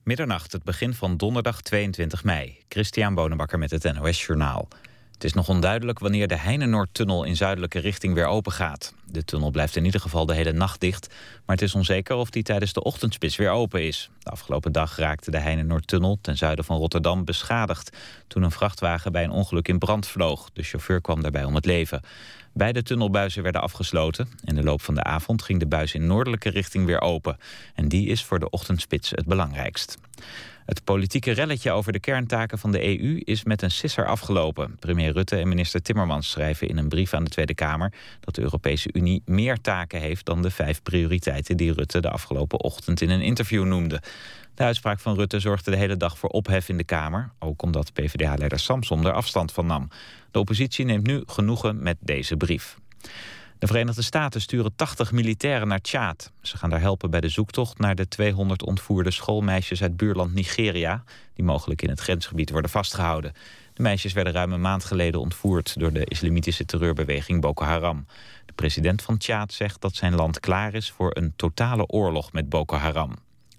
Middernacht, het begin van donderdag 22 mei. Christian Bonenbakker met het NOS Journaal. Het is nog onduidelijk wanneer de Heinenoordtunnel in zuidelijke richting weer open gaat. De tunnel blijft in ieder geval de hele nacht dicht, maar het is onzeker of die tijdens de ochtendspits weer open is. De afgelopen dag raakte de Heinenoordtunnel ten zuiden van Rotterdam beschadigd toen een vrachtwagen bij een ongeluk in brand vloog. De chauffeur kwam daarbij om het leven. Beide tunnelbuizen werden afgesloten. In de loop van de avond ging de buis in noordelijke richting weer open. En die is voor de ochtendspits het belangrijkst. Het politieke relletje over de kerntaken van de EU is met een sisser afgelopen. Premier Rutte en minister Timmermans schrijven in een brief aan de Tweede Kamer dat de Europese Unie meer taken heeft dan de 5 prioriteiten die Rutte de afgelopen ochtend in een interview noemde. De uitspraak van Rutte zorgde de hele dag voor ophef in de Kamer, ook omdat PvdA-leider Samsom er afstand van nam. De oppositie neemt nu genoegen met deze brief. De Verenigde Staten sturen 80 militairen naar Tjaad. Ze gaan daar helpen bij de zoektocht naar de 200 ontvoerde schoolmeisjes uit buurland Nigeria, die mogelijk in het grensgebied worden vastgehouden. De meisjes werden ruim een maand geleden ontvoerd door de islamitische terreurbeweging Boko Haram. De president van Tjaad zegt dat zijn land klaar is voor een totale oorlog met Boko Haram.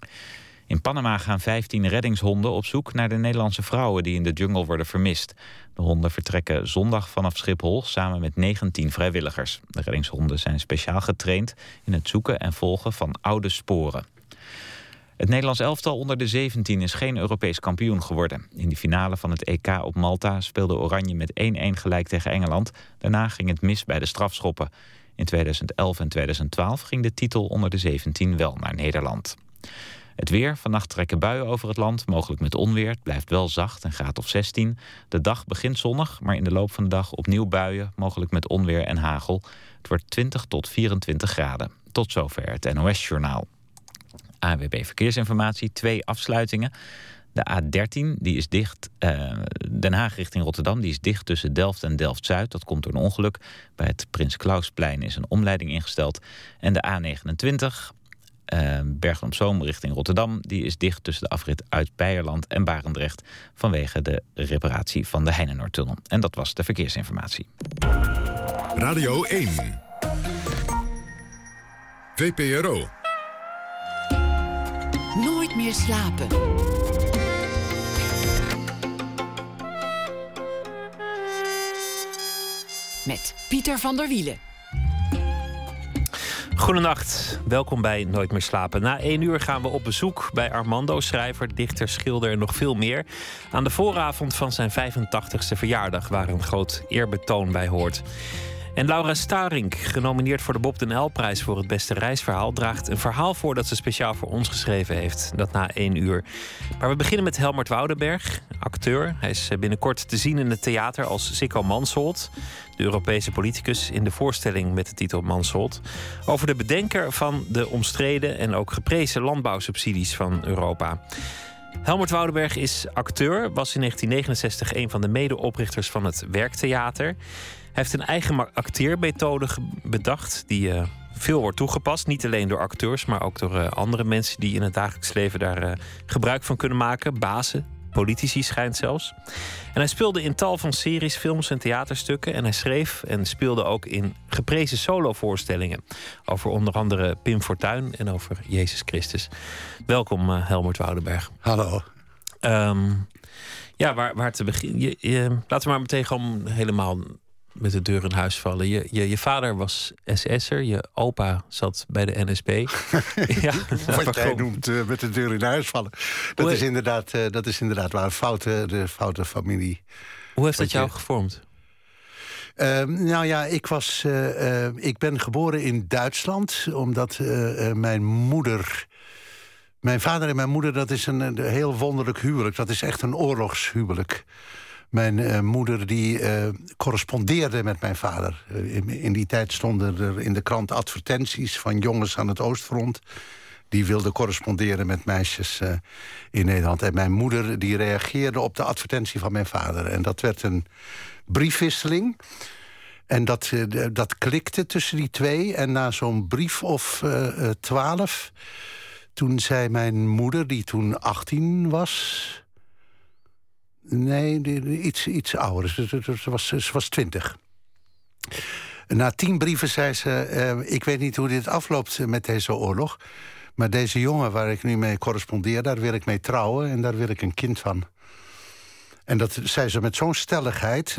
In Panama gaan 15 reddingshonden op zoek naar de Nederlandse vrouwen die in de jungle worden vermist. De honden vertrekken zondag vanaf Schiphol samen met 19 vrijwilligers. De reddingshonden zijn speciaal getraind in het zoeken en volgen van oude sporen. Het Nederlands elftal onder de 17 is geen Europees kampioen geworden. In de finale van het EK op Malta speelde Oranje met 1-1 gelijk tegen Engeland. Daarna ging het mis bij de strafschoppen. In 2011 en 2012 ging de titel onder de 17 wel naar Nederland. Het weer, vannacht trekken buien over het land, mogelijk met onweer. Het blijft wel zacht, een graad of 16. De dag begint zonnig, maar in de loop van de dag opnieuw buien, mogelijk met onweer en hagel. Het wordt 20 tot 24 graden. Tot zover het NOS-journaal. ANWB Verkeersinformatie, 2 afsluitingen. De A13, die is dicht, Den Haag richting Rotterdam, die is dicht tussen Delft en Delft-Zuid. Dat komt door een ongeluk. Bij het Prins Klausplein is een omleiding ingesteld. En de A29... Bergen op Zoom richting Rotterdam, die is dicht tussen de afrit uit Beierland en Barendrecht vanwege de reparatie van de Heinenoordtunnel. En dat was de verkeersinformatie. Radio 1. VPRO. Nooit meer slapen. Met Pieter van der Wielen. Goedenacht, welkom bij Nooit meer slapen. Na 1 uur gaan we op bezoek bij Armando, schrijver, dichter, schilder en nog veel meer. Aan de vooravond van zijn 85ste verjaardag, waar een groot eerbetoon bij hoort. En Laura Starink, genomineerd voor de Bob den Uyl-prijs voor het beste reisverhaal, draagt een verhaal voor dat ze speciaal voor ons geschreven heeft. Dat na 1 uur. Maar we beginnen met Helmert Woudenberg, acteur. Hij is binnenkort te zien in het theater als Sicko Mansholt, de Europese politicus in de voorstelling met de titel Mansholt, over de bedenker van de omstreden en ook geprezen landbouwsubsidies van Europa. Helmert Woudenberg is acteur, was in 1969 een van de medeoprichters van het Werktheater. Hij heeft een eigen acteermethode bedacht die veel wordt toegepast. Niet alleen door acteurs, maar ook door andere mensen die in het dagelijks leven daar gebruik van kunnen maken. Bazen, politici schijnt zelfs. En hij speelde in tal van series, films en theaterstukken. En hij schreef en speelde ook in geprezen solovoorstellingen. Over onder andere Pim Fortuyn en over Jezus Christus. Welkom Helmert Woudenberg. Hallo. Ja, waar te beginnen? Laten we maar meteen gewoon helemaal met de deur in huis vallen. Je vader was SS'er, je opa zat bij de NSB. Ja, wat jij noemt met de deur in huis vallen. Dat is inderdaad waar. De foute familie. Hoe heeft dat jou gevormd? Nou ja, ik ben geboren in Duitsland, omdat mijn vader en mijn moeder, dat is een heel wonderlijk huwelijk. Dat is echt een oorlogshuwelijk. Mijn moeder die correspondeerde met mijn vader. In die tijd stonden er in de krant advertenties van jongens aan het Oostfront die wilden corresponderen met meisjes in Nederland. En mijn moeder die reageerde op de advertentie van mijn vader. En dat werd een briefwisseling. En dat klikte tussen die twee. En na zo'n brief of 12... toen zei mijn moeder, die toen 18 was... Nee, iets ouder. Ze was 20. Na 10 brieven zei ze... ik weet niet hoe dit afloopt met deze oorlog... Maar deze jongen waar ik nu mee correspondeer, daar wil ik mee trouwen en daar wil ik een kind van. En dat zei ze met zo'n stelligheid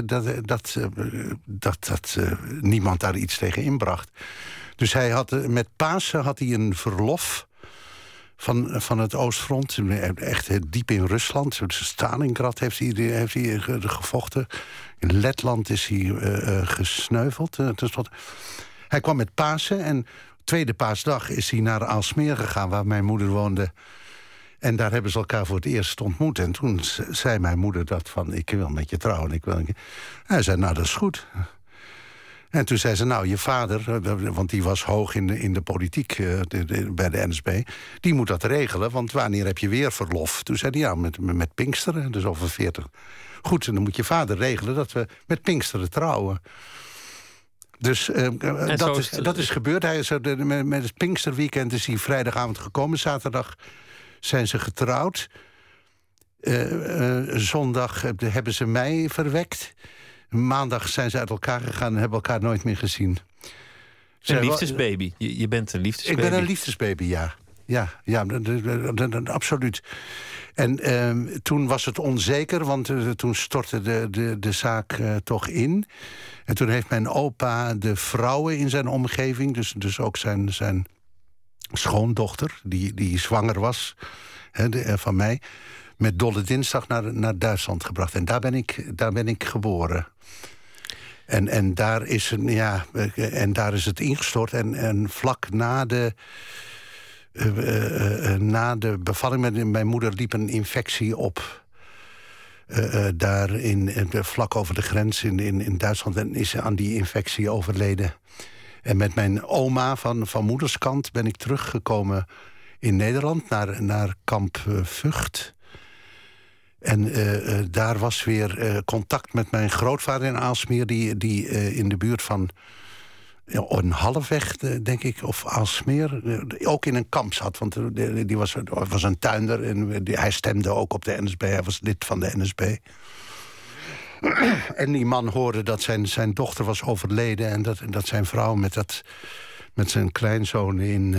dat niemand daar iets tegen inbracht. Dus hij had, met Pasen had hij een verlof van het Oostfront. Echt diep in Rusland. Stalingrad heeft hij gevochten. In Letland is hij gesneuveld. Hij kwam met Pasen en tweede paasdag is hij naar Aalsmeer gegaan, waar mijn moeder woonde. En daar hebben ze elkaar voor het eerst ontmoet. En toen zei mijn moeder dat van, ik wil met je trouwen. Hij zei, nou, dat is goed. En toen zei ze, nou, je vader, want die was hoog in de politiek bij de NSB, die moet dat regelen, want wanneer heb je weer verlof? Toen zei hij, ja, met Pinksteren, dus over 40. Goed, en dan moet je vader regelen dat we met Pinksteren trouwen. Dus dat is gebeurd. Hij is met het Pinksterweekend is hij vrijdagavond gekomen. Zaterdag zijn ze getrouwd. Zondag hebben ze mij verwekt. Maandag zijn ze uit elkaar gegaan en hebben elkaar nooit meer gezien. Een liefdesbaby. Je bent een liefdesbaby. Ik ben een liefdesbaby, ja. Ja, absoluut. En toen was het onzeker, want toen stortte de zaak toch in. En toen heeft mijn opa de vrouwen in zijn omgeving, dus ook zijn schoondochter, die zwanger was van mij, met Dolle Dinsdag naar Duitsland gebracht. En daar ben ik geboren. En daar is het ingestort. En vlak na de bevalling met mijn moeder liep een infectie op. Daar vlak over de grens in Duitsland. En is ze aan die infectie overleden. En met mijn oma van moederskant ben ik teruggekomen in Nederland naar kamp Vught. En daar was weer contact met mijn grootvader in Aalsmeer, die in de buurt van een halfweg, denk ik, of Aalsmeer, ook in een kamp zat. Want die was een tuinder en hij stemde ook op de NSB. Hij was lid van de NSB. En die man hoorde dat zijn dochter was overleden en dat zijn vrouw met zijn kleinzoon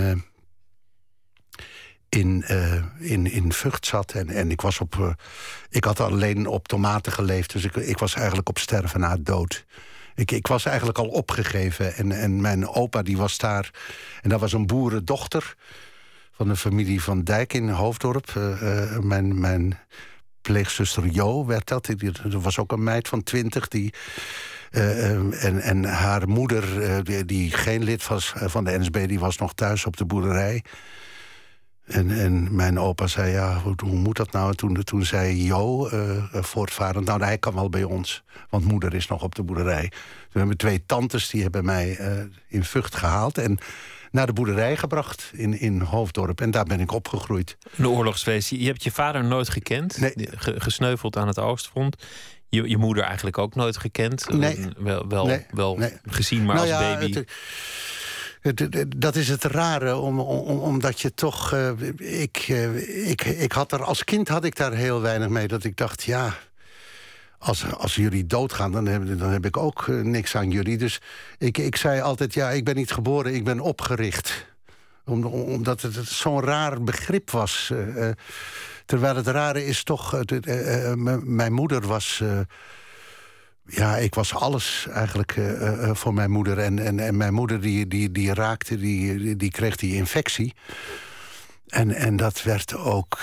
in Vught zat. En ik had alleen op tomaten geleefd, dus ik was eigenlijk op sterven na dood. Ik was eigenlijk al opgegeven. En mijn opa die was daar. En dat was een boerendochter van de familie Van Dijk in Hoofddorp. Mijn pleegzuster Jo werd dat. Er was ook een meid van 20 die. En haar moeder, die geen lid was van de NSB, die was nog thuis op de boerderij. En mijn opa zei, ja, hoe moet dat nou? En toen zei Jo, voortvarend, nou, hij kan wel bij ons. Want moeder is nog op de boerderij. Toen hebben 2 tantes, die hebben mij in Vught gehaald en naar de boerderij gebracht in Hoofddorp. En daar ben ik opgegroeid. Een oorlogsfeest. Je hebt je vader nooit gekend? Nee. Gesneuveld aan het Oostfront. Je moeder eigenlijk ook nooit gekend? Nee. Wel gezien, maar als baby. Dat is het rare, omdat je toch. Ik had er als kind had ik daar heel weinig mee. Dat ik dacht, ja, als jullie doodgaan, dan heb ik ook niks aan jullie. Dus ik zei altijd, ja, ik ben niet geboren, ik ben opgericht. Omdat het zo'n raar begrip was. Terwijl het rare is toch, mijn moeder was. Ja, ik was alles eigenlijk voor mijn moeder. En mijn moeder die raakte, die kreeg die infectie. En dat werd ook.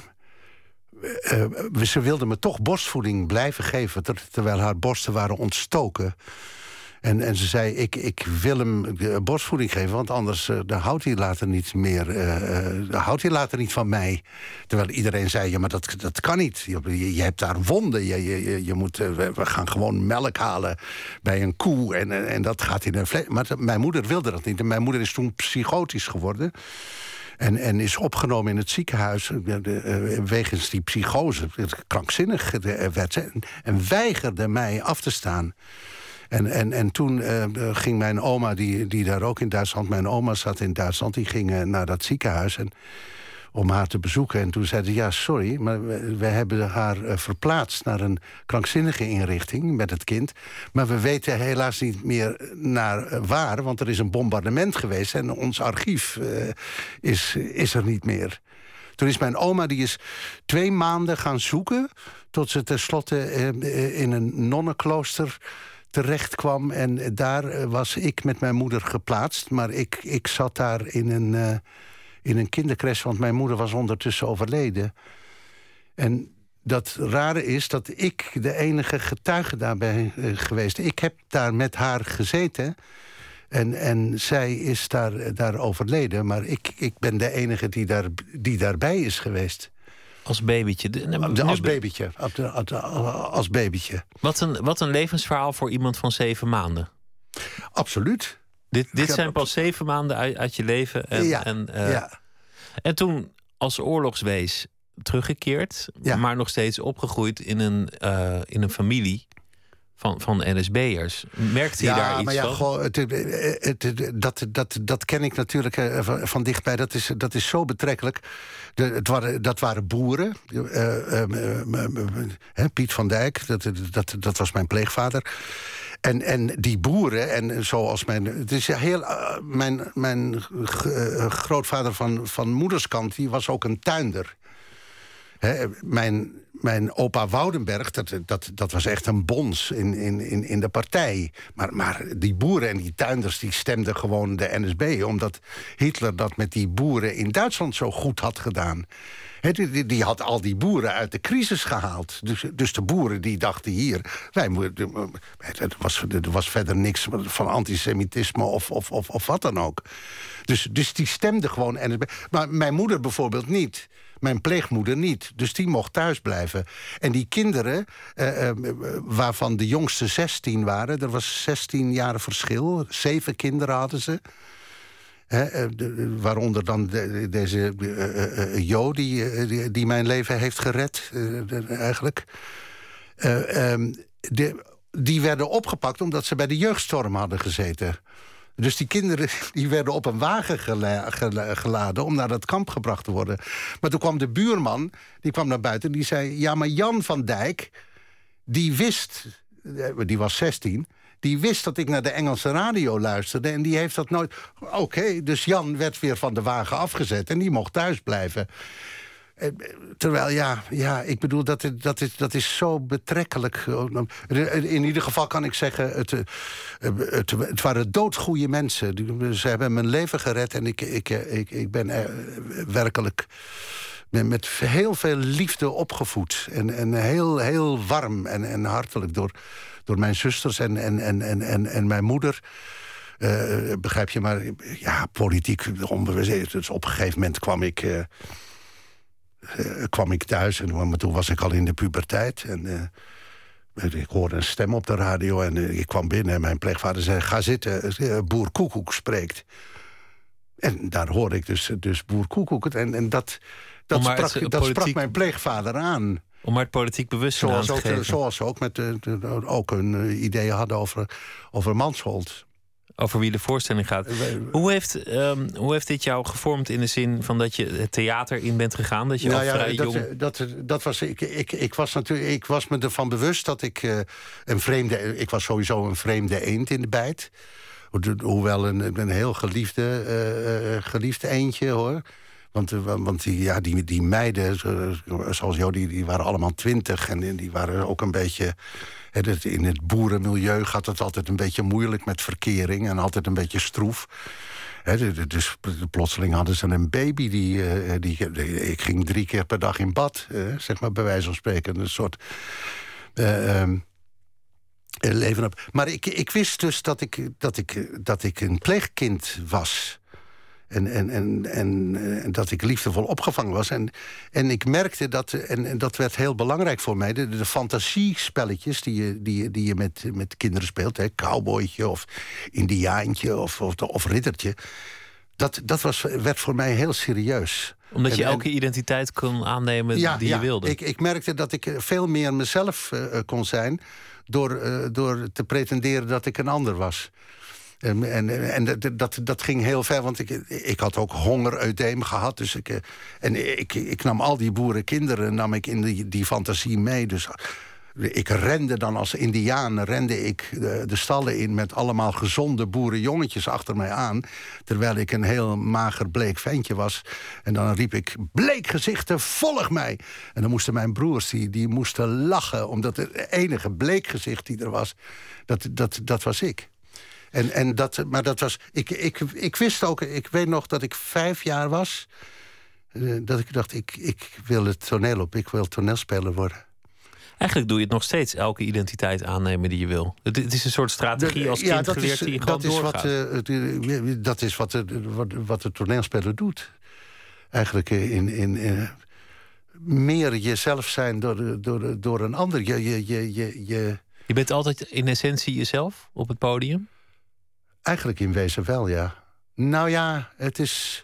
Ze wilde me toch borstvoeding blijven geven, terwijl haar borsten waren ontstoken. En ze zei, ik wil hem borstvoeding geven, want anders dan houdt hij later niet meer. Houdt hij later niet van mij. Terwijl iedereen zei, ja, maar dat kan niet. Je hebt daar wonden. Je moet, we gaan gewoon melk halen bij een koe. En dat gaat in een vlees. Maar mijn moeder wilde dat niet. En mijn moeder is toen psychotisch geworden. En is opgenomen in het ziekenhuis wegens die psychose. Krankzinnig werd ze. En weigerde mij af te staan. En toen ging mijn oma, die daar ook in Duitsland. Mijn oma zat in Duitsland, die ging naar dat ziekenhuis. En om haar te bezoeken. En toen zei ze, ja, sorry, maar we hebben haar verplaatst naar een krankzinnige inrichting met het kind. Maar we weten helaas niet meer naar waar, want er is een bombardement geweest en ons archief is er niet meer. Toen is mijn oma, die is 2 maanden gaan zoeken tot ze tenslotte in een nonnenklooster terecht kwam. En daar was ik met mijn moeder geplaatst. Maar ik zat daar in een kindercrash, want mijn moeder was ondertussen overleden. En dat rare is dat ik de enige getuige daar ben geweest. Ik heb daar met haar gezeten. En zij is daar overleden. Maar ik ben de enige die daarbij is geweest. Als babytje. Als babytje. Wat een levensverhaal voor iemand van 7 maanden. Absoluut. Dit zijn pas 7 maanden uit je leven. En toen als oorlogswees teruggekeerd. Ja. Maar nog steeds opgegroeid in een familie van NSB'ers. Merkte je daar iets van? Goh, dat ken ik natuurlijk van dichtbij. Dat is zo betrekkelijk. Dat waren boeren. Piet van Dijk, dat was mijn pleegvader. En die boeren, en zoals het is heel, mijn grootvader van moederskant, die was ook een tuinder. Mijn opa Woudenberg, dat was echt een bons in de partij. Maar die boeren en die tuinders, die stemden gewoon de NSB, omdat Hitler dat met die boeren in Duitsland zo goed had gedaan. Die had al die boeren uit de crisis gehaald. Dus de boeren die dachten hier, er was verder niks van antisemitisme of wat dan ook. Dus die stemden gewoon NSB. Maar mijn moeder bijvoorbeeld niet. Mijn pleegmoeder niet. Dus die mocht thuis blijven. En die kinderen, waarvan de jongste 16 waren, er was 16 jaar verschil. 7 kinderen hadden ze. Waaronder dan deze Jo, die mijn leven heeft gered, eigenlijk. Die werden opgepakt omdat ze bij de jeugdstorm hadden gezeten. Dus die kinderen die werden op een wagen geladen om naar dat kamp gebracht te worden. Maar toen kwam de buurman, die kwam naar buiten en die zei, ja, maar Jan van Dijk, die was 16... die wist dat ik naar de Engelse radio luisterde en die heeft dat nooit. Oké, dus Jan werd weer van de wagen afgezet en die mocht thuis blijven. Terwijl, ja, ik bedoel, dat is zo betrekkelijk. In ieder geval kan ik zeggen, het waren doodgoeie mensen. Ze hebben mijn leven gered en ik ben werkelijk met heel veel liefde opgevoed. En heel, heel warm en hartelijk door mijn zusters en mijn moeder. Begrijp je, maar ja, politiek. Dus op een gegeven moment kwam ik thuis. Maar toen was ik al in de puberteit. En ik hoorde een stem op de radio. En ik kwam binnen en mijn pleegvader zei, ga zitten, boer Koekoek spreekt. En daar hoorde ik dus boer Koekoek. En dat sprak mijn pleegvader aan. Om maar het politiek bewustzijn aan te geven. Zoals ze ook hun ideeën hadden over Mansholt. Over wie de voorstelling gaat. Hoe heeft dit jou gevormd in de zin van dat je het theater in bent gegaan? Dat je vrij jong... Dat was... Ik was me ervan bewust dat ik een vreemde... Ik was sowieso een vreemde eend in de bijt. Hoewel een heel geliefd eendje, hoor. Want die meiden, zoals jou, die waren allemaal 20. En die waren ook een beetje... In het boerenmilieu gaat het altijd een beetje moeilijk met verkering. En altijd een beetje stroef. Dus plotseling hadden ze een baby. Ik ging 3 keer per dag in bad. Zeg maar bij wijze van spreken. Een soort... leven op. Maar ik wist dus dat ik een pleegkind was. En dat ik liefdevol opgevangen was. En ik merkte dat, en dat werd heel belangrijk voor mij... de fantasiespelletjes die je met kinderen speelt... cowboytje of indiaantje of riddertje... dat werd voor mij heel serieus. Omdat je elke identiteit kon aannemen die je wilde. Ik merkte dat ik veel meer mezelf kon zijn... door te pretenderen dat ik een ander was. En dat ging heel ver, want ik had ook hongeruiteem gehad. Dus ik nam al die boerenkinderen nam ik in die fantasie mee. Dus ik rende dan als Indiaan de stallen in met allemaal gezonde boerenjongetjes achter mij aan. Terwijl ik een heel mager bleek ventje was. En dan riep ik, bleekgezichten, volg mij! En dan moesten mijn broers, die moesten lachen. Omdat het enige bleekgezicht die er was, dat was ik. Maar dat was... Ik wist ook, ik weet nog dat ik 5 jaar was. Dat ik dacht, ik wil het toneel op, ik wil toneelspeler worden. Eigenlijk doe je het nog steeds, elke identiteit aannemen die je wil. Het is een soort strategie als kind geleerd die je gewoon doorgaat. Dat is wat de toneelspeler doet. Eigenlijk in meer jezelf zijn door een ander. Je bent altijd in essentie jezelf op het podium? Eigenlijk in wezen wel, ja. Nou ja, het is...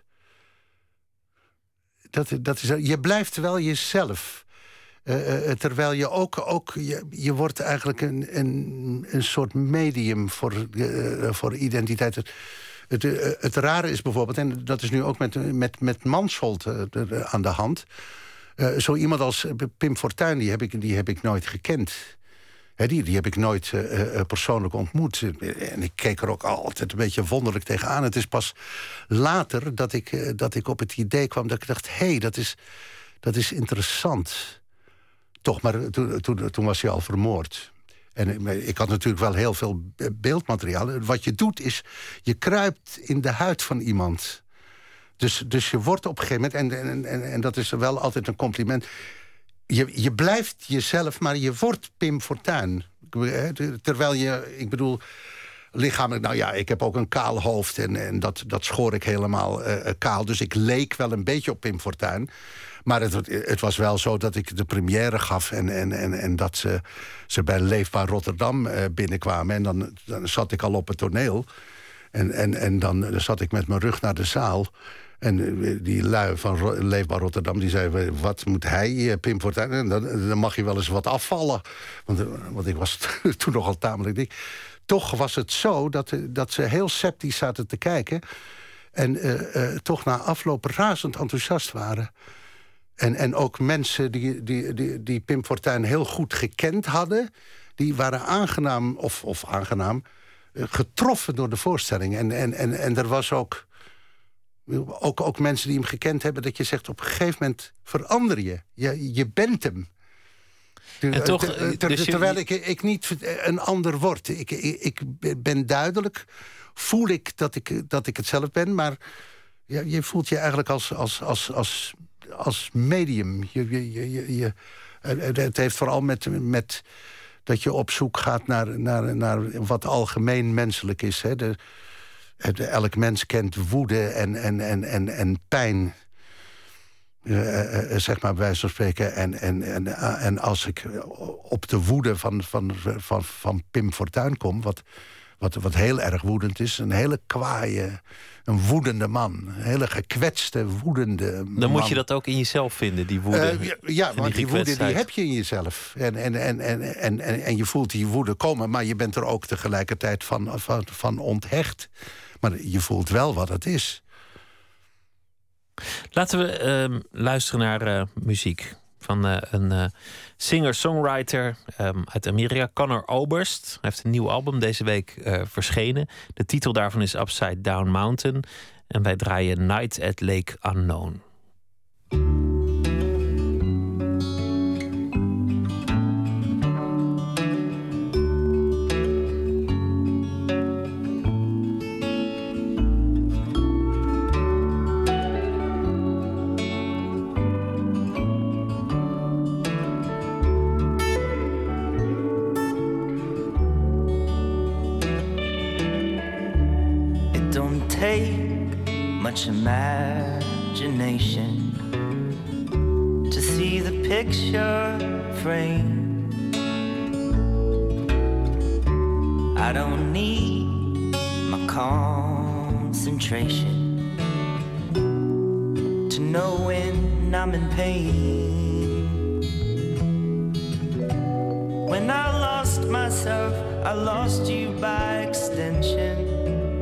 Dat is je blijft wel jezelf. Terwijl je ook je wordt eigenlijk een soort medium voor identiteit. Het rare is bijvoorbeeld, en dat is nu ook met Mansholt aan de hand. Zo iemand als Pim Fortuyn, die heb ik nooit gekend. Die heb ik nooit persoonlijk ontmoet. En ik keek er ook altijd een beetje wonderlijk tegenaan. Het is pas later dat ik op het idee kwam dat ik dacht, hé, dat is interessant. Toch, maar toen was hij al vermoord. En ik had natuurlijk wel heel veel beeldmateriaal. Wat je doet is, je kruipt in de huid van iemand. Dus je wordt op een gegeven moment, en dat is wel altijd een compliment... Je blijft jezelf, maar je wordt Pim Fortuyn. Terwijl ik bedoel... lichamelijk, nou ja, ik heb ook een kaal hoofd... en dat schoor ik helemaal kaal. Dus ik leek wel een beetje op Pim Fortuyn. Maar het was wel zo dat ik de première gaf... en dat ze bij Leefbaar Rotterdam binnenkwamen. En dan zat ik al op het toneel. En dan zat ik met mijn rug naar de zaal... En die lui van Leefbaar Rotterdam, die zeiden... wat moet hij, Pim Fortuyn? En dan mag je wel eens wat afvallen. Want ik was toen nogal tamelijk dik. Toch was het zo dat ze heel sceptisch zaten te kijken... en toch na afloop razend enthousiast waren. En ook mensen die Pim Fortuyn heel goed gekend hadden... die waren aangenaam, of aangenaam... getroffen door de voorstelling. En er was ook mensen die hem gekend hebben... dat je zegt, op een gegeven moment verander je. Je bent hem. En toch, terwijl ik niet een ander word. Ik ben duidelijk, voel ik dat ik het zelf ben... maar je voelt je eigenlijk als medium. Het heeft vooral met dat je op zoek gaat naar wat algemeen menselijk is. Hè. Elk mens kent woede en pijn. Zeg maar bij wijze van spreken. En als ik op de woede van Pim Fortuyn kom... wat heel erg woedend is. Een hele kwaaie, een woedende man. Een hele gekwetste, woedende man. Dan moet je dat ook in jezelf vinden, die woede. Want die woede die heb je in jezelf. En je voelt die woede komen... maar je bent er ook tegelijkertijd van onthecht. Maar je voelt wel wat het is. Laten we luisteren naar muziek van een singer-songwriter uit Amerika, Conor Oberst. Hij heeft een nieuw album deze week verschenen. De titel daarvan is Upside Down Mountain. En wij draaien Night at Lake Unknown. Much imagination to see the picture frame. I don't need my concentration to know when I'm in pain. When I lost myself, I lost you by extension.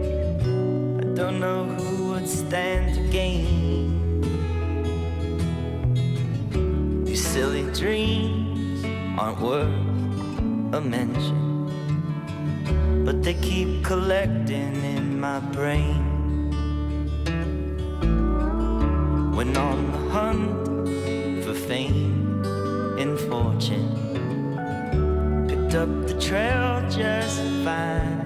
don't know who would stand to gain. These silly dreams aren't worth a mention, but they keep collecting in my brain. When on the hunt for fame and fortune, picked up the trail just fine.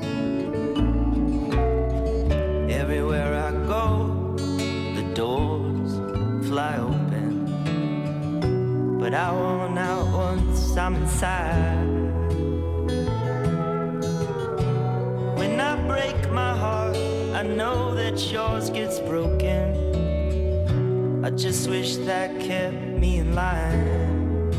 Everywhere I go, the doors fly open, but I won't out once I'm inside. When I break my heart, I know that yours gets broken. I just wish that kept me in line,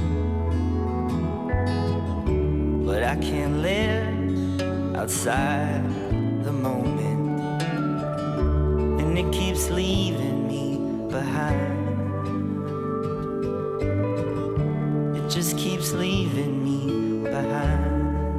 but I can't live outside the moment, and it keeps leaving me behind. It just keeps leaving me behind.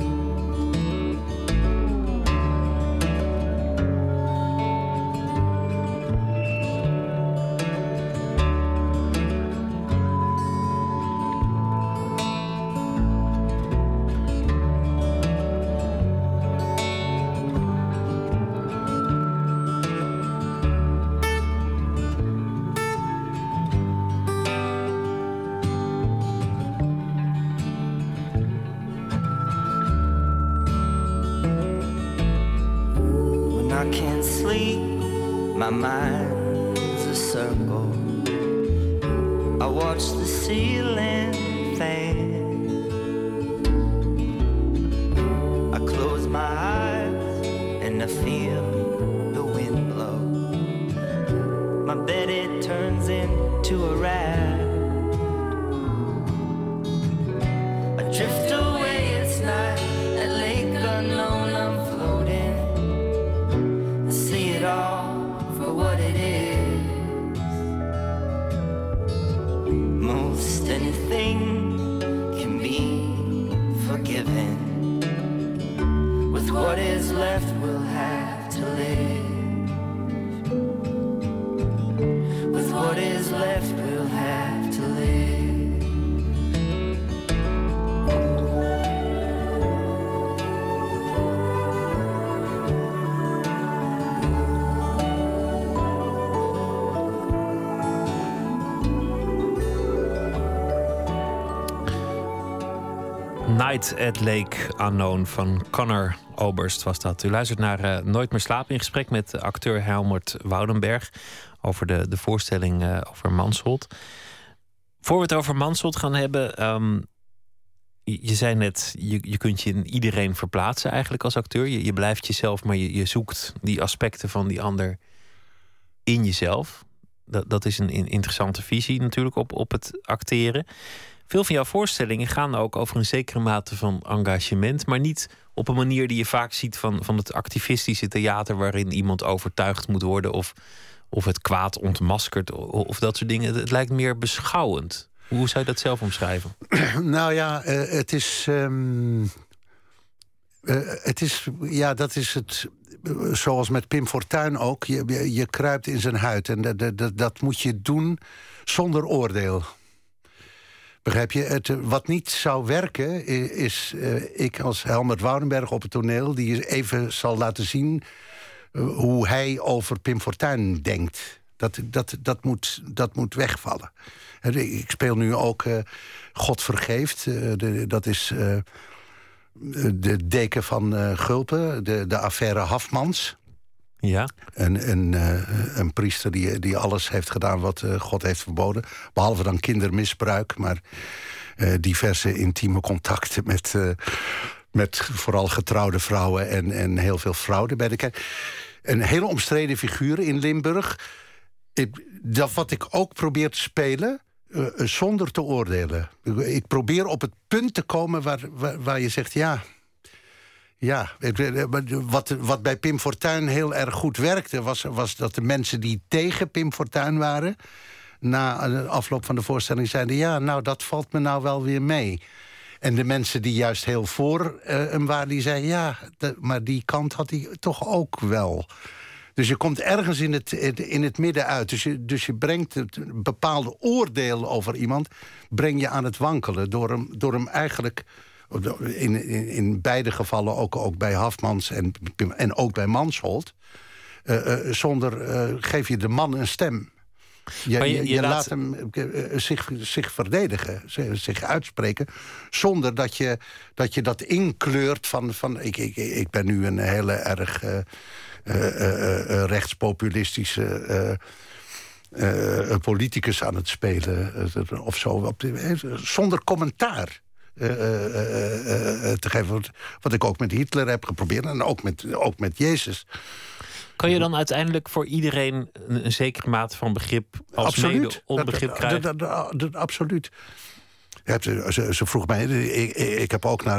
I can't sleep, my mind's a circle. I watch the ceiling fan. I close my eyes and I feel the wind blow. My bed, it turns into a raft. I drift away, it's night, at lake unknown I'm floating. See it all for what it is. Most anything can be forgiven. With what is left, we'll have to live. With what is left, we'll have to live. Night at Lake Unknown van Conor Oberst was dat. U luistert naar Nooit meer slapen in gesprek met acteur Helmut Woudenberg over de voorstelling over Mansholt. Voor we het over Mansholt gaan hebben, je zei net, je kunt je in iedereen verplaatsen eigenlijk als acteur. Je blijft jezelf, maar je zoekt die aspecten van die ander in jezelf. Dat is een interessante visie natuurlijk op het acteren. Veel van jouw voorstellingen gaan ook over een zekere mate van engagement, maar niet op een manier die je vaak ziet van het activistische theater, waarin iemand overtuigd moet worden of het kwaad ontmaskert of dat soort dingen. Het lijkt meer beschouwend. Hoe zou je dat zelf omschrijven? Nou ja, het is, dat is het. Zoals met Pim Fortuyn ook. Je kruipt in zijn huid en dat moet je doen zonder oordeel. Begrijp je? Wat niet zou werken is ik als Helmut Woudenberg op het toneel, die even zal laten zien hoe hij over Pim Fortuyn denkt. Dat moet wegvallen. Ik speel nu ook God vergeeft. Dat is de deken van Gulpen, de affaire Hafmans. Ja. Een priester die alles heeft gedaan wat God heeft verboden. Behalve dan kindermisbruik, maar diverse intieme contacten met vooral getrouwde vrouwen en heel veel fraude bij de kerk. Een hele omstreden figuur in Limburg. Dat wat ik ook probeer te spelen, zonder te oordelen. Ik probeer op het punt te komen waar je zegt, ja, wat bij Pim Fortuyn heel erg goed werkte, was dat de mensen die tegen Pim Fortuyn waren, na de afloop van de voorstelling zeiden, ja, nou, dat valt me nou wel weer mee. En de mensen die juist heel voor hem waren, die zeiden, ja, maar die kant had hij toch ook wel. Dus je komt ergens in het midden uit. Dus je brengt een bepaalde oordeel over iemand, breng je aan het wankelen door hem eigenlijk, in beide gevallen, ook bij Hafmans en ook bij Mansholt, geef je de man een stem. Je laat hem zich verdedigen, zich uitspreken, zonder dat je dat inkleurt van ik ben nu een hele erg rechtspopulistische politicus aan het spelen of zo, zonder commentaar te geven. Wat ik ook met Hitler heb geprobeerd en ook met Jezus. Kan je dan uiteindelijk voor iedereen een zekere mate van begrip als mede onbegrip krijgen? Absoluut. Ze vroeg mij, ik heb ook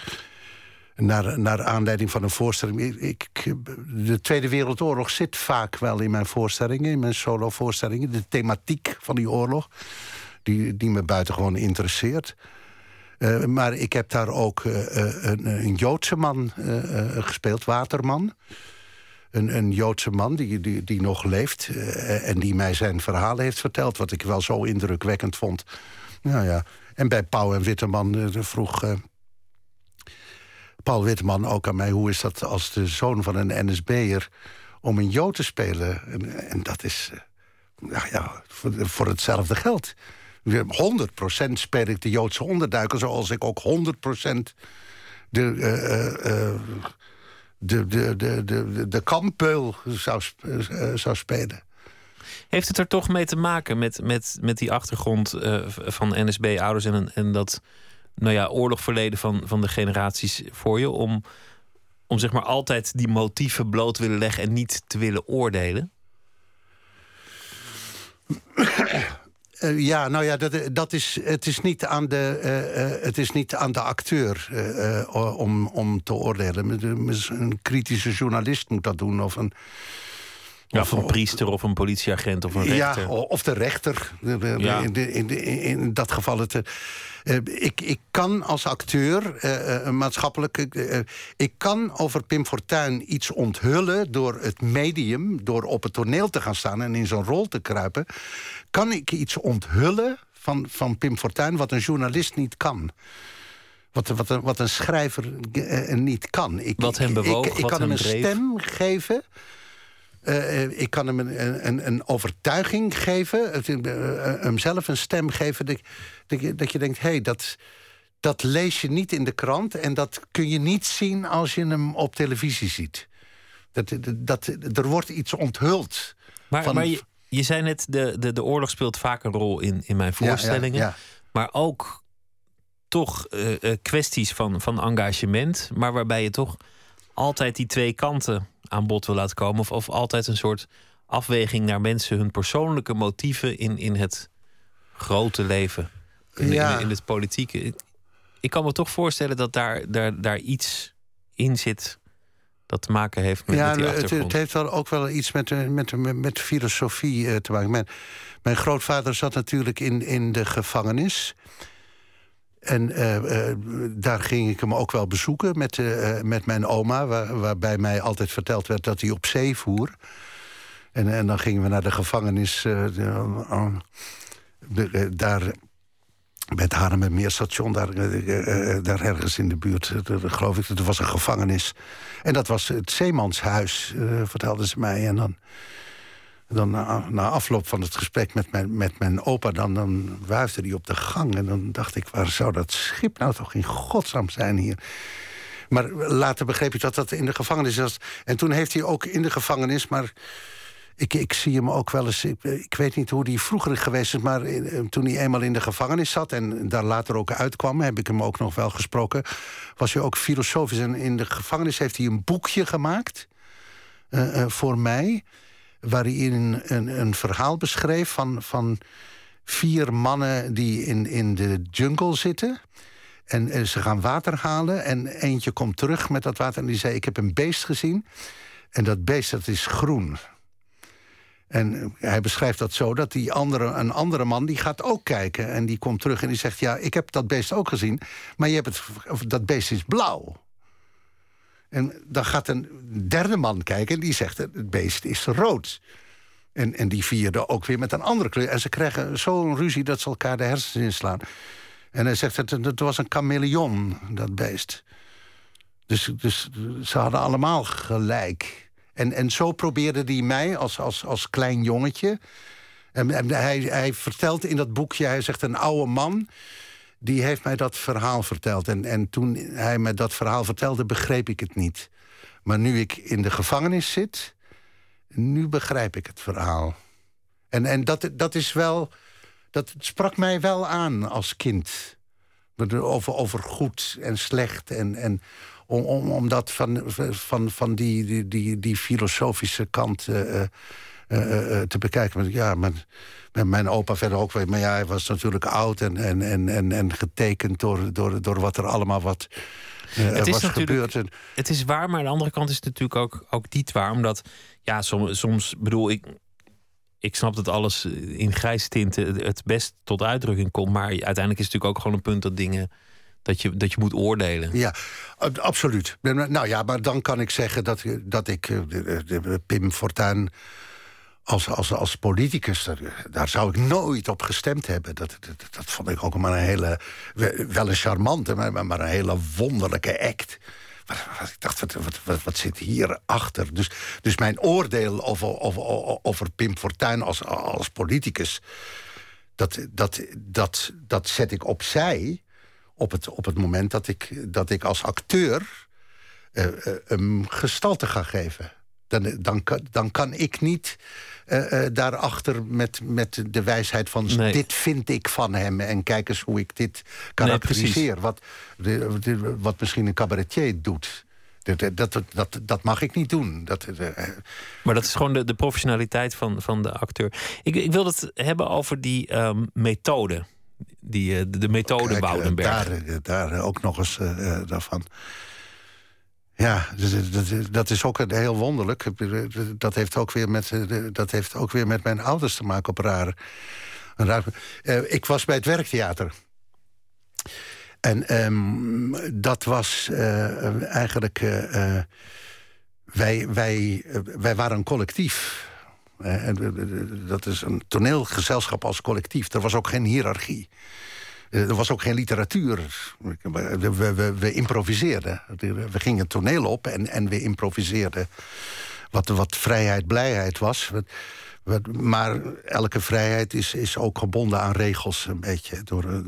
naar aanleiding van een voorstelling, de Tweede Wereldoorlog zit vaak wel in mijn voorstellingen, in mijn solo-voorstellingen. De thematiek van die oorlog, die me buitengewoon interesseert. Maar ik heb daar ook een Joodse man gespeeld, Waterman. Een Joodse man die nog leeft en die mij zijn verhaal heeft verteld, wat ik wel zo indrukwekkend vond. Nou ja. En bij Pauw en Witteman vroeg Paul Witteman ook aan mij, hoe is dat als de zoon van een NSB'er om een Jood te spelen? En dat is voor hetzelfde geld. 100% speel ik de Joodse onderduiker, zoals ik ook 100% de kamppeul zou spelen. Heeft het er toch mee te maken met die achtergrond van NSB-ouders en dat oorlogverleden van de generaties voor je, om zeg maar altijd die motieven bloot willen leggen en niet te willen oordelen? Het is niet aan de acteur om te oordelen. Een kritische journalist moet dat doen, of een priester of een politieagent of een rechter. Ja, of de rechter. In dat geval ik kan als acteur maatschappelijk, ik kan over Pim Fortuyn iets onthullen door het medium, door op het toneel te gaan staan en in zo'n rol te kruipen. Kan ik iets onthullen van Pim Fortuyn wat een journalist niet kan? Wat een schrijver niet kan. Wat hem bewoog, ik kan hem een stem geven. Ik kan hem een overtuiging geven, hem zelf een stem geven, dat je denkt, hey, dat lees je niet in de krant en dat kun je niet zien als je hem op televisie ziet. Er wordt iets onthuld. Maar je zei net, de oorlog speelt vaak een rol in mijn voorstellingen. Ja. Maar ook toch kwesties van engagement, maar waarbij je toch altijd die twee kanten aan bod wil laten komen, of altijd een soort afweging naar mensen, hun persoonlijke motieven in het grote leven, in het politieke. Ik kan me toch voorstellen dat daar iets in zit dat te maken heeft met die achtergrond. Het heeft ook wel iets met filosofie te maken. Mijn grootvader zat natuurlijk in de gevangenis. En daar ging ik hem ook wel bezoeken met mijn oma, waarbij mij altijd verteld werd dat hij op zee voer. En dan gingen we naar de gevangenis daar bij het Haarlemmermeerstation, daar ergens in de buurt, geloof ik. Er was een gevangenis. En dat was het Zeemanshuis, vertelden ze mij. En dan na afloop van het gesprek met mijn opa, dan wuifde hij op de gang. En dan dacht ik, waar zou dat schip nou toch in godsnaam zijn hier? Maar later begreep ik dat in de gevangenis was. En toen heeft hij ook in de gevangenis, maar ik zie hem ook wel eens, ik weet niet hoe die vroeger geweest is, maar toen hij eenmaal in de gevangenis zat en daar later ook uitkwam, heb ik hem ook nog wel gesproken, was hij ook filosofisch. En in de gevangenis heeft hij een boekje gemaakt voor mij, waarin een verhaal beschreef van 4 mannen die in de jungle zitten. En ze gaan water halen en eentje komt terug met dat water en die zei, ik heb een beest gezien en dat beest dat is groen. En hij beschrijft dat zo, dat een andere man die gaat ook kijken en die komt terug en die zegt, ja, ik heb dat beest ook gezien, maar dat beest is blauw. En dan gaat een derde man kijken en die zegt... het beest is rood. En die vierde ook weer met een andere kleur. En ze krijgen zo'n ruzie dat ze elkaar de hersens inslaan. En hij zegt, het was een chameleon, dat beest. Dus ze hadden allemaal gelijk. En zo probeerde hij mij als klein jongetje... En hij vertelt in dat boekje, hij zegt, een oude man... die heeft mij dat verhaal verteld. En toen hij me dat verhaal vertelde, begreep ik het niet. Maar nu ik in de gevangenis zit, nu begrijp ik het verhaal. En dat is wel... dat sprak mij wel aan als kind. Over goed en slecht. En om dat van die filosofische kant te bekijken. Ja, mijn opa verder ook weer. Maar ja, hij was natuurlijk oud en getekend door wat er allemaal was gebeurd. Het is waar, maar aan de andere kant is het natuurlijk ook niet waar. Omdat, ja, soms bedoel ik... Ik snap dat alles in grijs tinten het best tot uitdrukking komt. Maar uiteindelijk is het natuurlijk ook gewoon een punt dat dingen... dat je moet oordelen. Ja, absoluut. Nou ja, maar dan kan ik zeggen dat ik Pim Fortuyn als politicus... daar zou ik nooit op gestemd hebben. Dat vond ik ook maar wel een charmante, maar een hele wonderlijke act. Ik dacht, wat zit hier achter? Dus mijn oordeel over Pim Fortuyn als politicus... dat zet ik opzij op het moment dat ik als acteur een gestalte ga geven. Dan kan ik niet daarachter met de wijsheid van... dit vind ik van hem en kijk eens hoe ik dit karakteriseer. Wat misschien een cabaretier doet. Dat mag ik niet doen. Maar dat is gewoon de professionaliteit van de acteur. Ik wil het hebben over die methode. De methode Woudenberg. Daar ook nog eens daarvan. Ja, dat is ook heel wonderlijk. Dat heeft ook weer met mijn ouders te maken op raar. Ik was bij het Werktheater. En dat was eigenlijk... Wij waren een collectief. Dat is een toneelgezelschap als collectief. Er was ook geen hiërarchie. Er was ook geen literatuur. We improviseerden. We gingen toneel op en we improviseerden. Wat vrijheid, blijheid was. Maar elke vrijheid is ook gebonden aan regels een beetje.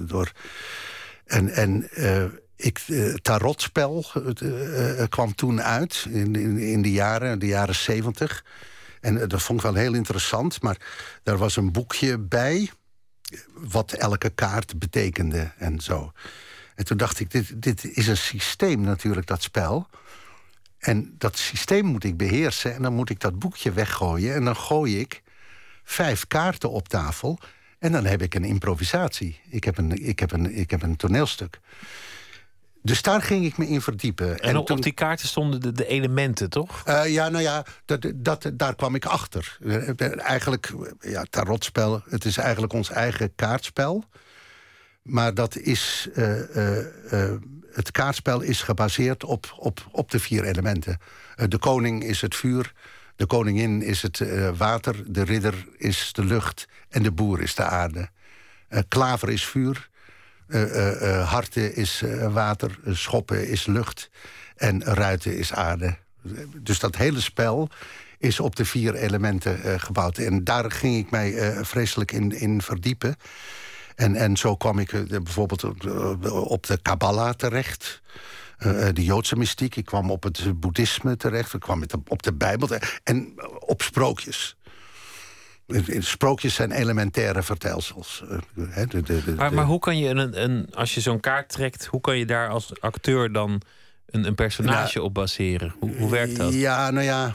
Tarotspel kwam toen uit in de jaren 70. En dat vond ik wel heel interessant. Maar daar was een boekje bij wat elke kaart betekende en zo. En toen dacht ik, dit is een systeem natuurlijk, dat spel. En dat systeem moet ik beheersen. En dan moet ik dat boekje weggooien. En dan gooi ik 5 kaarten op tafel. En dan heb ik een improvisatie. Ik heb een toneelstuk. Dus daar ging ik me in verdiepen. En op die kaarten stonden de elementen, toch? Daar kwam ik achter. Eigenlijk, tarotspel, het is eigenlijk ons eigen kaartspel. Maar dat is... het kaartspel is gebaseerd op de 4 elementen. De koning is het vuur, de koningin is het water, de ridder is de lucht en de boer is de aarde. Klaver is vuur, harten is water, schoppen is lucht en ruiten is aarde. Dus dat hele spel is op de 4 elementen gebouwd. En daar ging ik mij vreselijk in verdiepen. En zo kwam ik bijvoorbeeld op de Kabbala terecht. De Joodse mystiek. Ik kwam op het boeddhisme terecht. Ik kwam op de Bijbel en op sprookjes. Sprookjes zijn elementaire vertelsels. Maar hoe kan je als je zo'n kaart trekt, hoe kan je daar als acteur dan een personage op baseren? Hoe werkt dat? Ja,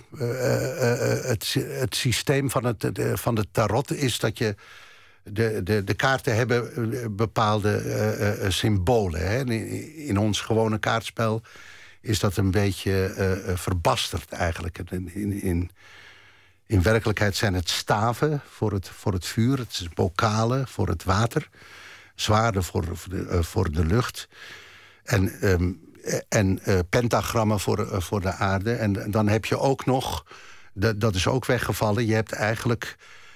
het systeem van de tarot is dat je... De kaarten hebben bepaalde symbolen. Hè. In ons gewone kaartspel is dat een beetje verbasterd eigenlijk. In werkelijkheid zijn het staven voor het vuur. Het is bokalen voor het water. Zwaarden voor de lucht. En pentagrammen voor de aarde. En dan heb je ook nog, dat is ook weggevallen, je hebt eigenlijk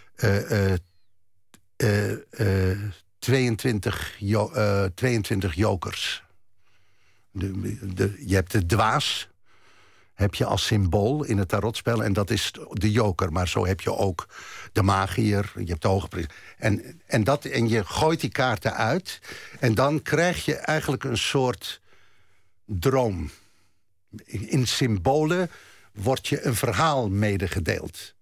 22 jokers. Je hebt de dwaas, heb je als symbool in het tarotspel, en dat is de joker. Maar zo heb je ook de magier, je hebt de hoge priester. En je gooit die kaarten uit en dan krijg je eigenlijk een soort droom. In symbolen wordt je een verhaal medegedeeld.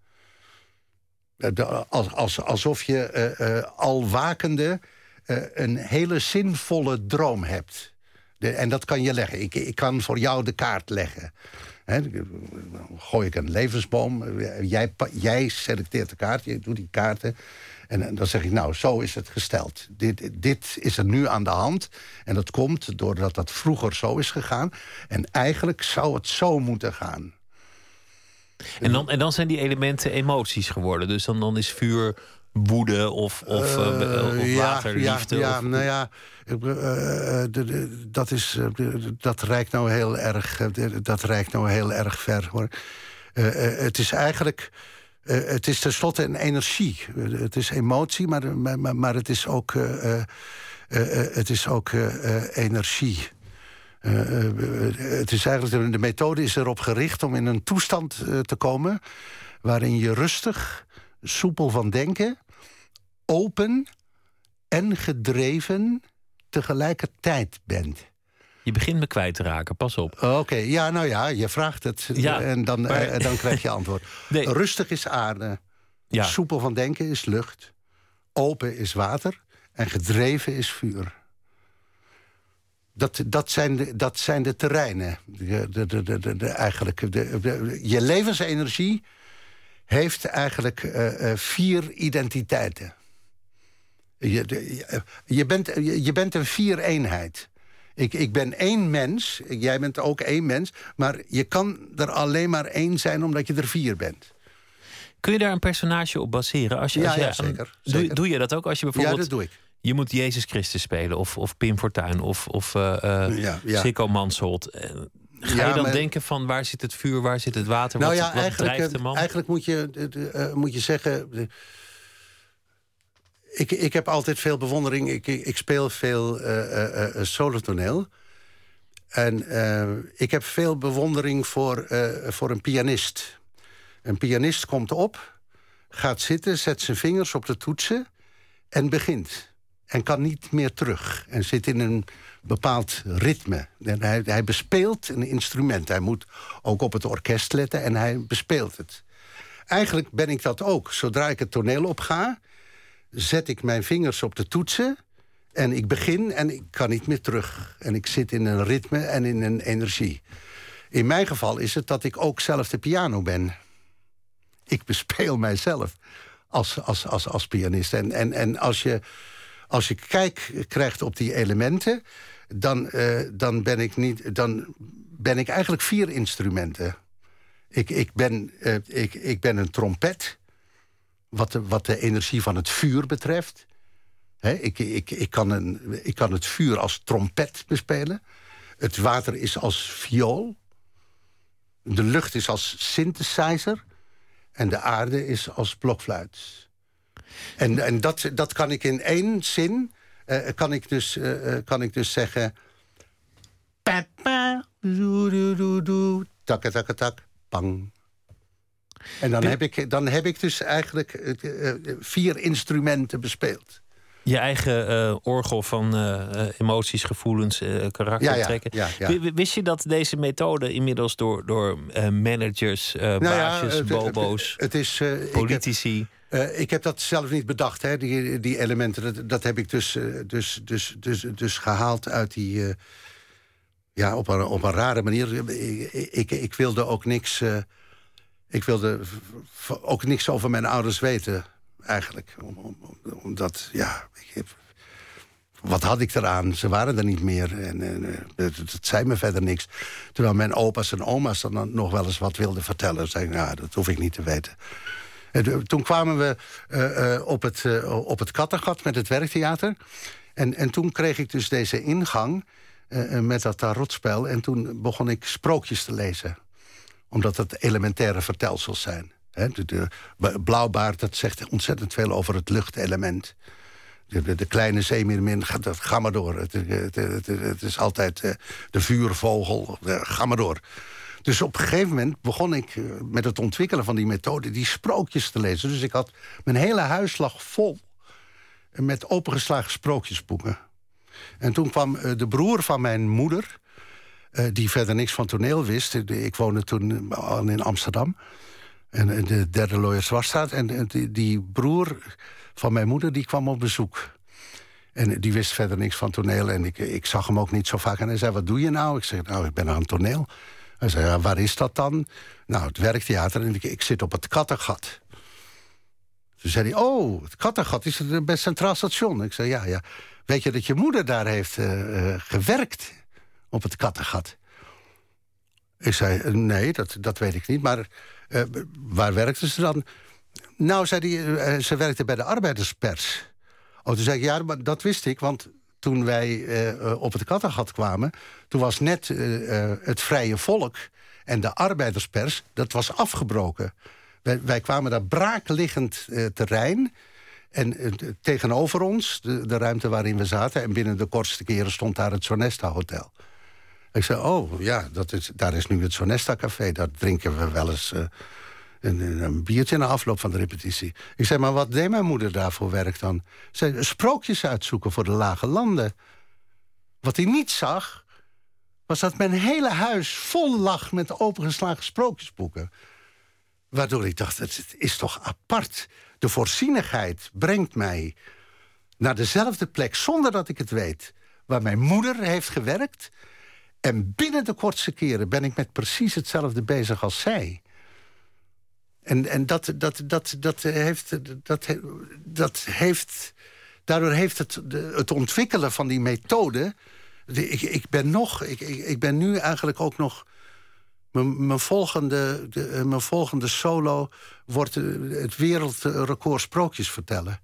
Alsof je al wakende een hele zinvolle droom hebt. En dat kan je leggen. Ik kan voor jou de kaart leggen. Dan gooi ik een levensboom. Jij selecteert de kaart, je doet die kaarten. En dan zeg ik, nou, zo is het gesteld. Dit is er nu aan de hand. En dat komt doordat dat vroeger zo is gegaan. En eigenlijk zou het zo moeten gaan. En dan zijn die elementen emoties geworden. Dus dan is vuur woede of water, liefde. Dat reikt nou heel erg ver, hoor. Het is eigenlijk, het is tenslotte een energie. Het is emotie, maar het is ook energie. Het is eigenlijk, de methode is erop gericht om in een toestand te komen waarin je rustig, soepel van denken, open en gedreven tegelijkertijd bent. Je begint me kwijt te raken, pas op. Oké, je vraagt het en dan krijg je antwoord. Nee. Rustig is aarde, soepel van denken is lucht, open is water en gedreven is vuur. Dat zijn de terreinen. Je levensenergie heeft eigenlijk 4 identiteiten. Je bent een 4-eenheid. Ik ben 1 mens, jij bent ook 1 mens, maar je kan er alleen maar 1 zijn omdat je er 4 bent. Kun je daar een personage op baseren? Zeker. Doe je dat ook als je bijvoorbeeld... Ja, dat doe ik. Je moet Jezus Christus spelen, of Pim Fortuyn, of Sikko Mansholt. Ga je dan denken van waar zit het vuur, waar zit het water? Wat drijft de man? Eigenlijk moet je zeggen... Ik heb altijd veel bewondering. Ik speel veel solotoneel. En ik heb veel bewondering voor een pianist. Een pianist komt op, gaat zitten, zet zijn vingers op de toetsen en begint. En kan niet meer terug. En zit in een bepaald ritme. En hij bespeelt een instrument. Hij moet ook op het orkest letten en hij bespeelt het. Eigenlijk ben ik dat ook. Zodra ik het toneel opga, zet ik mijn vingers op de toetsen en ik begin en ik kan niet meer terug. En ik zit in een ritme en in een energie. In mijn geval is het dat ik ook zelf de piano ben. Ik bespeel mijzelf als pianist. En als je kijk krijgt op die elementen, dan ben ik eigenlijk 4 instrumenten. Ik ben een trompet, wat de energie van het vuur betreft. Ik kan het vuur als trompet bespelen. Het water is als viool. De lucht is als synthesizer. En de aarde is als blokfluit. En dat kan ik in 1 zin... kan ik dus zeggen... Papa, doe, tak, tak, tak, pang. En dan heb ik dus eigenlijk 4 instrumenten bespeeld. Je eigen orgel van emoties, gevoelens, karaktertrekken. Ja. Wist je dat deze methode inmiddels door managers, baasjes, bobo's, politici... Ik heb dat zelf niet bedacht, hè, die elementen. Dat heb ik dus gehaald uit die... op een rare manier. Ik wilde ook niks... ik wilde ook niks over mijn ouders weten, eigenlijk. Omdat, wat had ik eraan? Ze waren er niet meer. En dat zei me verder niks. Terwijl mijn opa's en oma's dan nog wel eens wat wilden vertellen. Zei ik, dat hoef ik niet te weten. Toen kwamen we op het Kattegat met het werktheater. En toen kreeg ik dus deze ingang met dat tarotspel. En toen begon ik sprookjes te lezen. Omdat het elementaire vertelsels zijn. De blauwbaard, dat zegt ontzettend veel over het luchtelement. De kleine zeemeermin, ga maar door. Het is altijd de vuurvogel, ga maar door. Dus op een gegeven moment begon ik met het ontwikkelen van die methode... die sprookjes te lezen. Dus ik had mijn hele huis lag vol met opengeslagen sprookjesboeken. En toen kwam de broer van mijn moeder... die verder niks van toneel wist. Ik woonde toen al in Amsterdam. En de derde Loyersdwarsstraat. En die broer van mijn moeder die kwam op bezoek. En die wist verder niks van toneel. En ik zag hem ook niet zo vaak. En hij zei, wat doe je nou? Ik zeg, nou, ik ben aan het toneel. Hij zei, ja, waar is dat dan? Nou, het werktheater. En ik zit op het Kattegat. Toen zei hij, oh, het Kattegat is het bij Centraal Station. Ik zei, ja. Weet je dat je moeder daar heeft gewerkt op het Kattegat? Ik zei, nee, dat weet ik niet. Maar waar werkte ze dan? Nou, zei hij, ze werkte bij de arbeiderspers. Oh, toen zei ik, ja, maar dat wist ik, want toen wij op het Kattegat kwamen... toen was net het Vrije Volk en de arbeiderspers, dat was afgebroken. Wij kwamen daar braakliggend terrein... En tegenover ons, de ruimte waarin we zaten... en binnen de kortste keren stond daar het Sonesta Hotel. Ik zei, oh, ja, daar is nu het Sonesta Café. Daar drinken we wel eens een biertje na afloop van de repetitie. Ik zei, maar wat deed mijn moeder daar voor werk dan? Ze zei, sprookjes uitzoeken voor de lage landen. Wat hij niet zag, was dat mijn hele huis vol lag... met opengeslagen sprookjesboeken. Waardoor ik dacht, het is toch apart. De voorzienigheid brengt mij naar dezelfde plek... zonder dat ik het weet, waar mijn moeder heeft gewerkt... en binnen de kortste keren ben ik met precies hetzelfde bezig als zij. En daardoor heeft het ontwikkelen van die methode... Ik ben nu eigenlijk ook nog... Mijn volgende solo wordt het wereldrecord sprookjes vertellen.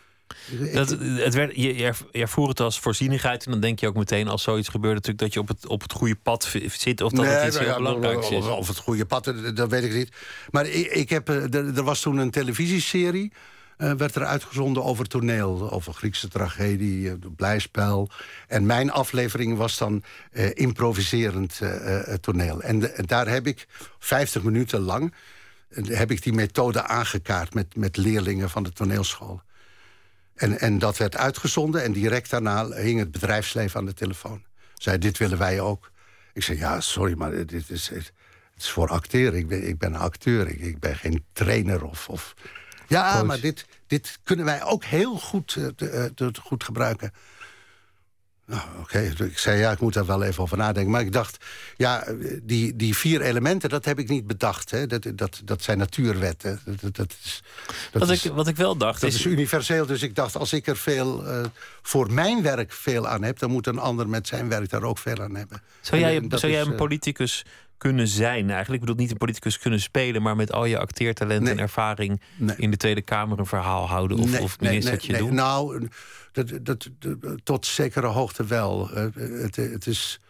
Je ervoer het als voorzienigheid... en dan denk je ook meteen als zoiets gebeurt... natuurlijk dat je op het goede pad zit... of dat het iets heel belangrijks is. Of het goede pad, dat weet ik niet. Maar er was toen een televisieserie... werd er uitgezonden over toneel, over Griekse tragedie, blijspel. En mijn aflevering was dan improviserend toneel. En daar heb ik 50 minuten lang heb ik die methode aangekaart met leerlingen van de toneelschool. En dat werd uitgezonden en direct daarna hing het bedrijfsleven aan de telefoon. Zei, dit willen wij ook. Ik zei, ja, sorry, maar het is voor acteren. Ik ben een acteur, ik ben geen trainer of ja, coach. Maar dit kunnen wij ook heel goed gebruiken. Nou, oké. Ik zei, ja, ik moet daar wel even over nadenken. Maar ik dacht, ja, die 4 elementen, dat heb ik niet bedacht. Hè. Dat zijn natuurwetten. Wat ik wel dacht dat is universeel. Dus ik dacht, als ik er voor mijn werk veel aan heb... dan moet een ander met zijn werk daar ook veel aan hebben. Zou jij een politicus kunnen zijn eigenlijk? Ik bedoel, niet een politicus kunnen spelen... maar met al je acteertalent en ervaring... in de Tweede Kamer een verhaal houden of ministertje doen? Nou, tot zekere hoogte wel. Het is...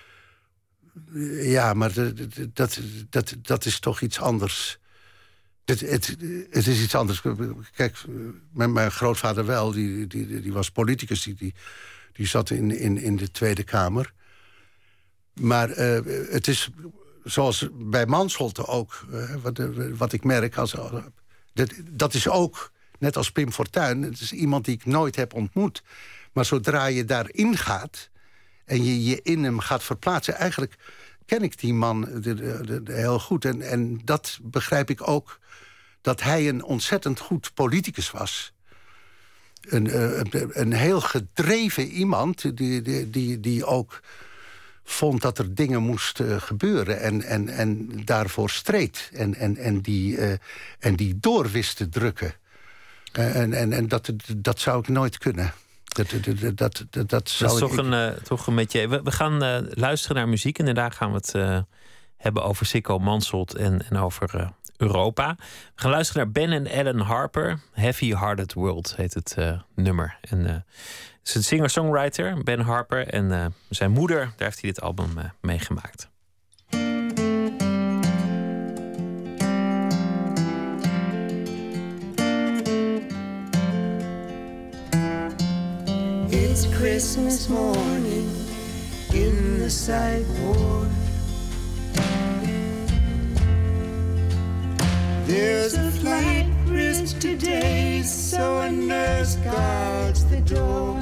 Ja, maar dat is toch iets anders. Het is iets anders. Kijk, mijn grootvader wel, die was politicus. Die zat in de Tweede Kamer. Maar het is... Zoals bij Mansholte ook, wat ik merk... Dat is ook, net als Pim Fortuyn... het is iemand die ik nooit heb ontmoet. Maar zodra je daarin gaat... en je in hem gaat verplaatsen... eigenlijk ken ik die man heel goed. En dat begrijp ik ook... dat hij een ontzettend goed politicus was. Een heel gedreven iemand... die ook... vond dat er dingen moesten gebeuren en daarvoor streed. En die door wist te drukken. En dat zou ik nooit kunnen. Dat is toch een beetje... We gaan luisteren naar muziek en daarna gaan we het hebben over Sicko Mansholt en over Europa. We gaan luisteren naar Ben en Ellen Harper. Heavy Hearted World heet het nummer. En het is een singer-songwriter, Ben Harper. En zijn moeder, daar heeft hij dit album mee gemaakt. It's Christmas morning in the psych ward. There's a flight risk today, so a nurse guards the door.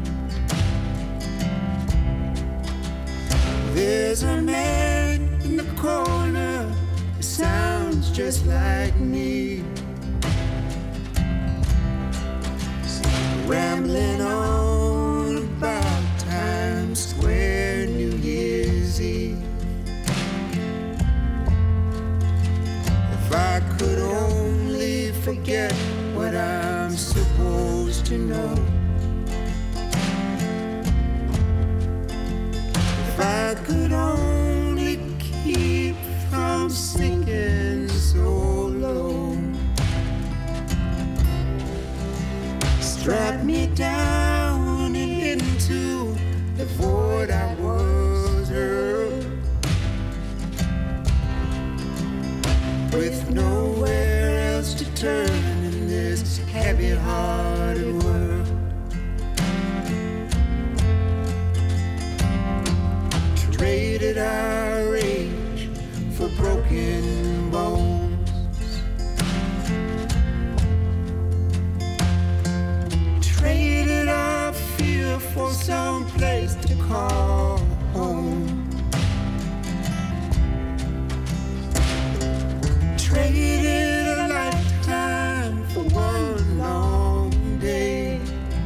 There's a man in the corner who sounds just like me, rambling on about Times Square, New Year's Eve. If I could only forget what I'm supposed to know, if I could only keep from sinking so low, strap me down and into the void I was hurled, with nowhere else to turn in this heavy-hearted world. Traded our rage for broken bones, traded our fear for some place to call home, traded a lifetime for one long day.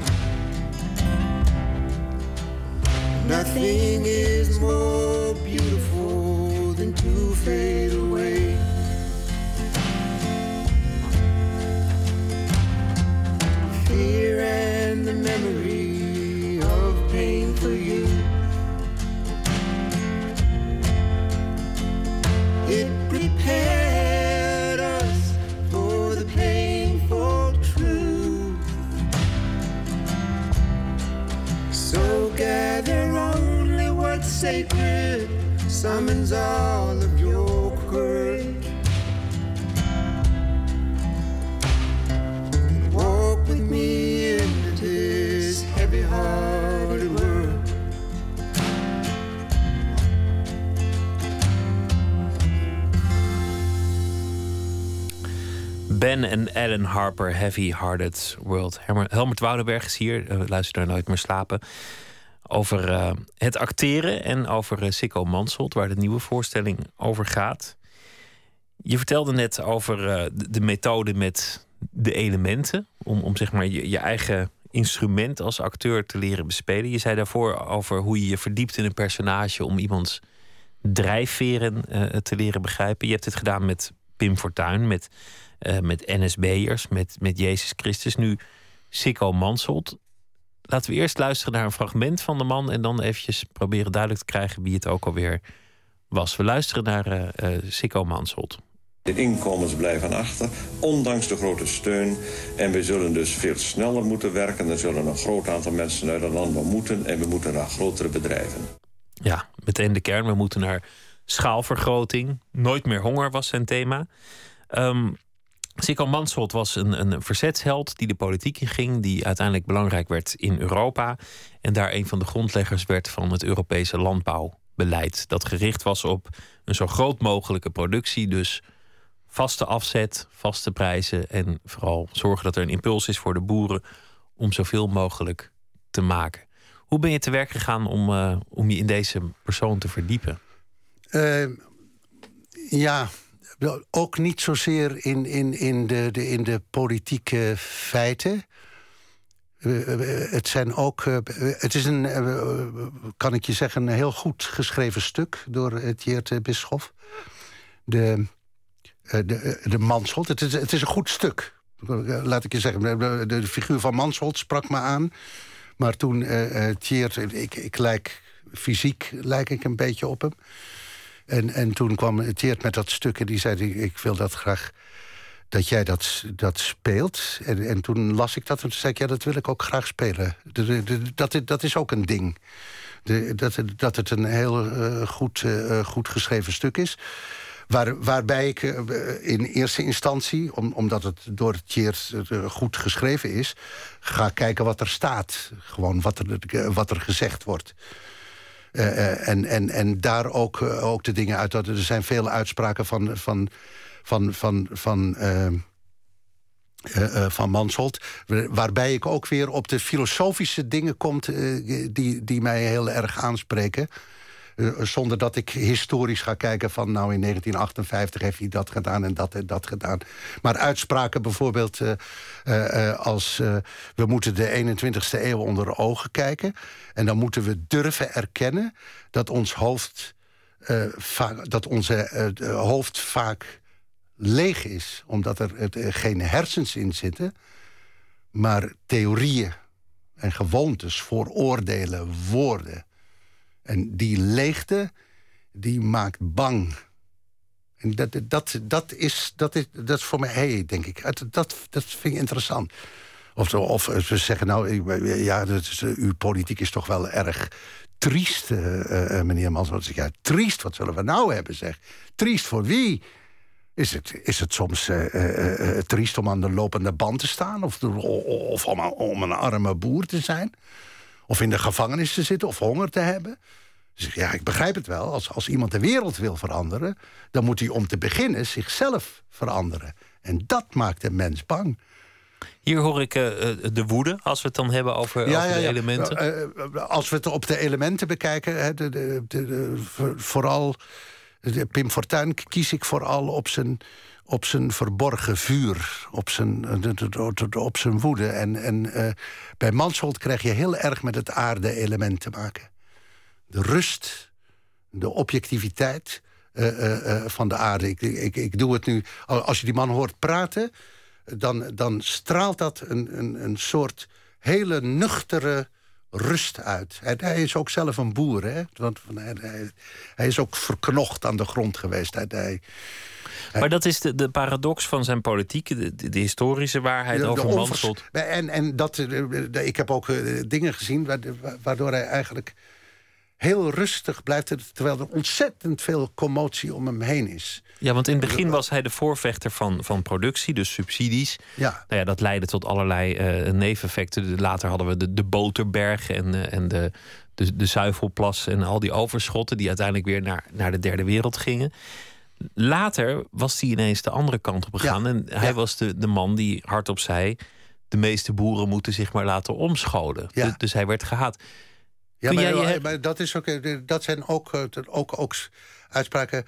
Nothing is more beautiful than to fade away. Fear and the memory of pain for you. It prepared us for the painful truth. So gather only what's sacred, summons all of your courage. Walk with me into this heavy-hearted world. Ben en Ellen Harper, Heavy Hearted World. Helmert Woudenberg is hier, luister naar Nooit meer slapen. Over het acteren en over Sicko Mansholt, waar de nieuwe voorstelling over gaat. Je vertelde net over de methode met de elementen. Om zeg maar je eigen instrument als acteur te leren bespelen. Je zei daarvoor over hoe je je verdiept in een personage om iemands drijfveren te leren begrijpen. Je hebt het gedaan met Pim Fortuyn, met NSB'ers, met Jezus Christus. Nu Sicko Mansholt. Laten we eerst luisteren naar een fragment van de man en dan eventjes proberen duidelijk te krijgen wie het ook alweer was. We luisteren naar Sicko Mansholt. De inkomens blijven achter, ondanks de grote steun. En we zullen dus veel sneller moeten werken. Er zullen een groot aantal mensen uit het land moeten. En we moeten naar grotere bedrijven. Ja, meteen de kern. We moeten naar schaalvergroting. Nooit meer honger was zijn thema. Sicko Mansholt was een verzetsheld die de politiek inging, die uiteindelijk belangrijk werd in Europa en daar een van de grondleggers werd van het Europese landbouwbeleid. Dat gericht was op een zo groot mogelijke productie, dus vaste afzet, vaste prijzen en vooral zorgen dat er een impuls is voor de boeren om zoveel mogelijk te maken. Hoe ben je te werk gegaan om je in deze persoon te verdiepen? Ook niet zozeer in de politieke feiten. Het zijn ook. Het is kan ik je zeggen, een heel goed geschreven stuk door Tjeerd Bisschop. De Mansholt. Het is een goed stuk. Laat ik je zeggen. De figuur van Mansholt sprak me aan. Maar toen Tjeerd, fysiek lijk ik een beetje op hem. En toen kwam Tjeerd met dat stuk en die zei... ik wil dat graag dat jij dat speelt. En toen las ik dat en toen zei ik... ja, dat wil ik ook graag spelen. Dat is ook een ding. Dat het een heel goed geschreven stuk is. Waarbij ik in eerste instantie, omdat het door Tjeerd goed geschreven is... ga kijken wat er staat. Gewoon wat er gezegd wordt. En daar ook de dingen uit. Er zijn veel uitspraken van Mansholt. Waarbij ik ook weer op de filosofische dingen komt... die mij heel erg aanspreken. Zonder dat ik historisch ga kijken van... nou, in 1958 heeft hij dat gedaan en dat gedaan. Maar uitspraken bijvoorbeeld als... we moeten de 21ste eeuw onder de ogen kijken... en dan moeten we durven erkennen dat ons hoofd... onze hoofd vaak leeg is. Omdat er geen hersens in zitten... maar theorieën en gewoontes, vooroordelen, woorden... En die leegte, die maakt bang. En dat is voor mij, denk ik. Dat vind ik interessant. Of ze zeggen, nou, ja, uw politiek is toch wel erg triest, meneer Mansholt. Ja, triest, wat zullen we nou hebben, zeg? Triest voor wie? Is het soms triest om aan de lopende band te staan? Of om een arme boer te zijn? Of in de gevangenis te zitten, of honger te hebben. Dus ja, ik begrijp het wel. Als iemand de wereld wil veranderen... dan moet hij om te beginnen zichzelf veranderen. En dat maakt een mens bang. Hier hoor ik de woede, als we het dan hebben over de elementen. Als we het op de elementen bekijken... vooral Pim Fortuyn kies ik vooral op zijn verborgen vuur, op zijn woede. En bij Mansholt krijg je heel erg met het aarde-element te maken. De rust, de objectiviteit van de aarde. Ik doe het nu, als je die man hoort praten... dan straalt dat een soort hele nuchtere rust uit. Hij is ook zelf een boer, hè? Want hij is ook verknocht aan de grond geweest. Maar dat is de paradox van zijn politiek, de historische waarheid over Mansholt. En ik heb ook dingen gezien waardoor hij eigenlijk heel rustig blijft... terwijl er ontzettend veel commotie om hem heen is. Ja, want in het begin was hij de voorvechter van productie, dus subsidies. Ja. Nou ja, dat leidde tot allerlei neveneffecten. Later hadden we de boterberg en de zuivelplas... en al die overschotten die uiteindelijk weer naar de derde wereld gingen. Later was hij ineens de andere kant op gegaan. Ja. En hij was de man die hardop zei... de meeste boeren moeten zich maar laten omscholen. Ja. Dus hij werd gehaat. Ja, maar dat zijn ook uitspraken...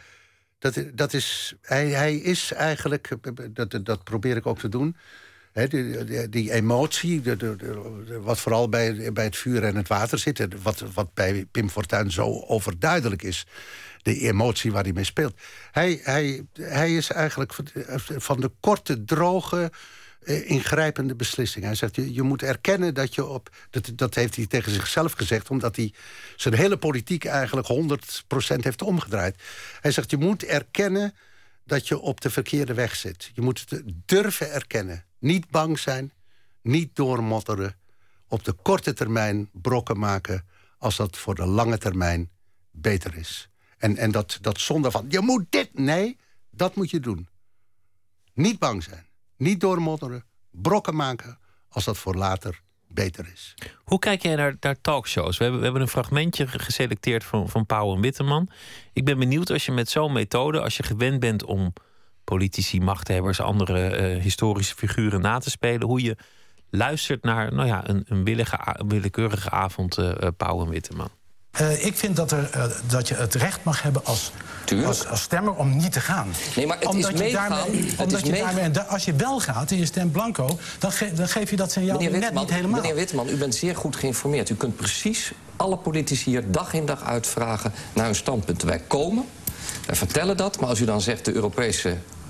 Hij is eigenlijk... Dat probeer ik ook te doen... Die emotie, wat vooral bij het vuur en het water zit... wat bij Pim Fortuyn zo overduidelijk is... de emotie waar hij mee speelt. Hij is eigenlijk van de korte, droge... ingrijpende beslissing. Hij zegt, je moet erkennen dat je dat heeft hij tegen zichzelf gezegd... omdat hij zijn hele politiek eigenlijk 100% heeft omgedraaid. Hij zegt, je moet erkennen dat je op de verkeerde weg zit. Je moet het durven erkennen. Niet bang zijn, niet doormotteren. Op de korte termijn brokken maken... als dat voor de lange termijn beter is. En dat zonder van, je moet dit... Nee, dat moet je doen. Niet bang zijn. Niet doormodderen, brokken maken... als dat voor later beter is. Hoe kijk jij naar talkshows? We hebben een fragmentje geselecteerd van Pauw en Witteman. Ik ben benieuwd als je met zo'n methode... als je gewend bent om politici, machthebbers... andere historische figuren na te spelen... hoe je luistert naar een willekeurige avond Pauw en Witteman. Ik vind dat je het recht mag hebben als stemmer om niet te gaan. Nee, maar het is meegaan. Als je wel gaat en je stemt blanco... dan geef je dat signaal net niet helemaal. Meneer Witteman, u bent zeer goed geïnformeerd. U kunt precies alle politici hier dag in dag uit vragen... naar hun standpunten. Wij komen, wij vertellen dat. Maar als u dan zegt de Europese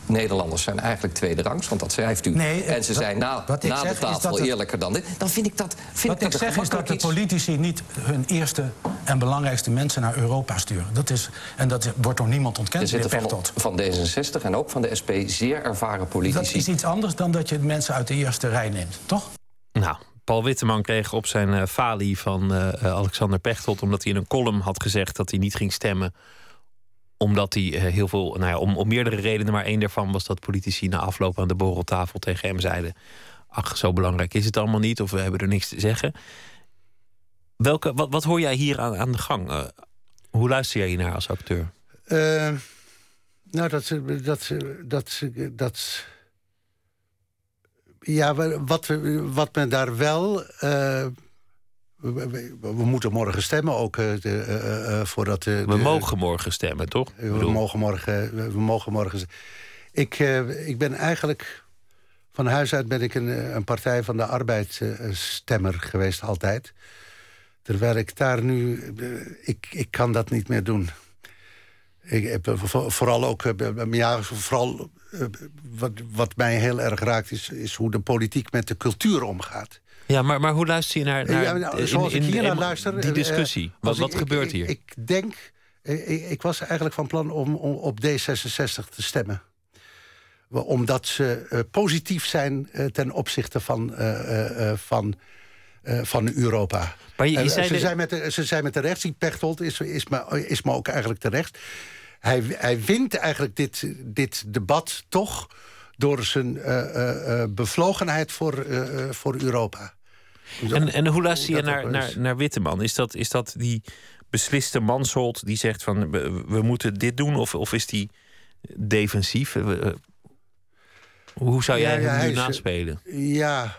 Nederlanders zijn eigenlijk tweederangs, want dat schrijft u. Nee, en ze zijn na de tafel eerlijker dan dit. Dan vind ik dat Wat ik zeg is dat de politici niet hun eerste en belangrijkste mensen naar Europa sturen. Dat wordt door niemand ontkend. Er zitten van D66 en ook van de SP zeer ervaren politici. Dat is iets anders dan dat je mensen uit de eerste rij neemt, toch? Nou, Paul Witteman kreeg op zijn falie van Alexander Pechtold, omdat hij in een column had gezegd dat hij niet ging stemmen, omdat hij heel veel, om meerdere redenen, maar één daarvan was dat politici na afloop aan de borreltafel tegen hem zeiden: ach, zo belangrijk is het allemaal niet, of we hebben er niks te zeggen. Wat hoor jij hier aan de gang? Hoe luister jij hier naar als acteur? Ja, wat men daar wel. We moeten morgen stemmen ook voordat. We mogen morgen stemmen, toch? We mogen morgen. Ik ben eigenlijk van huis uit een Partij van de Arbeid stemmer geweest altijd. Terwijl ik daar nu. Ik kan dat niet meer doen. Ik heb vooral ook. Wat mij heel erg raakt is hoe de politiek met de cultuur omgaat. Ja, maar hoe luister je naar zoals ik hier naar luister, die discussie? Wat gebeurt hier? Ik denk. Ik was eigenlijk van plan om op D66 te stemmen. Omdat ze positief zijn ten opzichte van Europa. Maar ze zijn met de rechts. Die Pechtold is me ook eigenlijk terecht. Hij wint eigenlijk dit debat toch door zijn bevlogenheid voor Europa. En hoe luister je naar Witteman? Is dat die besliste Mansholt die zegt van we moeten dit doen? Of is die defensief? Hoe zou jij hem nu naspelen? Ja,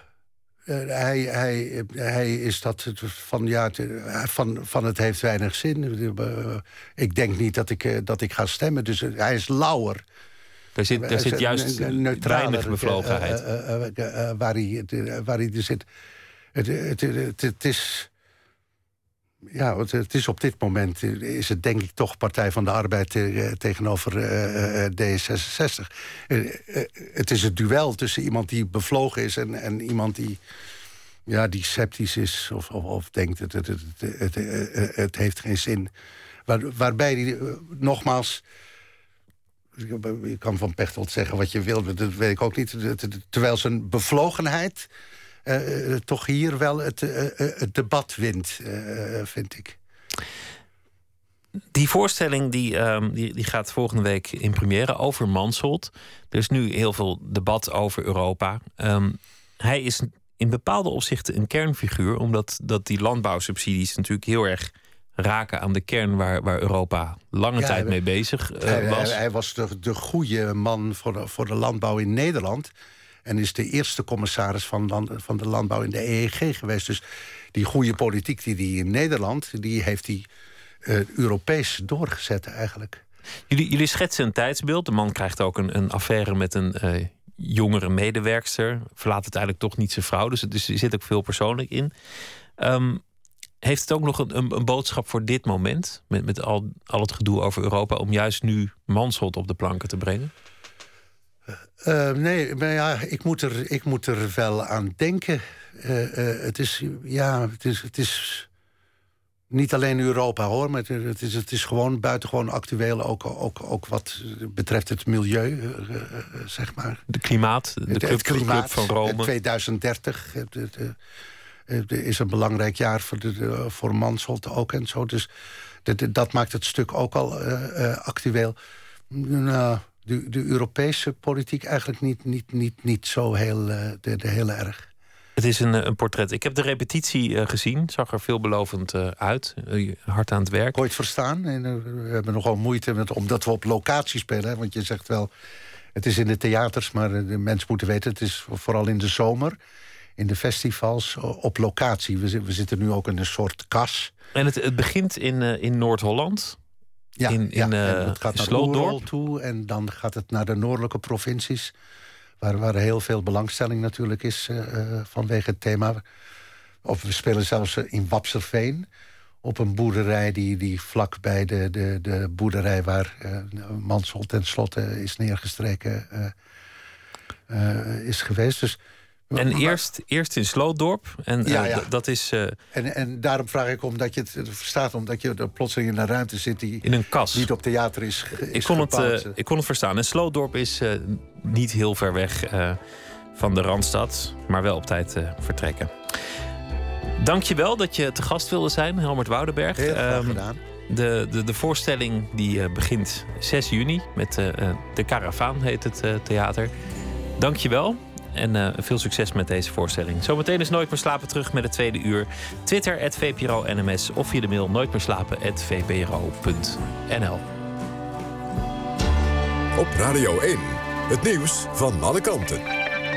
hij is dat van het heeft weinig zin. Ik denk niet dat ik ga stemmen. Dus hij is lauwer. Er zit juist weinig bevlogenheid. Waar hij er zit. Het is op dit moment is het denk ik toch Partij van de Arbeid tegenover D66. Het is het duel tussen iemand die bevlogen is en iemand die sceptisch is of denkt het heeft geen zin. Waarbij die nogmaals. Je kan van Pechtold zeggen wat je wil, dat weet ik ook niet. Terwijl zijn bevlogenheid toch hier wel het debat wint, vind ik. Die voorstelling die gaat volgende week in première over Mansholt. Er is nu heel veel debat over Europa. Hij is in bepaalde opzichten een kernfiguur, omdat die landbouwsubsidies natuurlijk heel erg raken aan de kern waar Europa lange tijd mee bezig was. Hij was de goede man voor de landbouw in Nederland. En is de eerste commissaris van de landbouw in de EEG geweest. Dus die goede politiek die hij in Nederland, die heeft hij Europees doorgezet eigenlijk. Jullie schetsen een tijdsbeeld. De man krijgt ook een affaire met een jongere medewerkster. Verlaat het eigenlijk toch niet zijn vrouw. Dus er zit ook veel persoonlijk in. Heeft het ook nog een boodschap voor dit moment? Met al het gedoe over Europa, om juist nu Mansholt op de planken te brengen? Nee, maar ja, ik moet er wel aan denken. Het is niet alleen Europa, hoor, maar het is gewoon buitengewoon actueel, ook wat betreft het milieu, zeg maar. De klimaat, de Club van Rome. 2030 is een belangrijk jaar voor Mansholt ook en zo. Dus dat maakt het stuk ook al actueel. Nou, de Europese politiek eigenlijk niet zo heel erg. Het is een portret. Ik heb de repetitie gezien. Zag er veelbelovend uit. Hard aan het werk. Ooit verstaan. En we hebben nogal moeite omdat we op locatie spelen. Hè? Want je zegt wel, het is in de theaters, maar de mensen moeten weten, het is vooral in de zomer, in de festivals, op locatie. We zitten nu ook in een soort kas. En het begint in Noord-Holland. En het gaat naar Oerol toe en dan gaat het naar de noordelijke provincies, waar heel veel belangstelling natuurlijk is vanwege het thema. Of we spelen zelfs in Wapserveen op een boerderij die vlak bij de boerderij waar Mansholt tenslotte is neergestreken is geweest. Dus, en eerst in Slootdorp. En dat is. En daarom vraag ik omdat je het verstaat, omdat je er plotseling in een ruimte zit die in een kas niet op theater is ik kon het verstaan. En Slootdorp is niet heel ver weg van de Randstad, maar wel op tijd vertrekken. Dank je wel dat je te gast wilde zijn, Helmert Woudenberg. Heel graag gedaan. De voorstelling die begint 6 juni met de Karavaan, heet het theater. Dank je wel en veel succes met deze voorstelling. Zometeen is Nooit meer slapen terug met het tweede uur. Twitter @VPRO-NMS of via de mail nooitmeerslapen@vpro.nl. Op Radio 1, het nieuws van alle kanten.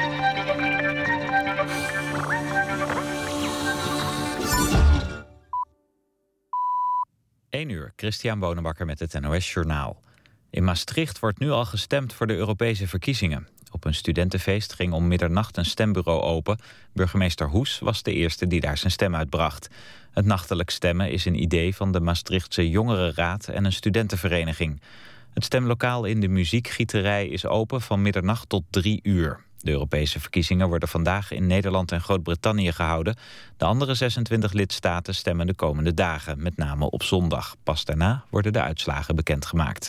1 uur, Christian Bonenbakker met het NOS Journaal. In Maastricht wordt nu al gestemd voor de Europese verkiezingen. Op een studentenfeest ging om middernacht een stembureau open. Burgemeester Hoes was de eerste die daar zijn stem uitbracht. Het nachtelijk stemmen is een idee van de Maastrichtse Jongerenraad en een studentenvereniging. Het stemlokaal in de muziekgieterij is open van middernacht tot 3 uur. De Europese verkiezingen worden vandaag in Nederland en Groot-Brittannië gehouden. De andere 26 lidstaten stemmen de komende dagen, met name op zondag. Pas daarna worden de uitslagen bekendgemaakt.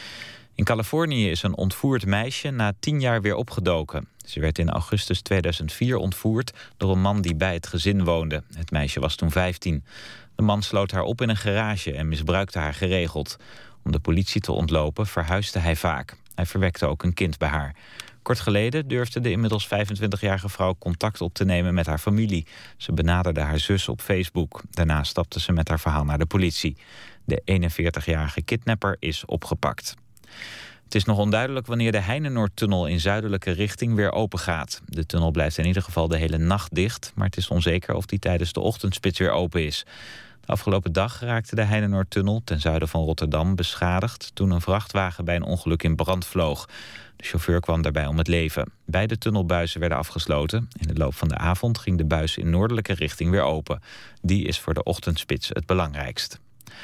In Californië is een ontvoerd meisje na 10 jaar weer opgedoken. Ze werd in augustus 2004 ontvoerd door een man die bij het gezin woonde. Het meisje was toen 15. De man sloot haar op in een garage en misbruikte haar geregeld. Om de politie te ontlopen verhuisde hij vaak. Hij verwekte ook een kind bij haar. Kort geleden durfde de inmiddels 25-jarige vrouw contact op te nemen met haar familie. Ze benaderde haar zus op Facebook. Daarna stapte ze met haar verhaal naar de politie. De 41-jarige kidnapper is opgepakt. Het is nog onduidelijk wanneer de Heinenoordtunnel in zuidelijke richting weer open gaat. De tunnel blijft in ieder geval de hele nacht dicht, maar het is onzeker of die tijdens de ochtendspits weer open is. De afgelopen dag raakte de Heinenoordtunnel ten zuiden van Rotterdam beschadigd toen een vrachtwagen bij een ongeluk in brand vloog. De chauffeur kwam daarbij om het leven. Beide tunnelbuizen werden afgesloten. In de loop van de avond ging de buis in noordelijke richting weer open. Die is voor de ochtendspits het belangrijkst.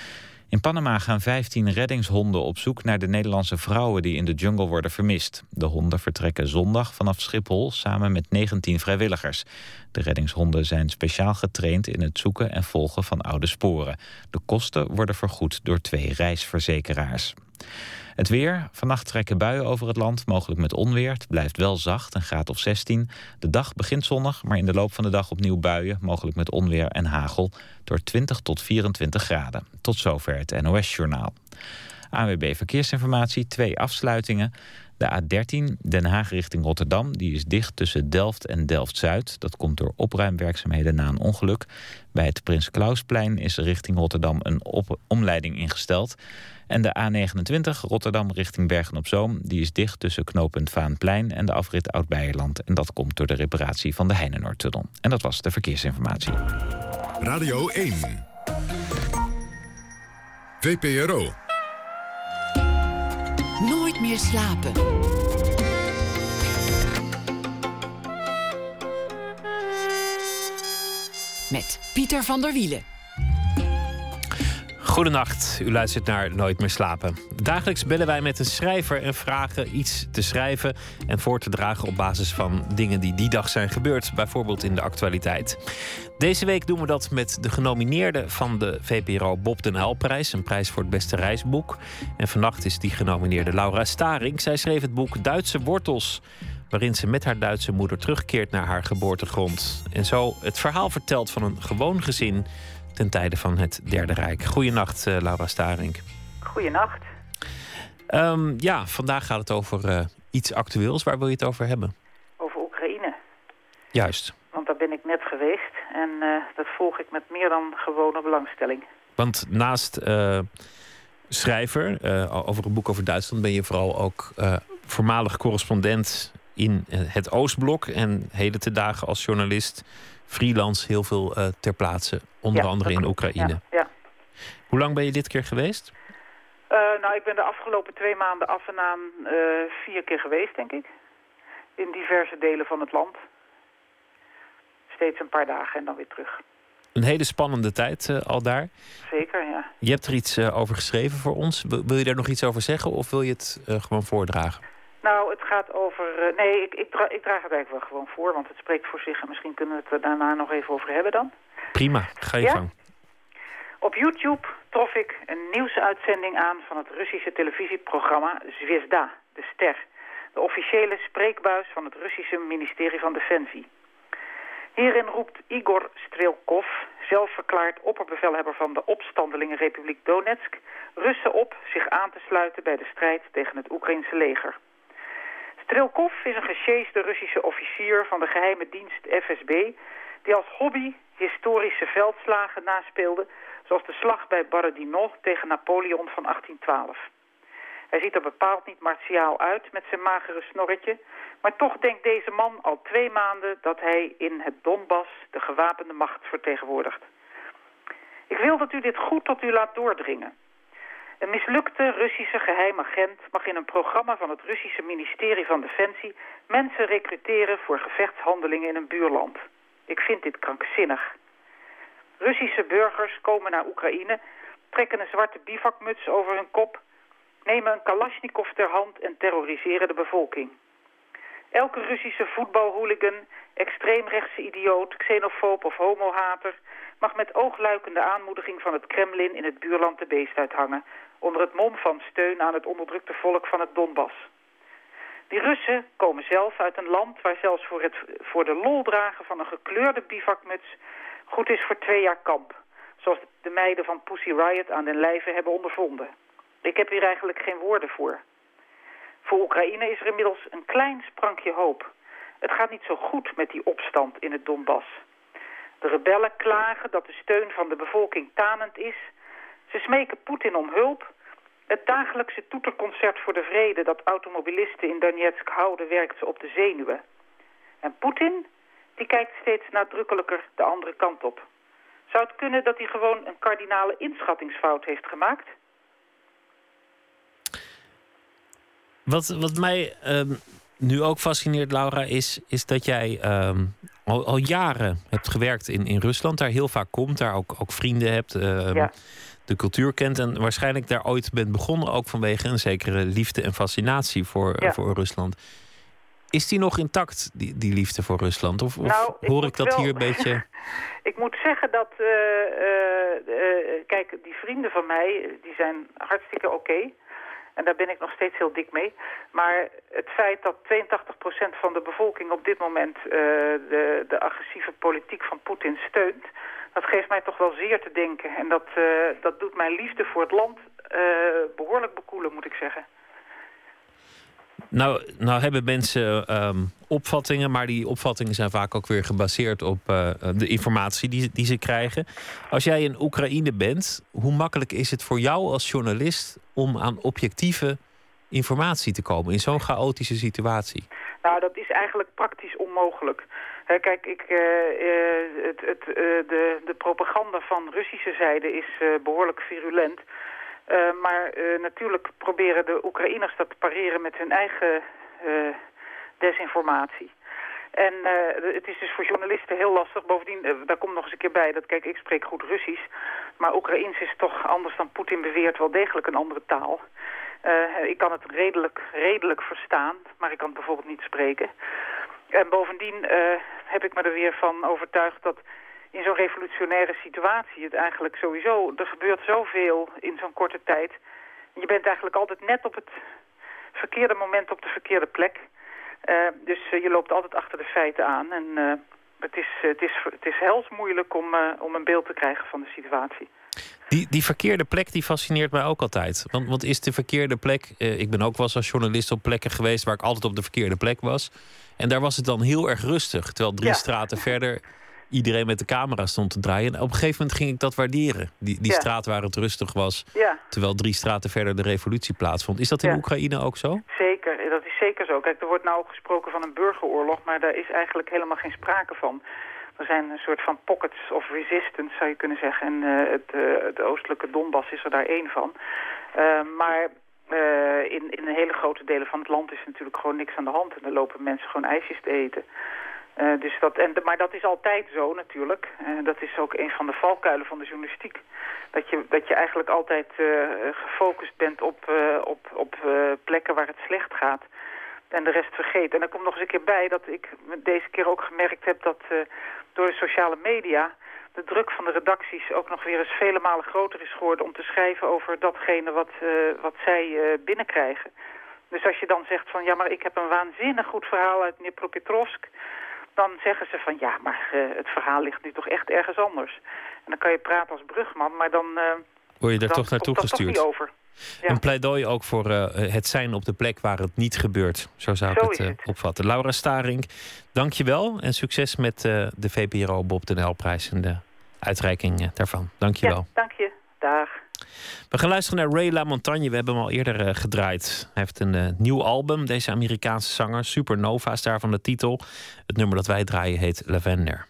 In Panama gaan 15 reddingshonden op zoek naar de Nederlandse vrouwen die in de jungle worden vermist. De honden vertrekken zondag vanaf Schiphol samen met 19 vrijwilligers. De reddingshonden zijn speciaal getraind in het zoeken en volgen van oude sporen. De kosten worden vergoed door 2 reisverzekeraars. Het weer. Vannacht trekken buien over het land, mogelijk met onweer. Het blijft wel zacht, een graad of 16. De dag begint zonnig, maar in de loop van de dag opnieuw buien, mogelijk met onweer en hagel, door 20 tot 24 graden. Tot zover het NOS-journaal. ANWB Verkeersinformatie, 2 afsluitingen. De A13 Den Haag richting Rotterdam, die is dicht tussen Delft en Delft-Zuid. Dat komt door opruimwerkzaamheden na een ongeluk. Bij het Prins Klausplein is richting Rotterdam een omleiding ingesteld. En de A29 Rotterdam richting Bergen-op-Zoom, die is dicht tussen knooppunt Vaanplein en de afrit Oud-Beijerland. En dat komt door de reparatie van de Heinenoordtunnel. En dat was de verkeersinformatie. Radio 1. VPRO. Nooit meer slapen. Met Pieter van der Wielen. Goedenacht, u luistert naar Nooit meer slapen. Dagelijks bellen wij met een schrijver en vragen iets te schrijven en voor te dragen op basis van dingen die die dag zijn gebeurd, bijvoorbeeld in de actualiteit. Deze week doen we dat met de genomineerde van de VPRO Bob den Uyl-prijs, een prijs voor het beste reisboek. En vannacht is die genomineerde Laura Starink. Zij schreef het boek Duitse Wortels, waarin ze met haar Duitse moeder terugkeert naar haar geboortegrond. En zo het verhaal vertelt van een gewoon gezin ten tijde van het Derde Rijk. Goedenacht, Laura Starink. Goedenacht. Ja, vandaag gaat het over iets actueels. Waar wil je het over hebben? Over Oekraïne. Juist. Want daar ben ik net geweest en dat volg ik met meer dan gewone belangstelling. Want naast schrijver over een boek over Duitsland ben je vooral ook voormalig correspondent in het Oostblok en heden te dagen als journalist freelance heel veel ter plaatse, onder andere in Oekraïne. Ja. Hoe lang ben je dit keer geweest? Nou, ik ben de afgelopen 2 maanden af en aan 4 keer geweest, denk ik. In diverse delen van het land. Steeds een paar dagen en dan weer terug. Een hele spannende tijd al daar. Zeker, ja. Je hebt er iets over geschreven voor ons. Wil je daar nog iets over zeggen of wil je het gewoon voordragen? Nou, het gaat over... ik draag het eigenlijk wel gewoon voor, want het spreekt voor zich. En misschien kunnen we het er daarna nog even over hebben dan. Prima, ga je gang. Op YouTube trof ik een nieuwsuitzending aan van het Russische televisieprogramma Zvezda, de Ster. De officiële spreekbuis van het Russische ministerie van Defensie. Hierin roept Igor Strelkov, zelfverklaard opperbevelhebber van de opstandelingenrepubliek Donetsk, Russen op zich aan te sluiten bij de strijd tegen het Oekraïnse leger. Strelkov is een gesjeesde Russische officier van de geheime dienst FSB, die als hobby historische veldslagen naspeelde, zoals de slag bij Borodino tegen Napoleon van 1812. Hij ziet er bepaald niet martiaal uit met zijn magere snorretje, maar toch denkt deze man al 2 maanden dat hij in het Donbass de gewapende macht vertegenwoordigt. Ik wil dat u dit goed tot u laat doordringen. Een mislukte Russische geheimagent mag in een programma van het Russische ministerie van Defensie mensen recruteren voor gevechtshandelingen in een buurland. Ik vind dit krankzinnig. Russische burgers komen naar Oekraïne, trekken een zwarte bivakmuts over hun kop, nemen een Kalashnikov ter hand en terroriseren de bevolking. Elke Russische voetbalhooligan, extreemrechtse idioot, xenofoob of homohater mag met oogluikende aanmoediging van het Kremlin in het buurland de beest uithangen, onder het mom van steun aan het onderdrukte volk van het Donbass. Die Russen komen zelf uit een land waar zelfs voor de lol dragen van een gekleurde bivakmuts goed is voor 2 jaar kamp, zoals de meiden van Pussy Riot aan den lijve hebben ondervonden. Ik heb hier eigenlijk geen woorden voor. Voor Oekraïne is er inmiddels een klein sprankje hoop. Het gaat niet zo goed met die opstand in het Donbass. De rebellen klagen dat de steun van de bevolking tanend is. Ze smeken Poetin om hulp. Het dagelijkse toeterconcert voor de vrede dat automobilisten in Donetsk houden werkt ze op de zenuwen. En Poetin, die kijkt steeds nadrukkelijker de andere kant op. Zou het kunnen dat hij gewoon een kardinale inschattingsfout heeft gemaakt? Wat mij nu ook fascineert, Laura, is dat jij al jaren hebt gewerkt in Rusland. Daar heel vaak komt, daar ook vrienden hebt, de cultuur kent. En waarschijnlijk daar ooit bent begonnen, ook vanwege een zekere liefde en fascinatie voor Rusland. Is die nog intact, die liefde voor Rusland? Of hoor ik dat hier een beetje... Ik moet zeggen dat... kijk, die vrienden van mij, die zijn hartstikke oké. En daar ben ik nog steeds heel dik mee. Maar het feit dat 82% van de bevolking op dit moment de agressieve politiek van Poetin steunt, dat geeft mij toch wel zeer te denken. En dat doet mijn liefde voor het land behoorlijk bekoelen, moet ik zeggen. Nou hebben mensen opvattingen, maar die opvattingen zijn vaak ook weer gebaseerd op de informatie die ze krijgen. Als jij in Oekraïne bent, hoe makkelijk is het voor jou als journalist om aan objectieve informatie te komen in zo'n chaotische situatie? Nou, dat is eigenlijk praktisch onmogelijk. Kijk, de propaganda van Russische zijde is behoorlijk virulent. Maar natuurlijk proberen de Oekraïners dat te pareren met hun eigen desinformatie. En het is dus voor journalisten heel lastig. Bovendien, daar komt nog eens een keer bij dat, kijk, ik spreek goed Russisch. Maar Oekraïens is toch anders dan Poetin beweert wel degelijk een andere taal. Ik kan het redelijk verstaan, maar ik kan het bijvoorbeeld niet spreken. En bovendien heb ik me er weer van overtuigd dat in zo'n revolutionaire situatie het eigenlijk sowieso... Er gebeurt zoveel in zo'n korte tijd. Je bent eigenlijk altijd net op het verkeerde moment op de verkeerde plek. Dus je loopt altijd achter de feiten aan. En het is hels moeilijk om een beeld te krijgen van de situatie. Die verkeerde plek die fascineert mij ook altijd. Want is de verkeerde plek... ik ben ook wel eens als journalist op plekken geweest waar ik altijd op de verkeerde plek was. En daar was het dan heel erg rustig. Terwijl 3 straten verder iedereen met de camera stond te draaien. En op een gegeven moment ging ik dat waarderen. Die straat waar het rustig was. Ja. Terwijl 3 straten verder de revolutie plaatsvond. Is dat in Oekraïne ook zo? Zeker, dat is zeker zo. Kijk, er wordt nou ook gesproken van een burgeroorlog, maar daar is eigenlijk helemaal geen sprake van. Er zijn een soort van pockets of resistance, zou je kunnen zeggen. En het oostelijke Donbass is er daar 1 van. Maar in hele grote delen van het land is natuurlijk gewoon niks aan de hand. En daar lopen mensen gewoon ijsjes te eten. Maar dat is altijd zo natuurlijk. Dat is ook een van de valkuilen van de journalistiek. Dat je eigenlijk altijd gefocust bent op plekken waar het slecht gaat. En de rest vergeet. En er komt nog eens een keer bij dat ik deze keer ook gemerkt heb dat door de sociale media de druk van de redacties ook nog weer eens vele malen groter is geworden om te schrijven over datgene wat zij binnenkrijgen. Dus als je dan zegt van ja, maar ik heb een waanzinnig goed verhaal uit Dnipropetrovsk, dan zeggen ze van ja, maar het verhaal ligt nu toch echt ergens anders. En dan kan je praten als brugman, maar dan word je daar toch naartoe gestuurd. Toch niet over. Ja. Een pleidooi ook voor het zijn op de plek waar het niet gebeurt. Zo zou ik het opvatten. Laura Starink, dank je wel. En succes met de VPRO Bob de Nijl-prijs en de uitreiking daarvan. Dank je wel. Ja, dank je. Dag. We gaan luisteren naar Ray LaMontagne. We hebben hem al eerder gedraaid. Hij heeft een nieuw album, deze Amerikaanse zanger. Supernova is daarvan de titel. Het nummer dat wij draaien heet Lavender.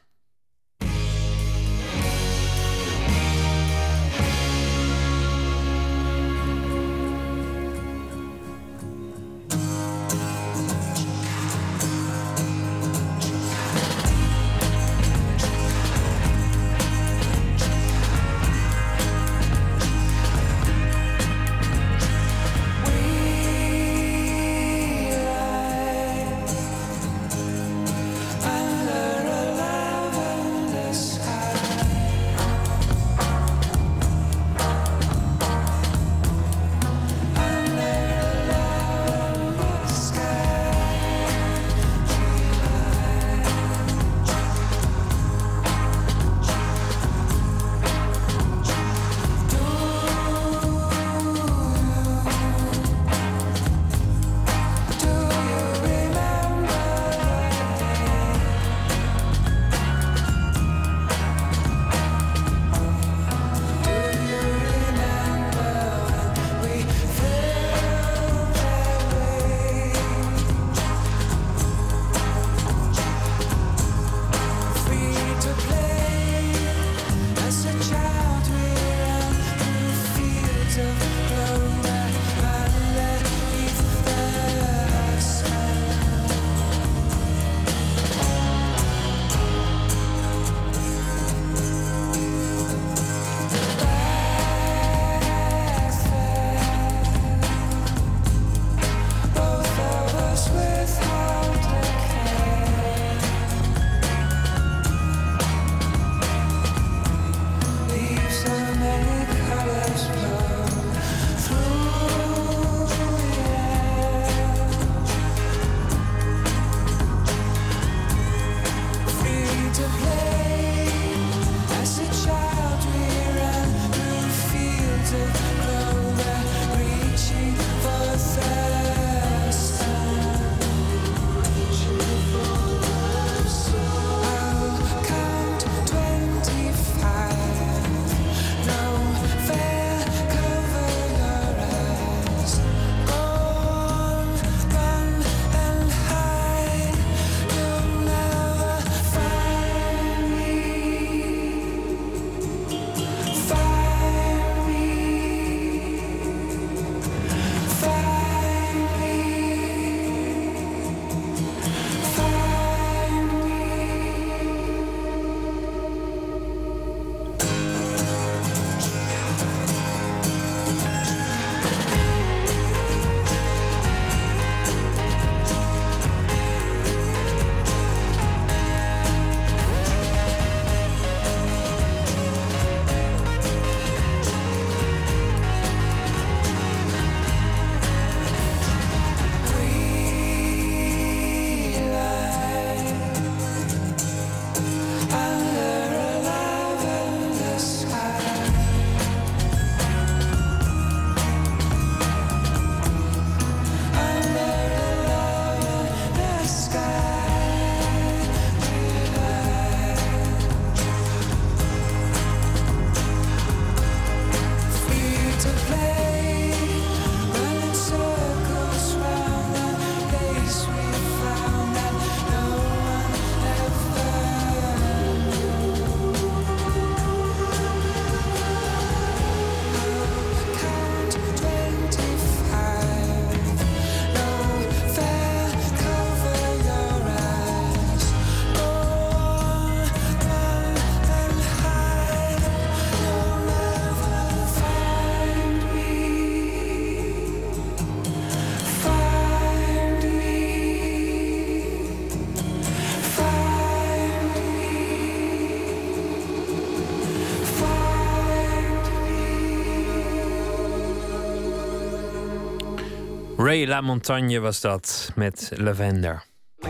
Ray LaMontagne was dat met Lavender.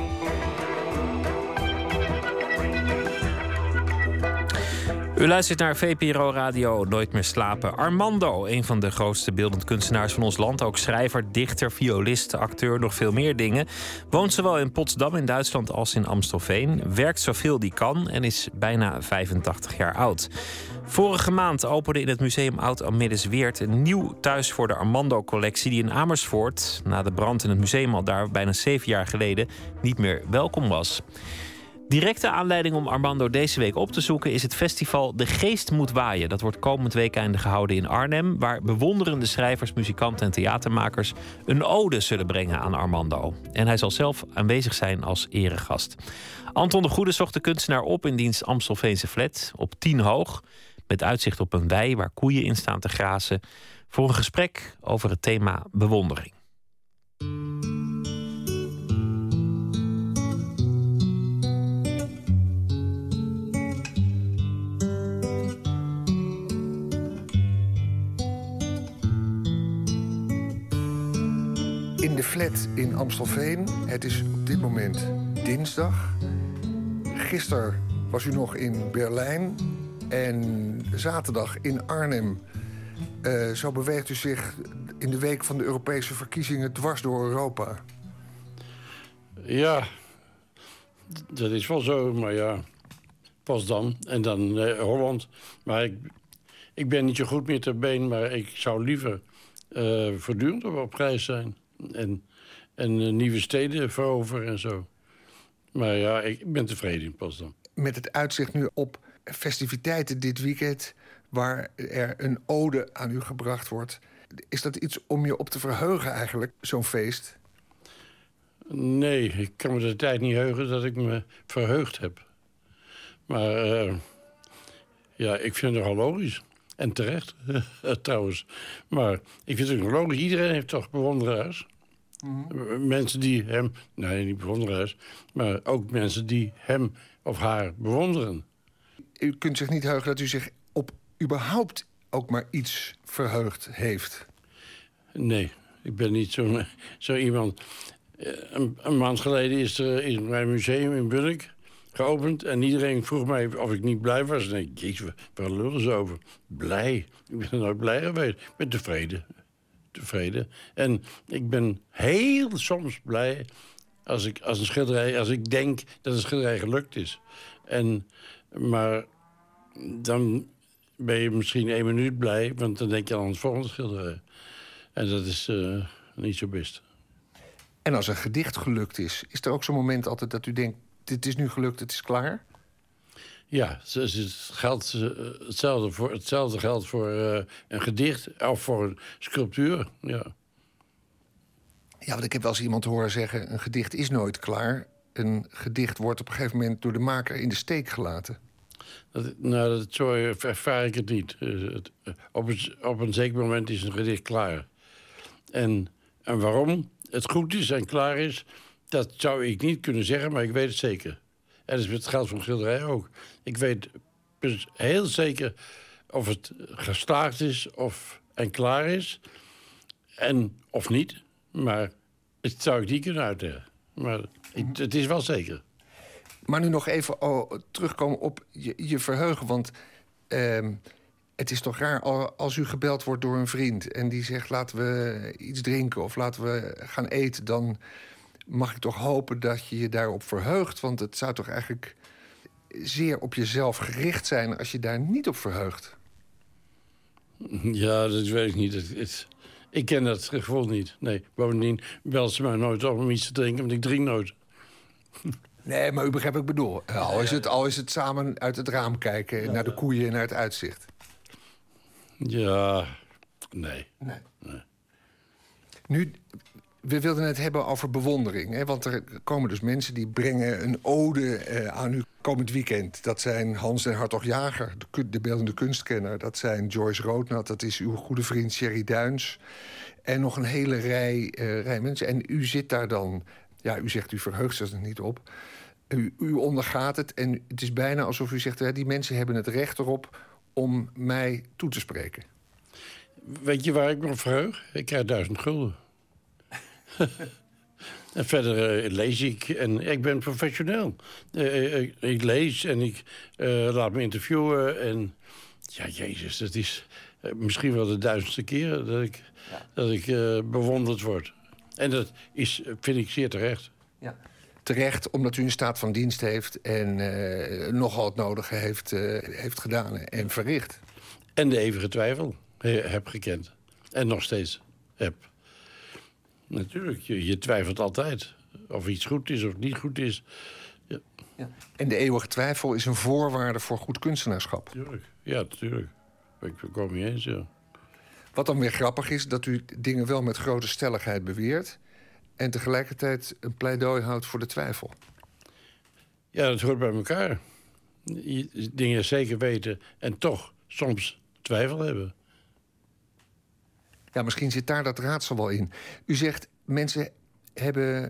U luistert naar VPRO Radio Nooit meer slapen. Armando, een van de grootste beeldend kunstenaars van ons land. Ook schrijver, dichter, violist, acteur, nog veel meer dingen. Woont zowel in Potsdam in Duitsland als in Amstelveen. Werkt zoveel die kan en is bijna 85 jaar oud. Vorige maand opende in het Museum Oud-Ameddesweert een nieuw thuis voor de Armando-collectie die in Amersfoort, na de brand in het museum al daar bijna 7 jaar geleden, niet meer welkom was. Directe aanleiding om Armando deze week op te zoeken is het festival De Geest Moet Waaien. Dat wordt komend weekende gehouden in Arnhem, waar bewonderende schrijvers, muzikanten en theatermakers een ode zullen brengen aan Armando. En hij zal zelf aanwezig zijn als eregast. Anton de Goede zocht de kunstenaar op in diens Amstelveense flat op 10 hoog, met uitzicht op een wei waar koeien in staan te grazen, voor een gesprek over het thema bewondering. In de flat in Amstelveen. Het is op dit moment dinsdag. Gisteren was u nog in Berlijn. En zaterdag in Arnhem. Zo beweegt u zich in de week van de Europese verkiezingen dwars door Europa. Ja, dat is wel zo, maar ja, pas dan. En dan Holland. Maar ik ben niet zo goed meer ter been, maar ik zou liever voortdurend op reis zijn. En nieuwe steden veroveren en zo. Maar ja, ik ben tevreden in Potsdam. Met het uitzicht nu op festiviteiten dit weekend, waar er een ode aan u gebracht wordt. Is dat iets om je op te verheugen eigenlijk, zo'n feest? Nee, ik kan me de tijd niet heugen dat ik me verheugd heb. Maar ja, ik vind het nogal logisch. En terecht, trouwens. Maar ik vind het nog logisch. Iedereen heeft toch bewonderaars. Mm-hmm. Mensen die hem... Nee, niet bewonderaars. Maar ook mensen die hem of haar bewonderen. U kunt zich niet heugen dat u zich op überhaupt ook maar iets verheugd heeft? Nee, ik ben niet zo iemand. Een maand geleden is mijn museum in Bunnik geopend. En iedereen vroeg mij of ik niet blij was. En ik denk, waar lullen ze over? Blij. Ik ben nooit blij geweest. Ik ben tevreden. En ik ben heel soms blij als ik denk dat een schilderij gelukt is. Maar dan ben je misschien 1 minuut blij, want dan denk je aan het volgende schilderij. En dat is niet zo best. En als een gedicht gelukt is er ook zo'n moment altijd dat u denkt, dit is nu gelukt, het is klaar? Ja, hetzelfde geldt voor een gedicht of voor een sculptuur, ja. Ja, want ik heb wel eens iemand horen zeggen, een gedicht is nooit klaar. Een gedicht wordt op een gegeven moment door de maker in de steek gelaten. Zo ervaar ik het niet. Op een zeker moment is een gedicht klaar. En waarom het goed is en klaar is, dat zou ik niet kunnen zeggen, maar ik weet het zeker. En dat is met het geld van schilderij ook. Ik weet heel zeker of het geslaagd is en klaar is. Of niet. Maar het zou ik niet kunnen uitleggen. Maar het is wel zeker. Maar nu nog even terugkomen op je verheugen. Want het is toch raar als u gebeld wordt door een vriend en die zegt, laten we iets drinken of laten we gaan eten, dan mag ik toch hopen dat je je daarop verheugt. Want het zou toch eigenlijk zeer op jezelf gericht zijn als je daar niet op verheugt. Ja, dat weet ik niet. Ik ken dat gevoel niet. Nee, bovendien belt ze mij nooit op om iets te drinken, want ik drink nooit. Nee, maar u begrijpt wat ik bedoel. Al is het samen uit het raam kijken naar de koeien en naar het uitzicht. Ja, nee. Nu, we wilden het hebben over bewondering. Hè? Want er komen dus mensen die brengen een ode aan u komend weekend. Dat zijn Hans den Hartog-Jager, de beeldende kunstkenner. Dat zijn Joyce Roodnat, dat is uw goede vriend Sherry Duins. En nog een hele rij mensen. En u zit daar dan... Ja, u zegt u verheugt zich er niet op. U ondergaat het en het is bijna alsof u zegt, die mensen hebben het recht erop om mij toe te spreken. Weet je waar ik me op verheug? Ik krijg 1000 gulden. En verder lees ik en ik ben professioneel. Ik lees en ik laat me interviewen. En ja, jezus, dat is misschien wel de 1000ste keer dat ik bewonderd word. En dat vind ik zeer terecht. Ja. Terecht, omdat u een staat van dienst heeft en nogal het nodige heeft gedaan en verricht. En de eeuwige twijfel heb gekend. En nog steeds heb. Natuurlijk, je twijfelt altijd. Of iets goed is of niet goed is. Ja. Ja. En de eeuwige twijfel is een voorwaarde voor goed kunstenaarschap. Tuurlijk. Ja, natuurlijk. Ik kom niet eens, ja. Wat dan weer grappig is, dat u dingen wel met grote stelligheid beweert en tegelijkertijd een pleidooi houdt voor de twijfel. Ja, dat hoort bij elkaar. Dingen zeker weten en toch soms twijfel hebben. Ja, misschien zit daar dat raadsel wel in. U zegt, mensen hebben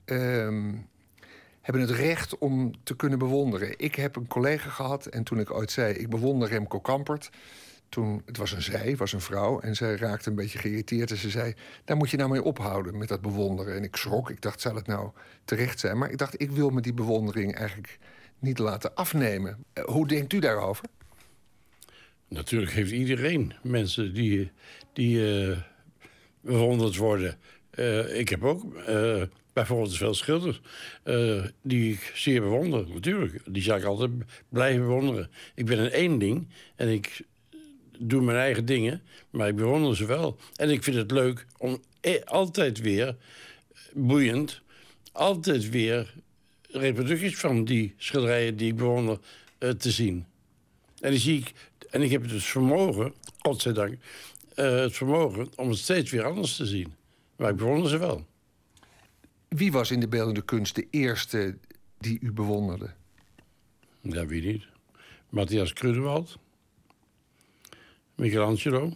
het recht om te kunnen bewonderen. Ik heb een collega gehad en toen ik ooit zei, ik bewonder Remco Kampert. Toen, het was een zij, was een vrouw, en zij raakte een beetje geïrriteerd en ze zei, daar moet je nou mee ophouden met dat bewonderen. En ik schrok, ik dacht, zal het nou terecht zijn? Maar ik dacht, ik wil me die bewondering eigenlijk niet laten afnemen. Hoe denkt u daarover? Natuurlijk heeft iedereen mensen die bewonderd worden. Ik heb ook bijvoorbeeld veel schilders die ik zeer bewonder. Natuurlijk, die zal ik altijd blijven bewonderen. Ik ben een eenling en ik doe mijn eigen dingen, maar ik bewonder ze wel. En ik vind het leuk om altijd weer, boeiend, altijd weer reproducties van die schilderijen die ik bewonder te zien. En die zie ik, en ik heb dus vermogen, godzijdank, het vermogen om het steeds weer anders te zien. Maar ik bewonder ze wel. Wie was in de beeldende kunst de eerste die u bewonderde? Ja, wie niet. Matthias Grunewald. Michelangelo.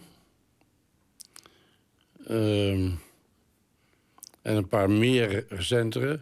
En een paar meer recentere.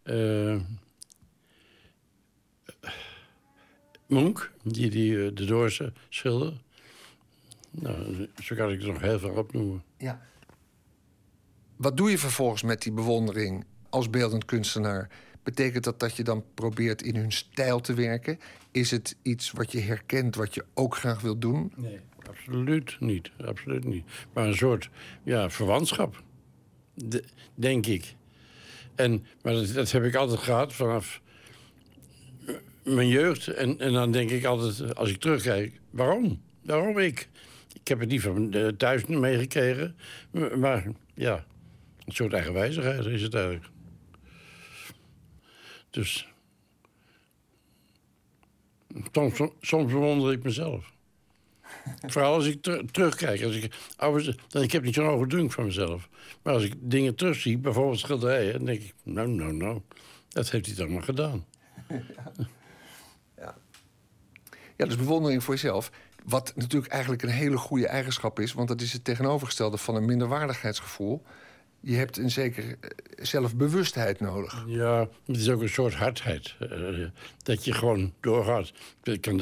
Munch, die de Doorse schilder. Nou, zo kan ik er nog heel veel opnoemen. Ja. Wat doe je vervolgens met die bewondering als beeldend kunstenaar? Betekent dat je dan probeert in hun stijl te werken? Is het iets wat je herkent, wat je ook graag wilt doen? Nee, absoluut niet. Absoluut niet. Maar een soort verwantschap, denk ik. Maar dat heb ik altijd gehad vanaf mijn jeugd. En dan denk ik altijd, als ik terugkijk, waarom? Waarom ik? Ik heb het niet van thuis meegekregen. Maar ja, een soort eigenwijzigheid is het eigenlijk. Dus soms bewonder ik mezelf. Vooral als ik terugkijk. Ik heb niet zo'n hoge dunk van mezelf. Maar als ik dingen terugzie, bijvoorbeeld schilderijen, dan denk ik, nou, dat heeft hij toch maar gedaan. Ja, dus bewondering voor jezelf. Wat natuurlijk eigenlijk een hele goede eigenschap is, want dat is het tegenovergestelde van een minderwaardigheidsgevoel. Je hebt een zekere zelfbewustheid nodig. Ja, het is ook een soort hardheid. Dat je gewoon doorgaat. Kan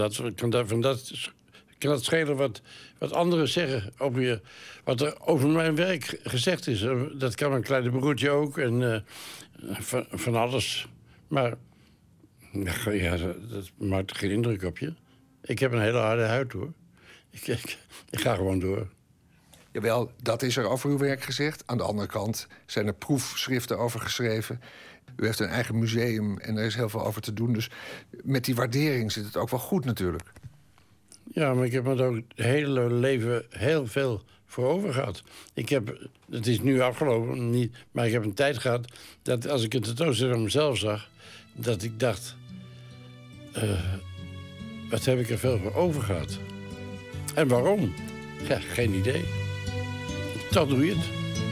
dat schelen wat anderen zeggen over je, wat er over mijn werk gezegd is. Dat kan mijn kleine broertje ook en van alles. Maar ja, dat maakt geen indruk op je. Ik heb een hele harde huid, hoor. Ik ga gewoon door. Jawel, dat is er over uw werk gezegd. Aan de andere kant zijn er proefschriften over geschreven. U heeft een eigen museum en er is heel veel over te doen. Dus met die waardering zit het ook wel goed natuurlijk. Ja, maar ik heb me er ook het hele leven heel veel voor over gehad. Het is nu afgelopen, niet, maar ik heb een tijd gehad dat als ik een tentoonstelling van mezelf zag, dat ik dacht, wat heb ik er veel voor over gehad? En waarom? Ja, geen idee. Toch doe je het.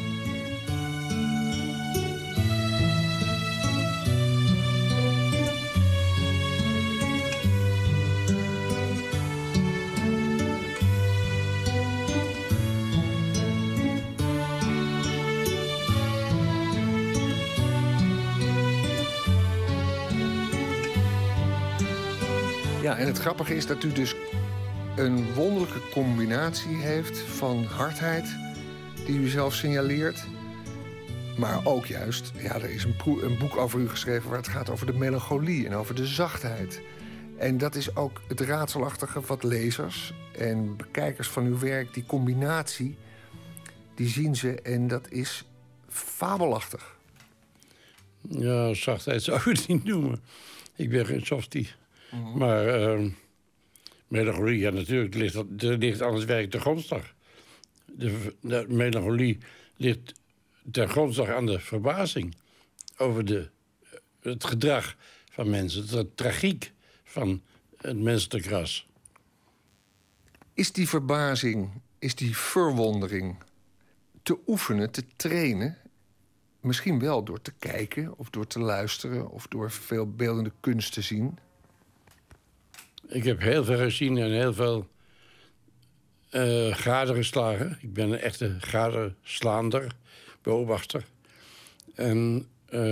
Ja, en het grappige is dat u dus een wonderlijke combinatie heeft van hardheid, die u zelf signaleert, Maar ook juist, er is een boek over u geschreven waar het gaat over de melancholie en over de zachtheid. En dat is ook het raadselachtige wat lezers en bekijkers van uw werk, die combinatie, die zien ze en dat is fabelachtig. Ja, zachtheid zou ik het niet noemen. Ik ben geen softie. Maar melancholie, ja natuurlijk, ligt aan het werk ten grondslag. De melancholie ligt ten grondslag aan de verbazing over het gedrag van mensen, de tragiek van het menselijk ras. Is die verbazing, is die verwondering te oefenen, te trainen? Misschien wel door te kijken of door te luisteren of door veel beeldende kunst te zien. Ik heb heel veel gezien en heel veel gaden geslagen. Ik ben een echte gadenslaander, beobachter. En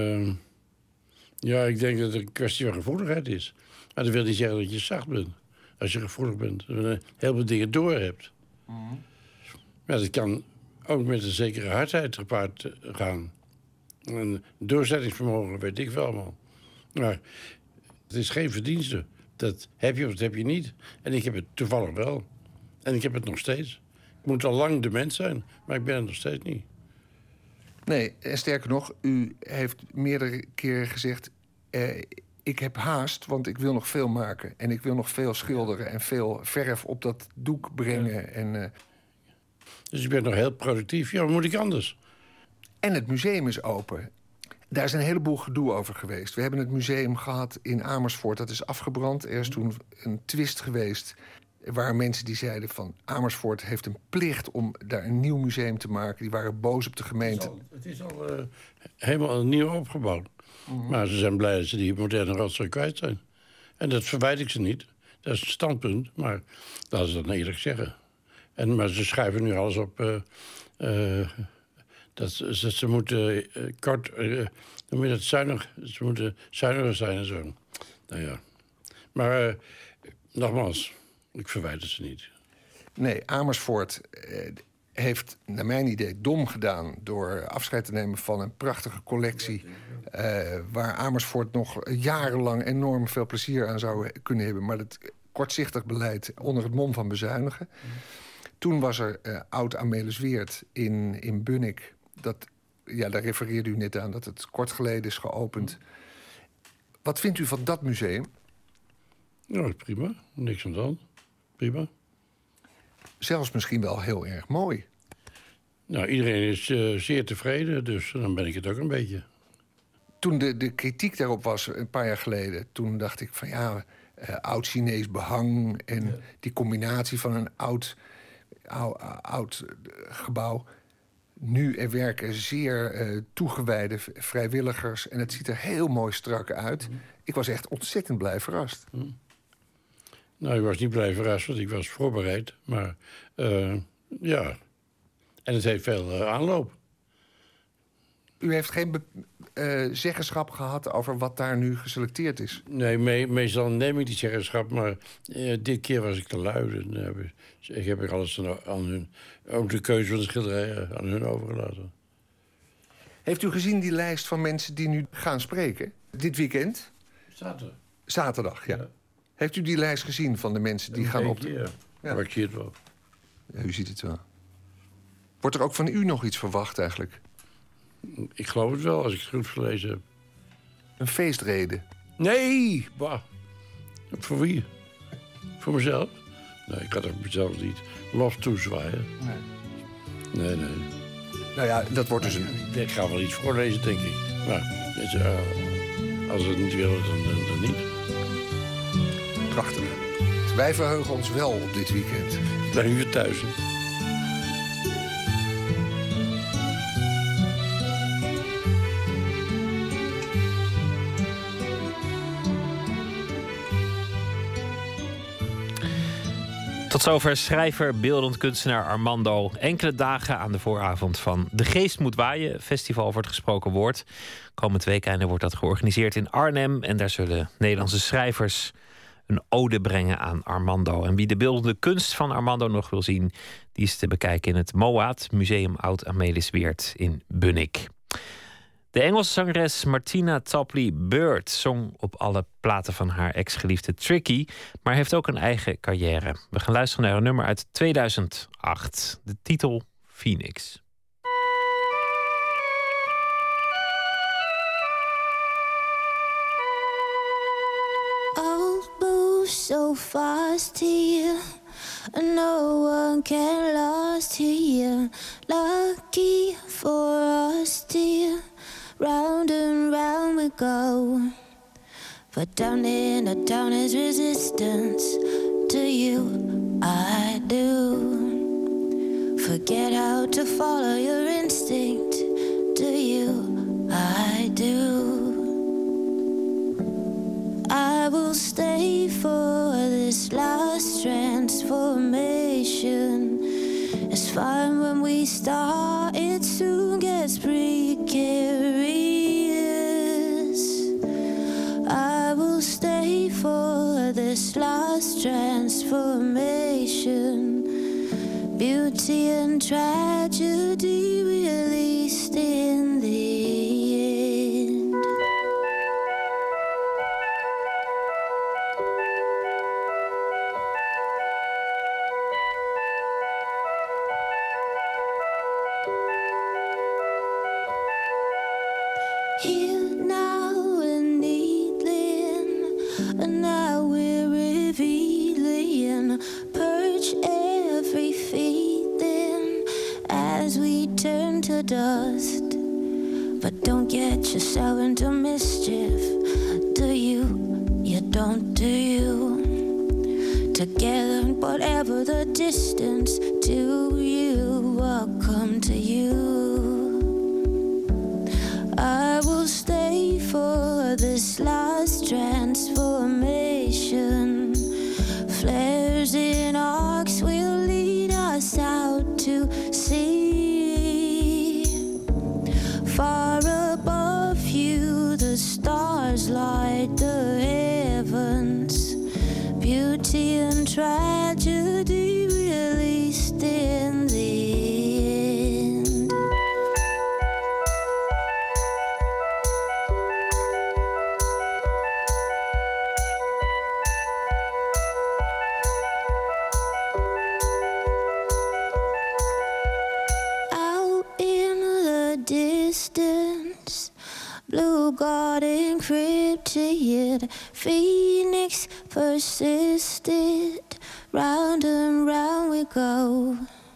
ik denk dat het een kwestie van gevoeligheid is. Maar dat wil niet zeggen dat je zacht bent. Als je gevoelig bent, dat je heel veel dingen doorhebt. Maar dat kan ook met een zekere hardheid gepaard gaan. Een doorzettingsvermogen, weet ik wel allemaal. Maar het is geen verdienste. Dat heb je of dat heb je niet. En ik heb het toevallig wel. En ik heb het nog steeds. Ik moet al lang dement zijn, maar ik ben het nog steeds niet. Nee, en sterker nog, u heeft meerdere keren gezegd... ik heb haast, want ik wil nog veel maken. En ik wil nog veel schilderen en veel verf op dat doek brengen. Ja. En, dus ik ben nog heel productief. Ja, wat moet ik anders? En het museum is open. Daar is een heleboel gedoe over geweest. We hebben het museum gehad in Amersfoort. Dat is afgebrand. Er is toen een twist geweest... Er waren mensen die zeiden van Amersfoort heeft een plicht om daar een nieuw museum te maken. Die waren boos op de gemeente. Het is al helemaal nieuw opgebouwd. Maar ze zijn blij dat ze die moderne rotzooi kwijt zijn. En dat verwijt ik ze niet. Dat is een standpunt, maar laten ze dat nou eerlijk zeggen. Maar ze schuiven nu alles op... dat ze moeten noem je dat zuinig? Ze moeten zuiniger zijn en zo. Nou ja. Maar nogmaals... Ik verwijt het ze niet. Nee, Amersfoort heeft naar mijn idee dom gedaan... door afscheid te nemen van een prachtige collectie... waar Amersfoort nog jarenlang enorm veel plezier aan zou kunnen hebben. Maar dat kortzichtig beleid onder het mom van bezuinigen. Toen was er oud Amelisweerd in Bunnik. Daar refereerde u net aan, dat het kort geleden is geopend. Wat vindt u van dat museum? Ja, prima. Niks aan dan. Prima. Zelfs misschien wel heel erg mooi. Nou, iedereen is zeer tevreden, dus dan ben ik het ook een beetje. Toen de kritiek daarop was een paar jaar geleden... toen dacht ik van oud Chinees behang... en die combinatie van een oud gebouw. Nu er werken zeer toegewijde vrijwilligers... en het ziet er heel mooi strak uit. Ik was echt ontzettend blij verrast. Nou, ik was niet blij verrast, want ik was voorbereid. Maar ja, en het heeft veel aanloop. U heeft geen zeggenschap gehad over wat daar nu geselecteerd is? Nee, meestal neem ik die zeggenschap, maar dit keer was ik te lui. Ik heb alles aan hun, ook de keuze van de schilderijen aan hun overgelaten. Heeft u gezien die lijst van mensen die nu gaan spreken? Dit weekend? Zaterdag. Zaterdag, ja. Heeft u die lijst gezien van de mensen die gaan op... Ja, maar ik zie het wel. Ja, u ziet het wel. Wordt er ook van u nog iets verwacht eigenlijk? Ik geloof het wel, als ik het goed gelezen heb. Een feestreden? Nee! Bah. Voor wie? Voor mezelf? Nee, ik ga er mezelf niet los toezwaaien. Nee. Nou ja, dat wordt dus... Ik ga wel iets voorlezen, denk ik. Maar als het niet wil, dan niet. Prachtig. Wij verheugen ons wel op dit weekend. Blijf weer thuis. Tot zover schrijver, beeldend kunstenaar Armando. Enkele dagen aan de vooravond van De Geest Moet Waaien, festival voor het gesproken woord. Komend weekende wordt dat georganiseerd in Arnhem. En daar zullen Nederlandse schrijvers een ode brengen aan Armando. En wie de beeldende kunst van Armando nog wil zien, die is te bekijken in het MOAD, Museum Oud Amelisweerd in Bunnik. De Engelse zangeres Martina Topley Bird zong op alle platen van haar ex-geliefde Tricky, maar heeft ook een eigen carrière. We gaan luisteren naar een nummer uit 2008, de titel Phoenix. I'll move so fast here, no one can last here. Lucky for us, dear, round and round we go. But down in the town is resistance to you, I do. Forget how to follow your instinct, to you, I do. I will stay for this last transformation. It's fine when we start, it soon gets precarious. I will stay for this last transformation. Beauty and tragedy released in the end. Here now and needling, and now we're revealing. Purge every feeling as we turn to dust. But don't get yourself into mischief. Do you? You don't do you. Together, whatever the distance, to you, welcome to you. I will stay for this last transformation. Flares in arcs will lead us out to sea. Far above you, the stars light the heavens. Beauty and tragedy released in the end. Out in the distance, blue god encrypted, Phoenix persisted, round and round we go.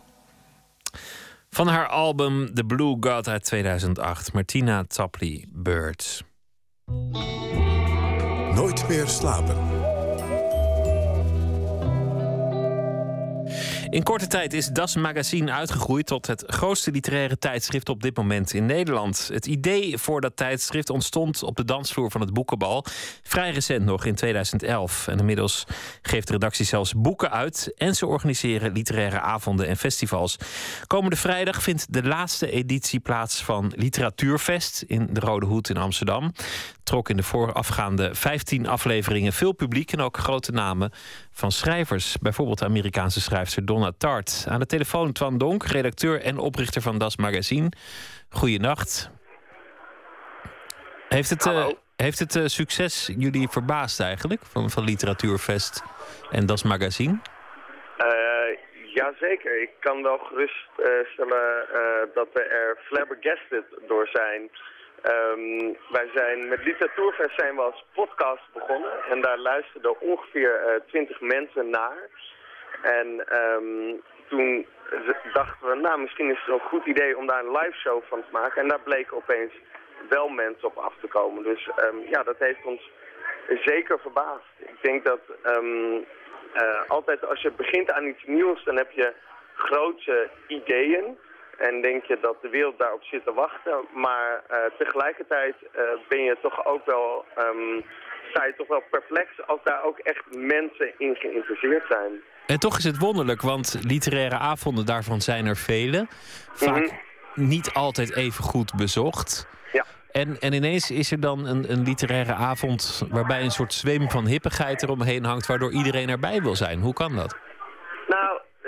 Van haar album The Blue God uit 2008, Martina Topley Bird. Nooit meer slapen. In korte tijd is Das Magazine uitgegroeid tot het grootste literaire tijdschrift op dit moment in Nederland. Het idee voor dat tijdschrift ontstond op de dansvloer van het Boekenbal. Vrij recent nog, in 2011. En inmiddels geeft de redactie zelfs boeken uit. En ze organiseren literaire avonden en festivals. Komende vrijdag vindt de laatste editie plaats van Literatuurfest in de Rode Hoed in Amsterdam. Trok in de voorafgaande 15 afleveringen veel publiek en ook grote namen van schrijvers. Bijvoorbeeld de Amerikaanse schrijfster Donna Tartt. Aan de telefoon Twan Donk, redacteur en oprichter van Das Magazine. Goeienacht. Heeft het succes jullie verbaasd eigenlijk? Van Literatuurfest en Das Magazine? Jazeker. Ik kan wel gerust stellen dat we er flabbergasted door zijn. Wij zijn met Literatuurfest zijn we als podcast begonnen en daar luisterden ongeveer 20 mensen naar. En toen dachten we, nou misschien is het een goed idee om daar een live show van te maken. En daar bleken opeens wel mensen op af te komen. Dus ja, dat heeft ons zeker verbaasd. Ik denk dat altijd als je begint aan iets nieuws, dan heb je grootse ideeën. En denk je dat de wereld daarop zit te wachten. Maar tegelijkertijd ben je toch ook wel, sta je toch wel perplex als daar ook echt mensen in geïnteresseerd zijn. En toch is het wonderlijk, want literaire avonden, daarvan zijn er vele. Vaak niet altijd even goed bezocht. Ja. En ineens is er dan een literaire avond waarbij een soort zweem van hippigheid eromheen hangt, waardoor iedereen erbij wil zijn. Hoe kan dat? Nou, die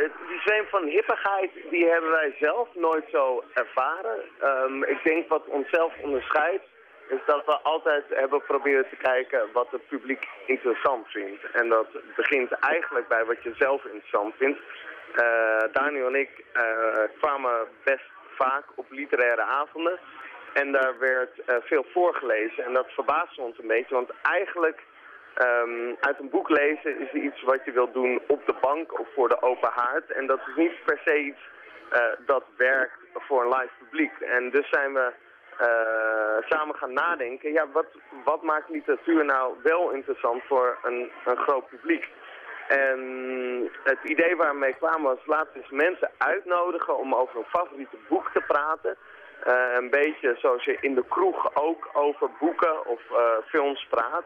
zweem van hippigheid, die hebben wij zelf nooit zo ervaren. Ik denk wat onszelf onderscheidt, is dat we altijd hebben proberen te kijken wat het publiek interessant vindt. En dat begint eigenlijk bij wat je zelf interessant vindt. Daniel en ik kwamen best vaak op literaire avonden. En daar werd veel voorgelezen. En dat verbaasde ons een beetje, want eigenlijk uit een boek lezen is iets wat je wilt doen op de bank of voor de open haard. En dat is niet per se iets dat werkt voor een live publiek. En dus zijn we samen gaan nadenken, ja, wat maakt literatuur nou wel interessant voor een groot publiek? En het idee waar we mee kwamen was, laten we eens mensen uitnodigen om over een favoriete boek te praten. Een beetje zoals je in de kroeg ook over boeken of films praat.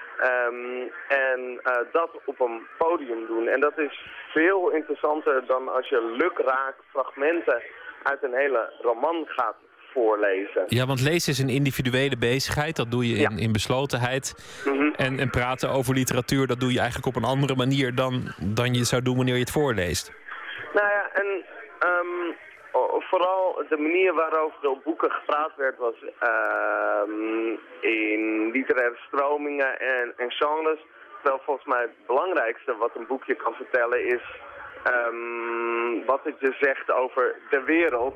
En dat op een podium doen. En dat is veel interessanter dan als je lukraak fragmenten uit een hele roman gaat voorlezen. Ja, want lezen is een individuele bezigheid. Dat doe je in beslotenheid. Mm-hmm. En praten over literatuur, dat doe je eigenlijk op een andere manier dan je zou doen wanneer je het voorleest. Nou ja, en vooral de manier waarover op boeken gepraat werd was in literaire stromingen en genres. Terwijl volgens mij het belangrijkste wat een boekje kan vertellen is wat het je zegt over de wereld.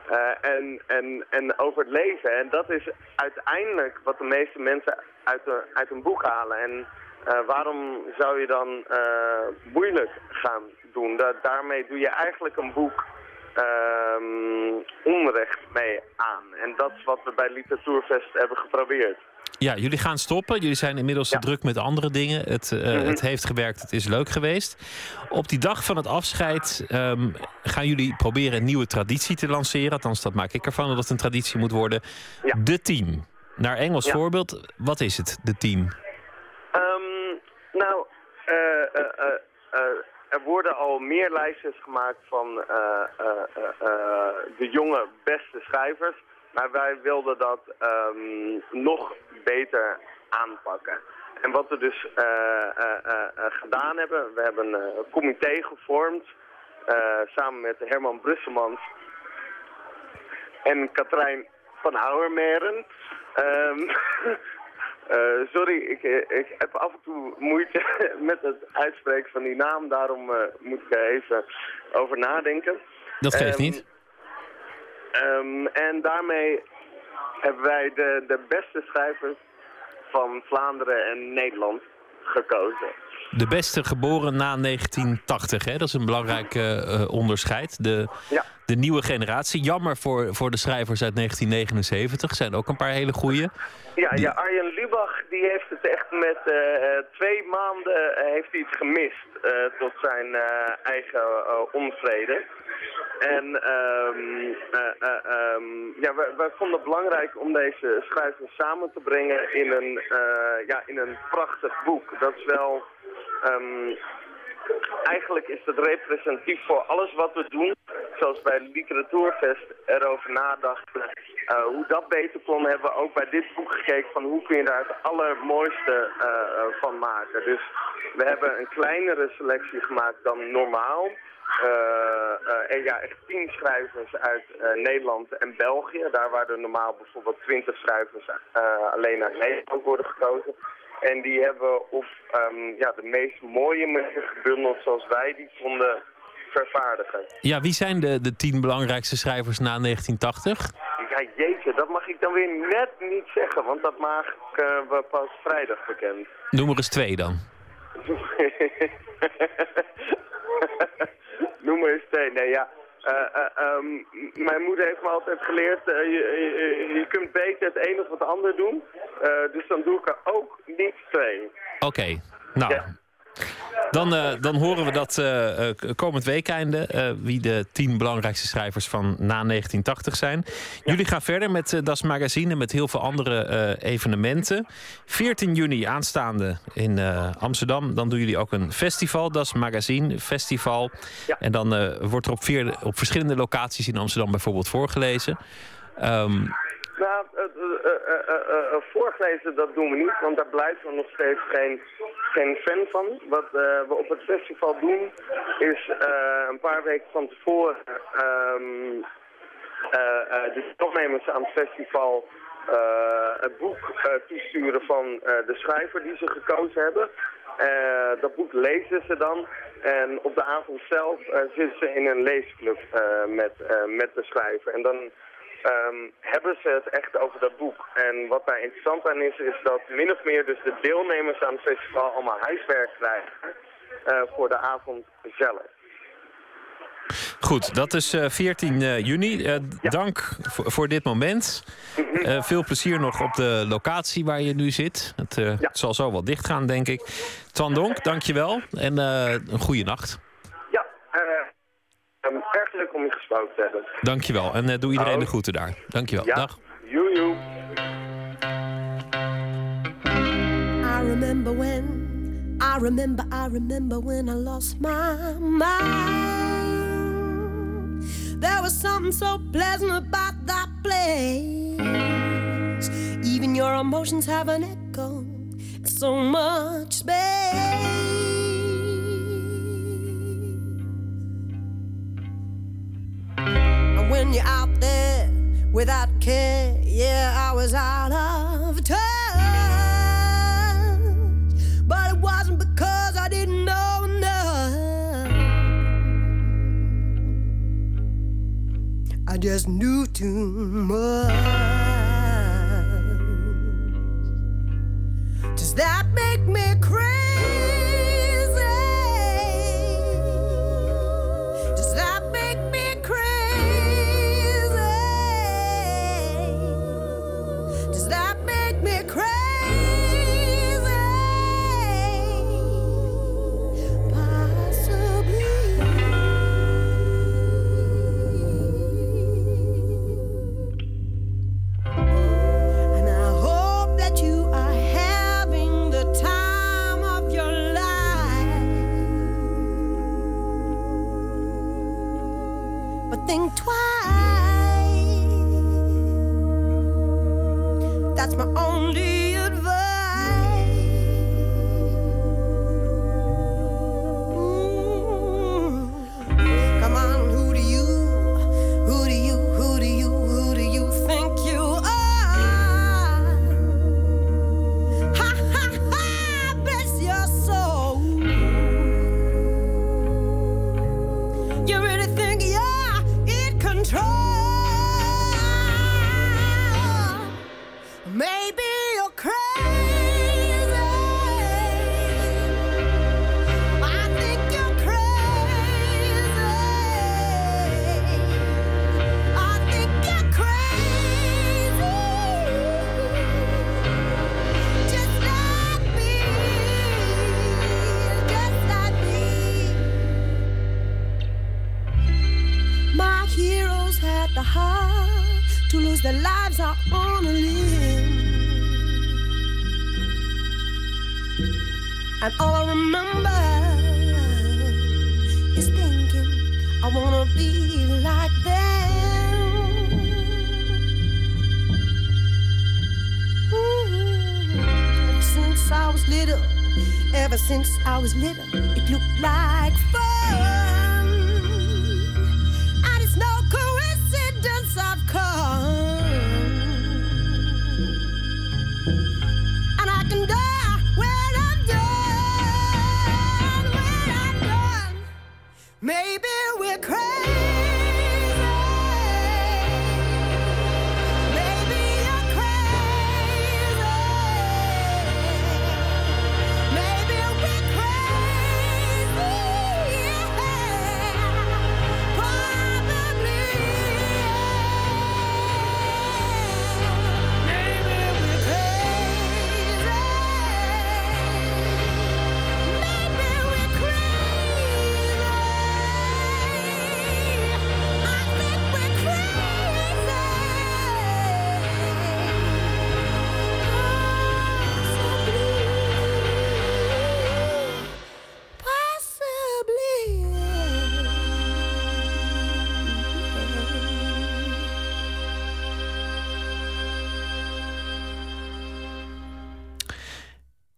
En over het leven. En dat is uiteindelijk wat de meeste mensen uit een boek halen. En waarom zou je dan moeilijk gaan doen? Daarmee doe je eigenlijk een boek onrecht mee aan. En dat is wat we bij Literatuurfest hebben geprobeerd. Ja, jullie gaan stoppen. Jullie zijn inmiddels te druk met andere dingen. Het heeft gewerkt, het is leuk geweest. Op die dag van het afscheid gaan jullie proberen een nieuwe traditie te lanceren. Althans, dat maak ik ervan, dat het een traditie moet worden. Ja. De 10. Naar Engels voorbeeld, wat is het, de 10? Er worden al meer lijstjes gemaakt van de jonge beste schrijvers. Maar wij wilden dat nog beter aanpakken. En wat we dus gedaan hebben, we hebben een comité gevormd. Samen met Herman Brusselmans en Katrijn van Houwermeren. Sorry, ik heb af en toe moeite met het uitspreken van die naam. Daarom moet ik er even over nadenken. Dat geeft niet. En daarmee hebben wij de beste schrijvers van Vlaanderen en Nederland gekozen. De beste geboren na 1980, hè? Dat is een belangrijk onderscheid. De nieuwe generatie. Jammer voor de schrijvers uit 1979. Zijn ook een paar hele goeie. Ja, Arjen Lubach die heeft het echt met 2 maanden heeft hij het gemist tot zijn eigen onvrede. En wij vonden het belangrijk om deze schrijvers samen te brengen in een prachtig boek. Dat is wel... eigenlijk is het representatief voor alles wat we doen. Zoals bij Literatuurfest erover nadachten hoe dat beter kon, hebben we ook bij dit boek gekeken van hoe kun je daar het allermooiste van maken. Dus we hebben een kleinere selectie gemaakt dan normaal. Echt 10 schrijvers uit Nederland en België. Daar waar er normaal bijvoorbeeld 20 schrijvers alleen uit Nederland worden gekozen. En die hebben we op de meest mooie manier gebundeld zoals wij die konden vervaardigen. Ja, wie zijn de 10 belangrijkste schrijvers na 1980? Ja, jeetje, dat mag ik dan weer net niet zeggen, want dat maken we pas vrijdag bekend. Noem er eens 2 dan. Noem er eens 2, nee ja. Mijn moeder heeft me altijd geleerd, je kunt beter het een of het ander doen. Dus dan doe ik er ook niet 2. Oké, nou... Ja. Dan horen we dat komend weekende wie de 10 belangrijkste schrijvers van na 1980 zijn. Ja. Jullie gaan verder met Das Magazine, met heel veel andere evenementen. 14 juni aanstaande in Amsterdam. Dan doen jullie ook een festival, Das Magazine Festival. Ja. En dan wordt er op verschillende locaties in Amsterdam bijvoorbeeld voorgelezen. Nou, voorgelezen, dat doen we niet, want daar blijven we nog steeds geen fan van. Wat we op het festival doen, is een paar weken van tevoren de deelnemers aan het festival het boek toesturen van de schrijver die ze gekozen hebben. Dat boek lezen ze dan en op de avond zelf zitten ze in een leesclub met de schrijver. En dan hebben ze het echt over dat boek. En wat daar interessant aan is dat min of meer dus de deelnemers aan het festival allemaal huiswerk krijgen voor de avond zelf. Goed, dat is 14 juni. Dank voor dit moment. Veel plezier nog op de locatie waar je nu zit. Het zal zo wel dicht gaan, denk ik. Twan Donk, dank je wel. En een goede nacht. Ja, erg leuk om je gesproken te hebben. Dank je wel. En doe iedereen de groeten daar. Dank je wel. Ja. Dag. Joejoe. I remember when I lost my mind. There was something so pleasant about that place. Even your emotions have an echo, so much space. And when you're out there without care, yeah, I was out of touch. But it wasn't because I didn't know enough. I just knew too much. Does that make me crazy? Does that make me crazy? Does that make me crazy? Think twice. That's my only advice. Come on, who do you think you are? Ha ha ha, bless your soul. You really think you're in control? Maybe you're crazy. I think you're crazy. I think you're crazy. Just like me. Just like me. My heroes had the heart to lose their lives out on a limb. And all I remember is thinking I wanna be like them. Ever since I was little, it looked like fun. And it's no coincidence I've come. And I can die when I'm done. When I'm done, maybe we're crazy. Maybe you're crazy. Maybe we're crazy.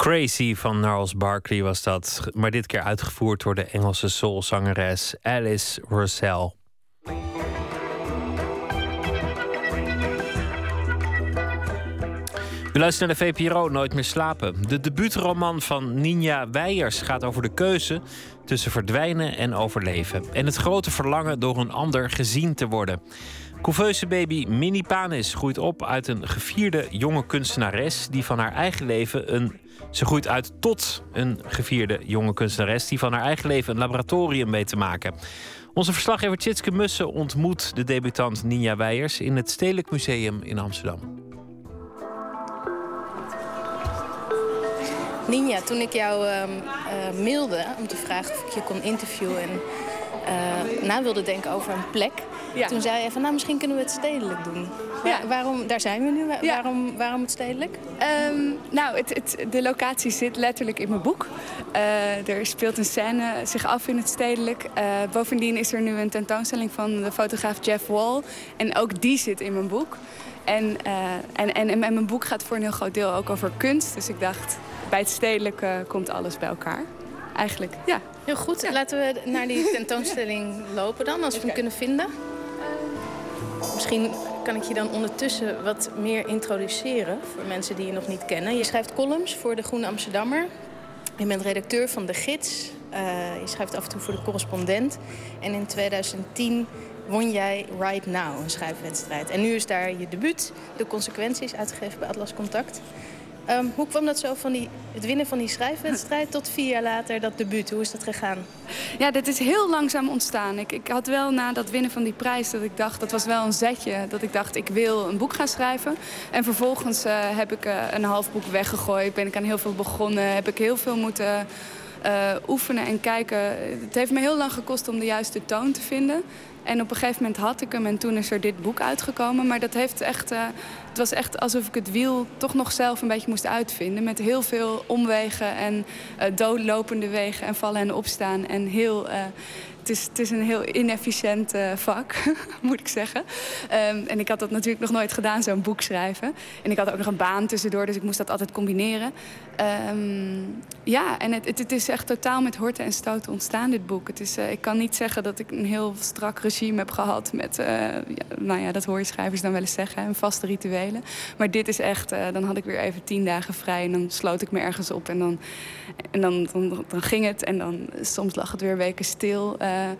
Crazy van Gnarls Barkley was dat, maar dit keer uitgevoerd door de Engelse soulzangeres Alice Russell. U luistert naar de VPRO Nooit meer slapen. De debuutroman van Ninja Weijers gaat over de keuze tussen verdwijnen en overleven. En het grote verlangen door een ander gezien te worden. Couveuse baby Minnie Panis groeit op uit een gevierde jonge kunstenares die van haar eigen leven Ze groeit uit tot een gevierde jonge kunstenares die van haar eigen leven een laboratorium weet te maken. Onze verslaggever Tjitske Mussen ontmoet de debutant Ninja Weijers in het Stedelijk Museum in Amsterdam. Ninja, toen ik jou mailde om te vragen of ik je kon interviewen en na wilde denken over een plek. Ja. Toen zei je van, nou, misschien kunnen we het stedelijk doen. Ja. Waarom, daar zijn we nu. Ja. Waarom het stedelijk? De locatie zit letterlijk in mijn boek. Er speelt een scène zich af in het stedelijk. Bovendien is er nu een tentoonstelling van de fotograaf Jeff Wall. En ook die zit in mijn boek. En mijn boek gaat voor een heel groot deel ook over kunst. Dus ik dacht, bij het stedelijke komt alles bij elkaar. Eigenlijk, ja. Heel goed. Ja. Laten we naar die tentoonstelling lopen dan, als we hem kunnen vinden. Misschien kan ik je dan ondertussen wat meer introduceren voor mensen die je nog niet kennen. Je schrijft columns voor de Groene Amsterdammer. Je bent redacteur van De Gids. Je schrijft af en toe voor De Correspondent. En in 2010 won jij Right Now, een schrijfwedstrijd. En nu is daar je debuut, De Consequenties, uitgegeven bij Atlas Contact. Hoe kwam dat zo van het winnen van die schrijfwedstrijd tot 4 jaar later dat debuut? Hoe is dat gegaan? Ja, dit is heel langzaam ontstaan. Ik had wel na dat winnen van die prijs dat ik dacht, dat was wel een zetje. Dat ik dacht, ik wil een boek gaan schrijven. En vervolgens heb ik een half boek weggegooid. Ben ik aan heel veel begonnen. Heb ik heel veel moeten oefenen en kijken. Het heeft me heel lang gekost om de juiste toon te vinden. En op een gegeven moment had ik hem en toen is er dit boek uitgekomen. Maar dat heeft echt, het was echt alsof ik het wiel toch nog zelf een beetje moest uitvinden. Met heel veel omwegen en doodlopende wegen en vallen en opstaan. En heel, het is een heel inefficiënt vak, moet ik zeggen. En ik had dat natuurlijk nog nooit gedaan, zo'n boek schrijven. En ik had ook nog een baan tussendoor, dus ik moest dat altijd combineren. Ja, en het is echt totaal met horten en stoten ontstaan, dit boek. Ik kan niet zeggen dat ik een heel strak regime heb gehad met, dat hoor je schrijvers dan wel eens zeggen, en vaste rituelen. Maar dit is echt, dan had ik weer even 10 dagen vrij en dan sloot ik me ergens op en dan ging het. En dan soms lag het weer weken stil.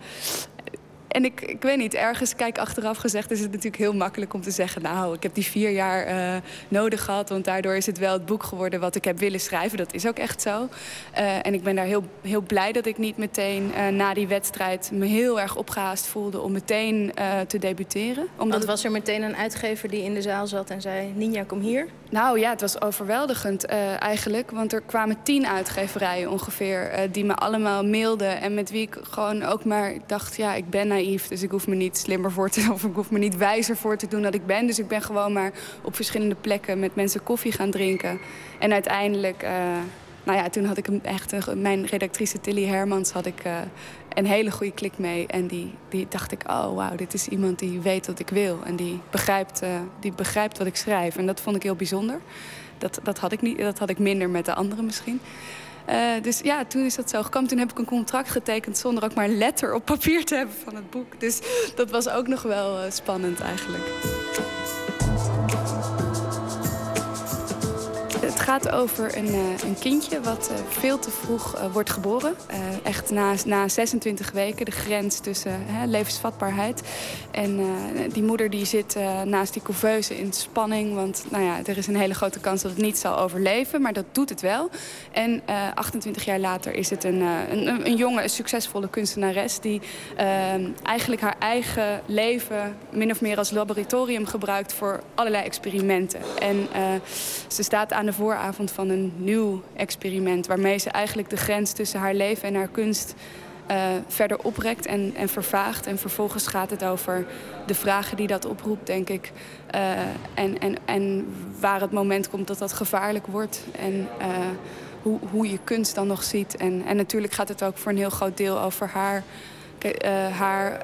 En ik weet niet, ergens, kijk, achteraf gezegd is het natuurlijk heel makkelijk om te zeggen, nou, ik heb die 4 jaar nodig gehad, want daardoor is het wel het boek geworden wat ik heb willen schrijven. Dat is ook echt zo. En ik ben daar heel, heel blij dat ik niet meteen na die wedstrijd me heel erg opgehaast voelde om meteen te debuteren. Want was er meteen een uitgever die in de zaal zat en zei, Ninja, kom hier? Nou ja, het was overweldigend eigenlijk, want er kwamen 10 uitgeverijen ongeveer die me allemaal mailden en met wie ik gewoon ook maar dacht, ja, ik ben naïef, dus ik hoef me niet slimmer voor te doen of ik hoef me niet wijzer voor te doen dan ik ben. Dus ik ben gewoon maar op verschillende plekken met mensen koffie gaan drinken. En uiteindelijk, toen had ik mijn redactrice Tilly Hermans had ik een hele goede klik mee. En die dacht ik, oh wauw, dit is iemand die weet wat ik wil. En die begrijpt wat ik schrijf. En dat vond ik heel bijzonder. Dat had ik niet, dat had ik minder met de anderen misschien. Dus ja, toen is dat zo gekomen. Toen heb ik een contract getekend zonder ook maar een letter op papier te hebben van het boek. Dus dat was ook nog wel spannend eigenlijk. Het gaat over een kindje wat veel te vroeg wordt geboren. Echt na 26 weken, de grens tussen levensvatbaarheid. En die moeder die zit naast die couveuse in spanning. Want er is een hele grote kans dat het niet zal overleven. Maar dat doet het wel. En 28 jaar later is het een jonge, een succesvolle kunstenares die eigenlijk haar eigen leven min of meer als laboratorium gebruikt voor allerlei experimenten. En ze staat aan de vooravond van een nieuw experiment waarmee ze eigenlijk de grens tussen haar leven en haar kunst verder oprekt en vervaagt. En vervolgens gaat het over de vragen die dat oproept, denk ik. En waar het moment komt dat dat gevaarlijk wordt. En hoe je kunst dan nog ziet. En natuurlijk gaat het ook voor een heel groot deel over haar.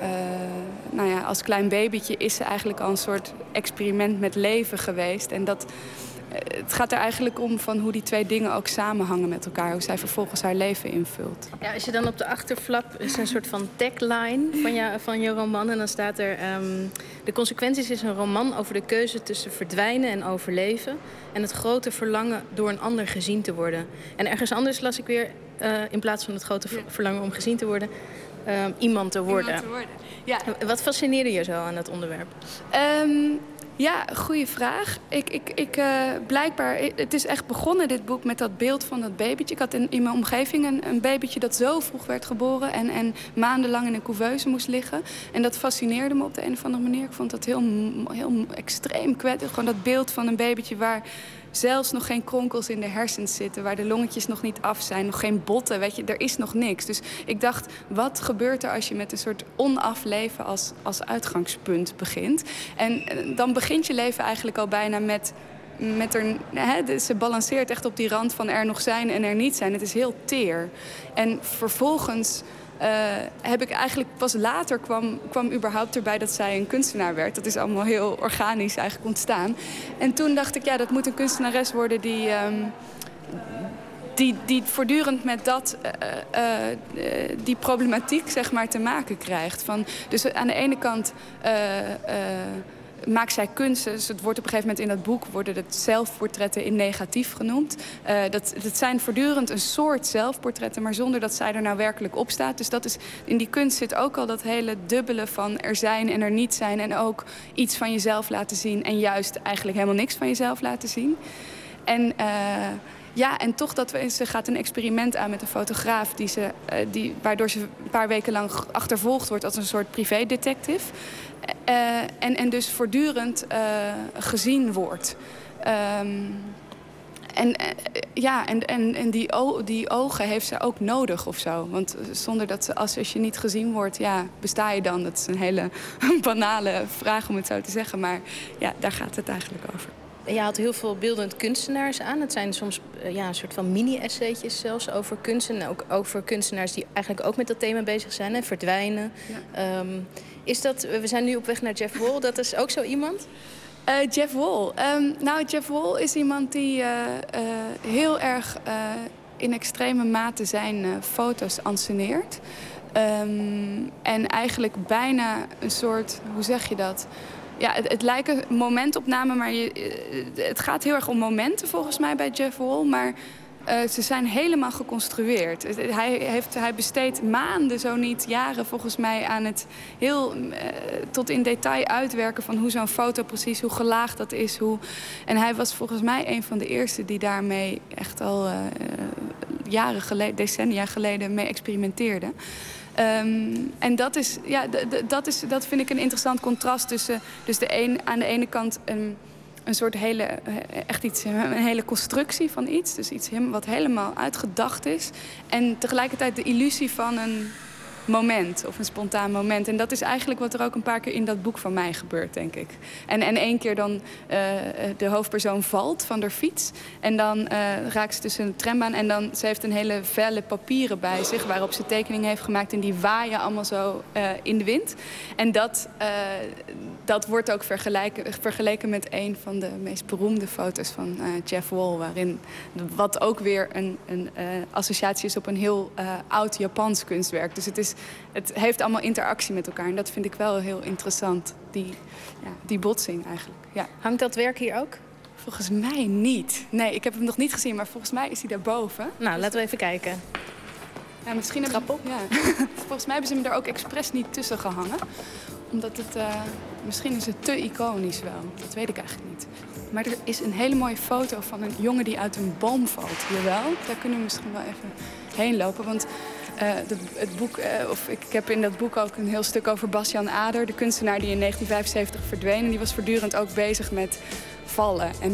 Als klein babytje is ze eigenlijk al een soort experiment met leven geweest. En het gaat er eigenlijk om van hoe die twee dingen ook samenhangen met elkaar. Hoe zij vervolgens haar leven invult. Ja, als je dan op de achterflap is een soort van tagline van je roman. En dan staat er... de consequenties is een roman over de keuze tussen verdwijnen en overleven. En het grote verlangen door een ander gezien te worden. En ergens anders las ik weer, in plaats van het grote verlangen om gezien te worden... iemand te worden. Iemand te worden. Ja. Wat fascineerde je zo aan dat onderwerp? Ja, goede vraag. Blijkbaar, het is echt begonnen, dit boek, met dat beeld van dat babytje. Ik had in mijn omgeving een babytje dat zo vroeg werd geboren... en maandenlang in een couveuse moest liggen. En dat fascineerde me op de een of andere manier. Ik vond dat heel extreem kwetsend. Gewoon dat beeld van een babytje waar zelfs nog geen kronkels in de hersens zitten... waar de longetjes nog niet af zijn, nog geen botten, weet je, er is nog niks. Dus ik dacht, wat gebeurt er als je met een soort onaf leven als uitgangspunt begint? En dan begint je leven eigenlijk al bijna met ze balanceert echt op die rand van er nog zijn en er niet zijn. Het is heel teer. En vervolgens... heb ik eigenlijk pas later kwam überhaupt erbij dat zij een kunstenaar werd. Dat is allemaal heel organisch eigenlijk ontstaan. En toen dacht ik, ja, dat moet een kunstenares worden die voortdurend met die problematiek, zeg maar, te maken krijgt. Dus aan de ene kant maakt zij kunst. Dus het wordt op een gegeven moment in dat boek worden het zelfportretten in negatief genoemd. Dat zijn voortdurend een soort zelfportretten, maar zonder dat zij er nou werkelijk op staat. Dus dat is, in die kunst zit ook al dat hele dubbele van er zijn en er niet zijn. En ook iets van jezelf laten zien en juist eigenlijk helemaal niks van jezelf laten zien. En en toch ze gaat een experiment aan met een fotograaf... waardoor ze een paar weken lang achtervolgd wordt als een soort privédetective. En dus voortdurend gezien wordt. En die ogen heeft ze ook nodig of zo. Want zonder dat als je niet gezien wordt, ja, besta je dan? Dat is een hele banale vraag om het zo te zeggen. Maar ja, daar gaat het eigenlijk over. Je haalt heel veel beeldend kunstenaars aan. Het zijn soms een soort van mini-essaytjes zelfs over kunst. En ook over kunstenaars die eigenlijk ook met dat thema bezig zijn. Hè? Verdwijnen. Ja. We zijn nu op weg naar Jeff Wall. Dat is ook zo iemand? Jeff Wall. Jeff Wall is iemand die heel erg in extreme mate zijn foto's anceneert. En eigenlijk bijna een soort, hoe zeg je dat? Ja, het lijken momentopnamen, maar het gaat heel erg om momenten volgens mij bij Jeff Wall. Maar ze zijn helemaal geconstrueerd. Hij besteedt maanden, zo niet jaren volgens mij, aan het heel tot in detail uitwerken van hoe zo'n foto precies, hoe gelaagd dat is. En hij was volgens mij een van de eerste die daarmee echt al jaren geleden, decennia geleden mee experimenteerde. En dat vind ik een interessant contrast tussen aan de ene kant een soort een hele constructie van iets. Dus iets wat helemaal uitgedacht is. En tegelijkertijd de illusie van een moment of een spontaan moment. En dat is eigenlijk wat er ook een paar keer in dat boek van mij gebeurt, denk ik. En één keer dan de hoofdpersoon valt van haar fiets. En dan raakt ze tussen een trambaan. En dan, ze heeft een hele velle papieren bij zich waarop ze tekeningen heeft gemaakt. En die waaien allemaal zo in de wind. En dat wordt ook vergeleken met een van de meest beroemde foto's van Jeff Wall. Wat ook weer een associatie is op een heel oud Japans kunstwerk. Dus het heeft allemaal interactie met elkaar. En dat vind ik wel heel interessant, die botsing eigenlijk. Ja. Hangt dat werk hier ook? Volgens mij niet. Nee, ik heb hem nog niet gezien, maar volgens mij is hij daarboven. Nou, laten we even kijken. Ja, misschien trap op. Ja. Volgens mij hebben ze hem er ook expres niet tussen gehangen. Omdat misschien is het te iconisch wel. Dat weet ik eigenlijk niet. Maar er is een hele mooie foto van een jongen die uit een boom valt. Jawel, daar kunnen we misschien wel even heen lopen. Want het boek, ik heb in dat boek ook een heel stuk over Bas-Jan Ader, de kunstenaar die in 1975 verdween. En die was voortdurend ook bezig met vallen en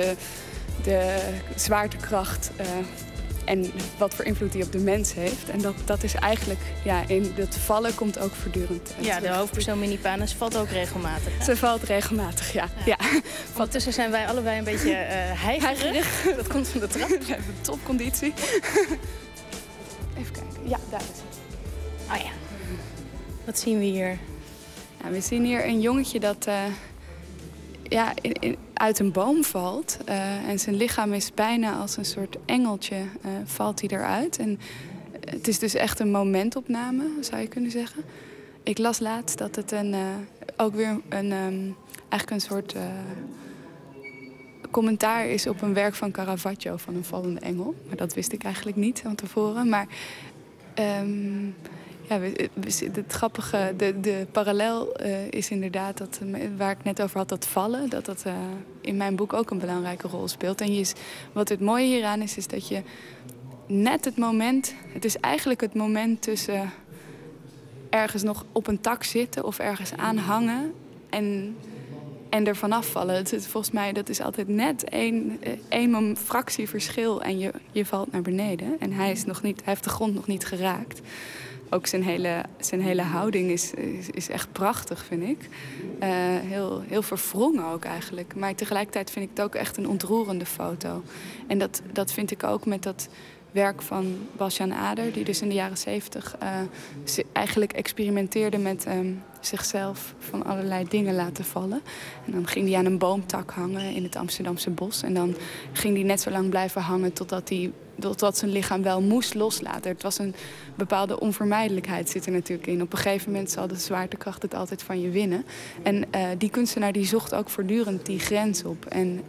de zwaartekracht en wat voor invloed die op de mens heeft. En dat is eigenlijk, in dat vallen komt ook voortdurend. De hoofdpersoon Minnie Panis valt ook regelmatig. Hè? Ze valt regelmatig, ja. Ondertussen zijn wij allebei een beetje heigerig. Dat komt van de trap. We hebben topconditie. Even kijken. Ja, daar is het. Oh ja. Wat zien we hier? We zien hier een jongetje dat uit een boom valt. En zijn lichaam is bijna als een soort engeltje valt hij eruit. En het is dus echt een momentopname, zou je kunnen zeggen. Ik las laatst dat het eigenlijk een soort commentaar is op een werk van Caravaggio, van een vallende engel. Maar dat wist ik eigenlijk niet van tevoren. Maar het grappige, de parallel is inderdaad dat, waar ik net over had, dat vallen, dat in mijn boek ook een belangrijke rol speelt. En wat het mooie hieraan is dat je net het is eigenlijk het moment tussen ergens nog op een tak zitten of ergens aan hangen en er vanaf vallen. Volgens mij dat is altijd net één fractie verschil en je valt naar beneden. En hij heeft de grond nog niet geraakt. Ook zijn hele houding is echt prachtig, vind ik. Heel verwrongen ook eigenlijk. Maar tegelijkertijd vind ik het ook echt een ontroerende foto. En dat vind ik ook met dat werk van Bastiaan Ader, die dus in de jaren 70 eigenlijk experimenteerde met zichzelf van allerlei dingen laten vallen. En dan ging hij aan een boomtak hangen in het Amsterdamse bos. En dan ging hij net zo lang blijven hangen totdat zijn lichaam wel moest loslaten. Het was een bepaalde onvermijdelijkheid zit er natuurlijk in. Op een gegeven moment zal de zwaartekracht het altijd van je winnen. En die kunstenaar die zocht ook voortdurend die grens op.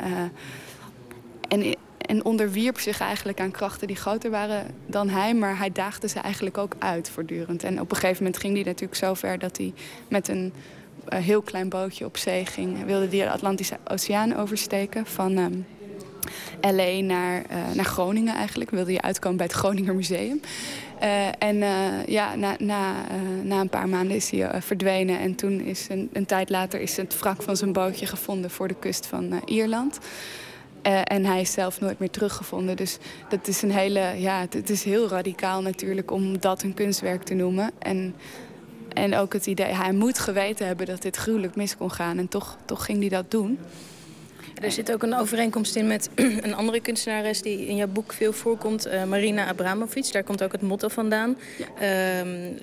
En onderwierp zich eigenlijk aan krachten die groter waren dan hij. Maar hij daagde ze eigenlijk ook uit voortdurend. En op een gegeven moment ging hij natuurlijk zo ver dat hij met een heel klein bootje op zee ging. Wilde hij de Atlantische Oceaan oversteken van L.A. naar Groningen eigenlijk. Wilde hij uitkomen bij het Groninger Museum. Na een paar maanden is hij verdwenen. En toen is een tijd later is het wrak van zijn bootje gevonden voor de kust van Ierland. En hij is zelf nooit meer teruggevonden. Dus dat is het is heel radicaal natuurlijk om dat een kunstwerk te noemen. En ook het idee, hij moet geweten hebben dat dit gruwelijk mis kon gaan. En toch ging hij dat doen. Er zit ook een overeenkomst in met een andere kunstenares die in jouw boek veel voorkomt, Marina Abramovic. Daar komt ook het motto vandaan. Ja.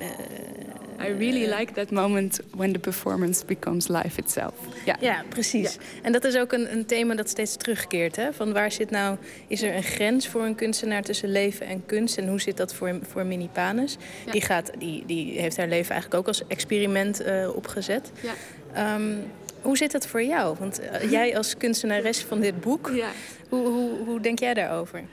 I really like that moment when the performance becomes life itself. Ja, precies. Ja. En dat is ook een thema dat steeds terugkeert. Hè? Van waar zit nou, is er een grens voor een kunstenaar tussen leven en kunst? En hoe zit dat voor Minnie Panes? Ja. Die heeft haar leven eigenlijk ook als experiment opgezet. Ja. Hoe zit dat voor jou? Want jij als kunstenares van dit boek, hoe denk jij daarover?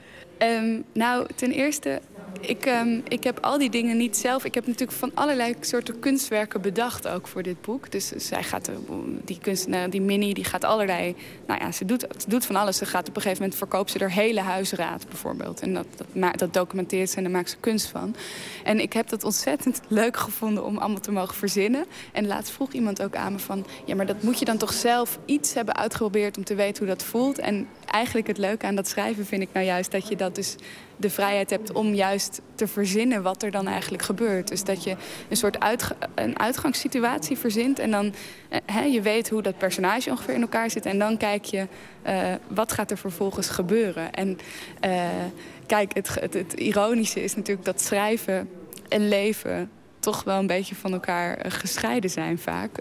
Ten eerste, ik heb al die dingen niet zelf. Ik heb natuurlijk van allerlei soorten kunstwerken bedacht ook voor dit boek. Dus zij gaat, die kunstenaar, die Minnie, die gaat allerlei... ze doet van alles. Ze gaat op een gegeven moment verkoopt ze haar hele huisraad bijvoorbeeld. En dat documenteert ze en daar maakt ze kunst van. En ik heb dat ontzettend leuk gevonden om allemaal te mogen verzinnen. En laatst vroeg iemand ook aan me van... ja, maar dat moet je dan toch zelf iets hebben uitgeprobeerd om te weten hoe dat voelt. En eigenlijk het leuke aan dat schrijven vind ik nou juist dat je dat dus de vrijheid hebt om juist te verzinnen wat er dan eigenlijk gebeurt. Dus dat je een soort een uitgangssituatie verzint en dan je weet hoe dat personage ongeveer in elkaar zit en dan kijk je wat gaat er vervolgens gebeuren. En kijk, het ironische is natuurlijk dat schrijven en leven toch wel een beetje van elkaar gescheiden zijn vaak.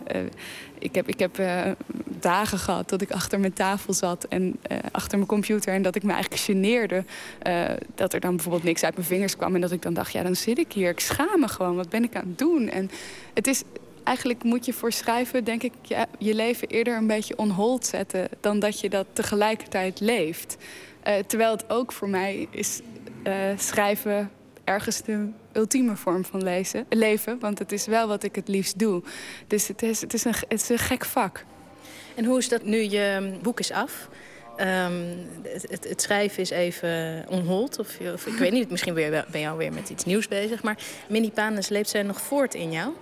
Ik heb dagen gehad dat ik achter mijn tafel zat en achter mijn computer en dat ik me eigenlijk geneerde dat er dan bijvoorbeeld niks uit mijn vingers kwam en dat ik dan dacht, ja, dan zit ik hier, ik schaam me gewoon, wat ben ik aan het doen? En het is eigenlijk moet je voor schrijven, denk ik, je leven eerder een beetje on hold zetten dan dat je dat tegelijkertijd leeft. Terwijl het ook voor mij is schrijven ergens de ultieme vorm van leven. Want het is wel wat ik het liefst doe. Dus het is een gek vak. En hoe is dat nu je boek is af? Het schrijven is even on hold. Of ik weet niet, misschien ben je alweer met iets nieuws bezig. Maar Minnie Panes, leeft zij nog voort in jou?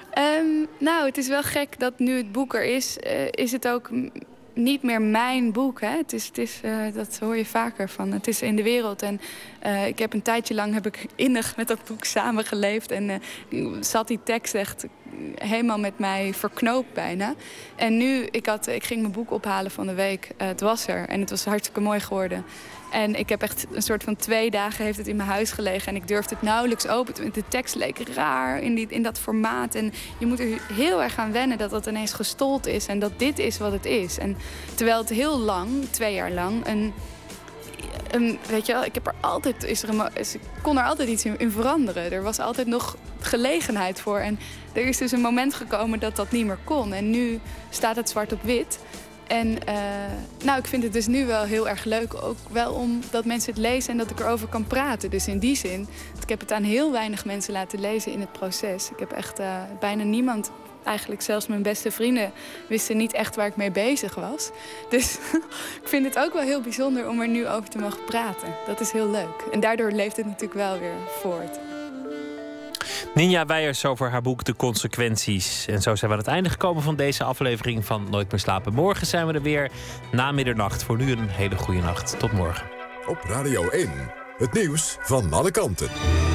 Het is wel gek dat nu het boek er is het ook niet meer mijn boek. Hè? Dat hoor je vaker van. Het is in de wereld. En ik heb een tijdje lang innig met dat boek samengeleefd. En zat die tekst echt helemaal met mij verknoopt bijna. En nu, ik ging mijn boek ophalen van de week. Het was er en het was hartstikke mooi geworden. En ik heb echt een soort van 2 dagen heeft het in mijn huis gelegen. En ik durfde het nauwelijks open. De tekst leek raar in dat formaat. En je moet er heel erg aan wennen dat ineens gestold is. En dat dit is wat het is. En terwijl het heel lang, 2 jaar lang... weet je wel, ik kon er altijd iets in veranderen. Er was altijd nog gelegenheid voor. En er is dus een moment gekomen dat dat niet meer kon. En nu staat het zwart op wit. En ik vind het dus nu wel heel erg leuk. Ook wel omdat mensen het lezen en dat ik erover kan praten. Dus in die zin, ik heb het aan heel weinig mensen laten lezen in het proces. Ik heb echt bijna niemand... Eigenlijk zelfs mijn beste vrienden wisten niet echt waar ik mee bezig was. Dus ik vind het ook wel heel bijzonder om er nu over te mogen praten. Dat is heel leuk. En daardoor leeft het natuurlijk wel weer voort. Ninja Weijers over haar boek De Consequenties. En zo zijn we aan het einde gekomen van deze aflevering van Nooit meer slapen. Morgen zijn we er weer na middernacht. Voor nu een hele goede nacht. Tot morgen. Op Radio 1, het nieuws van alle kanten.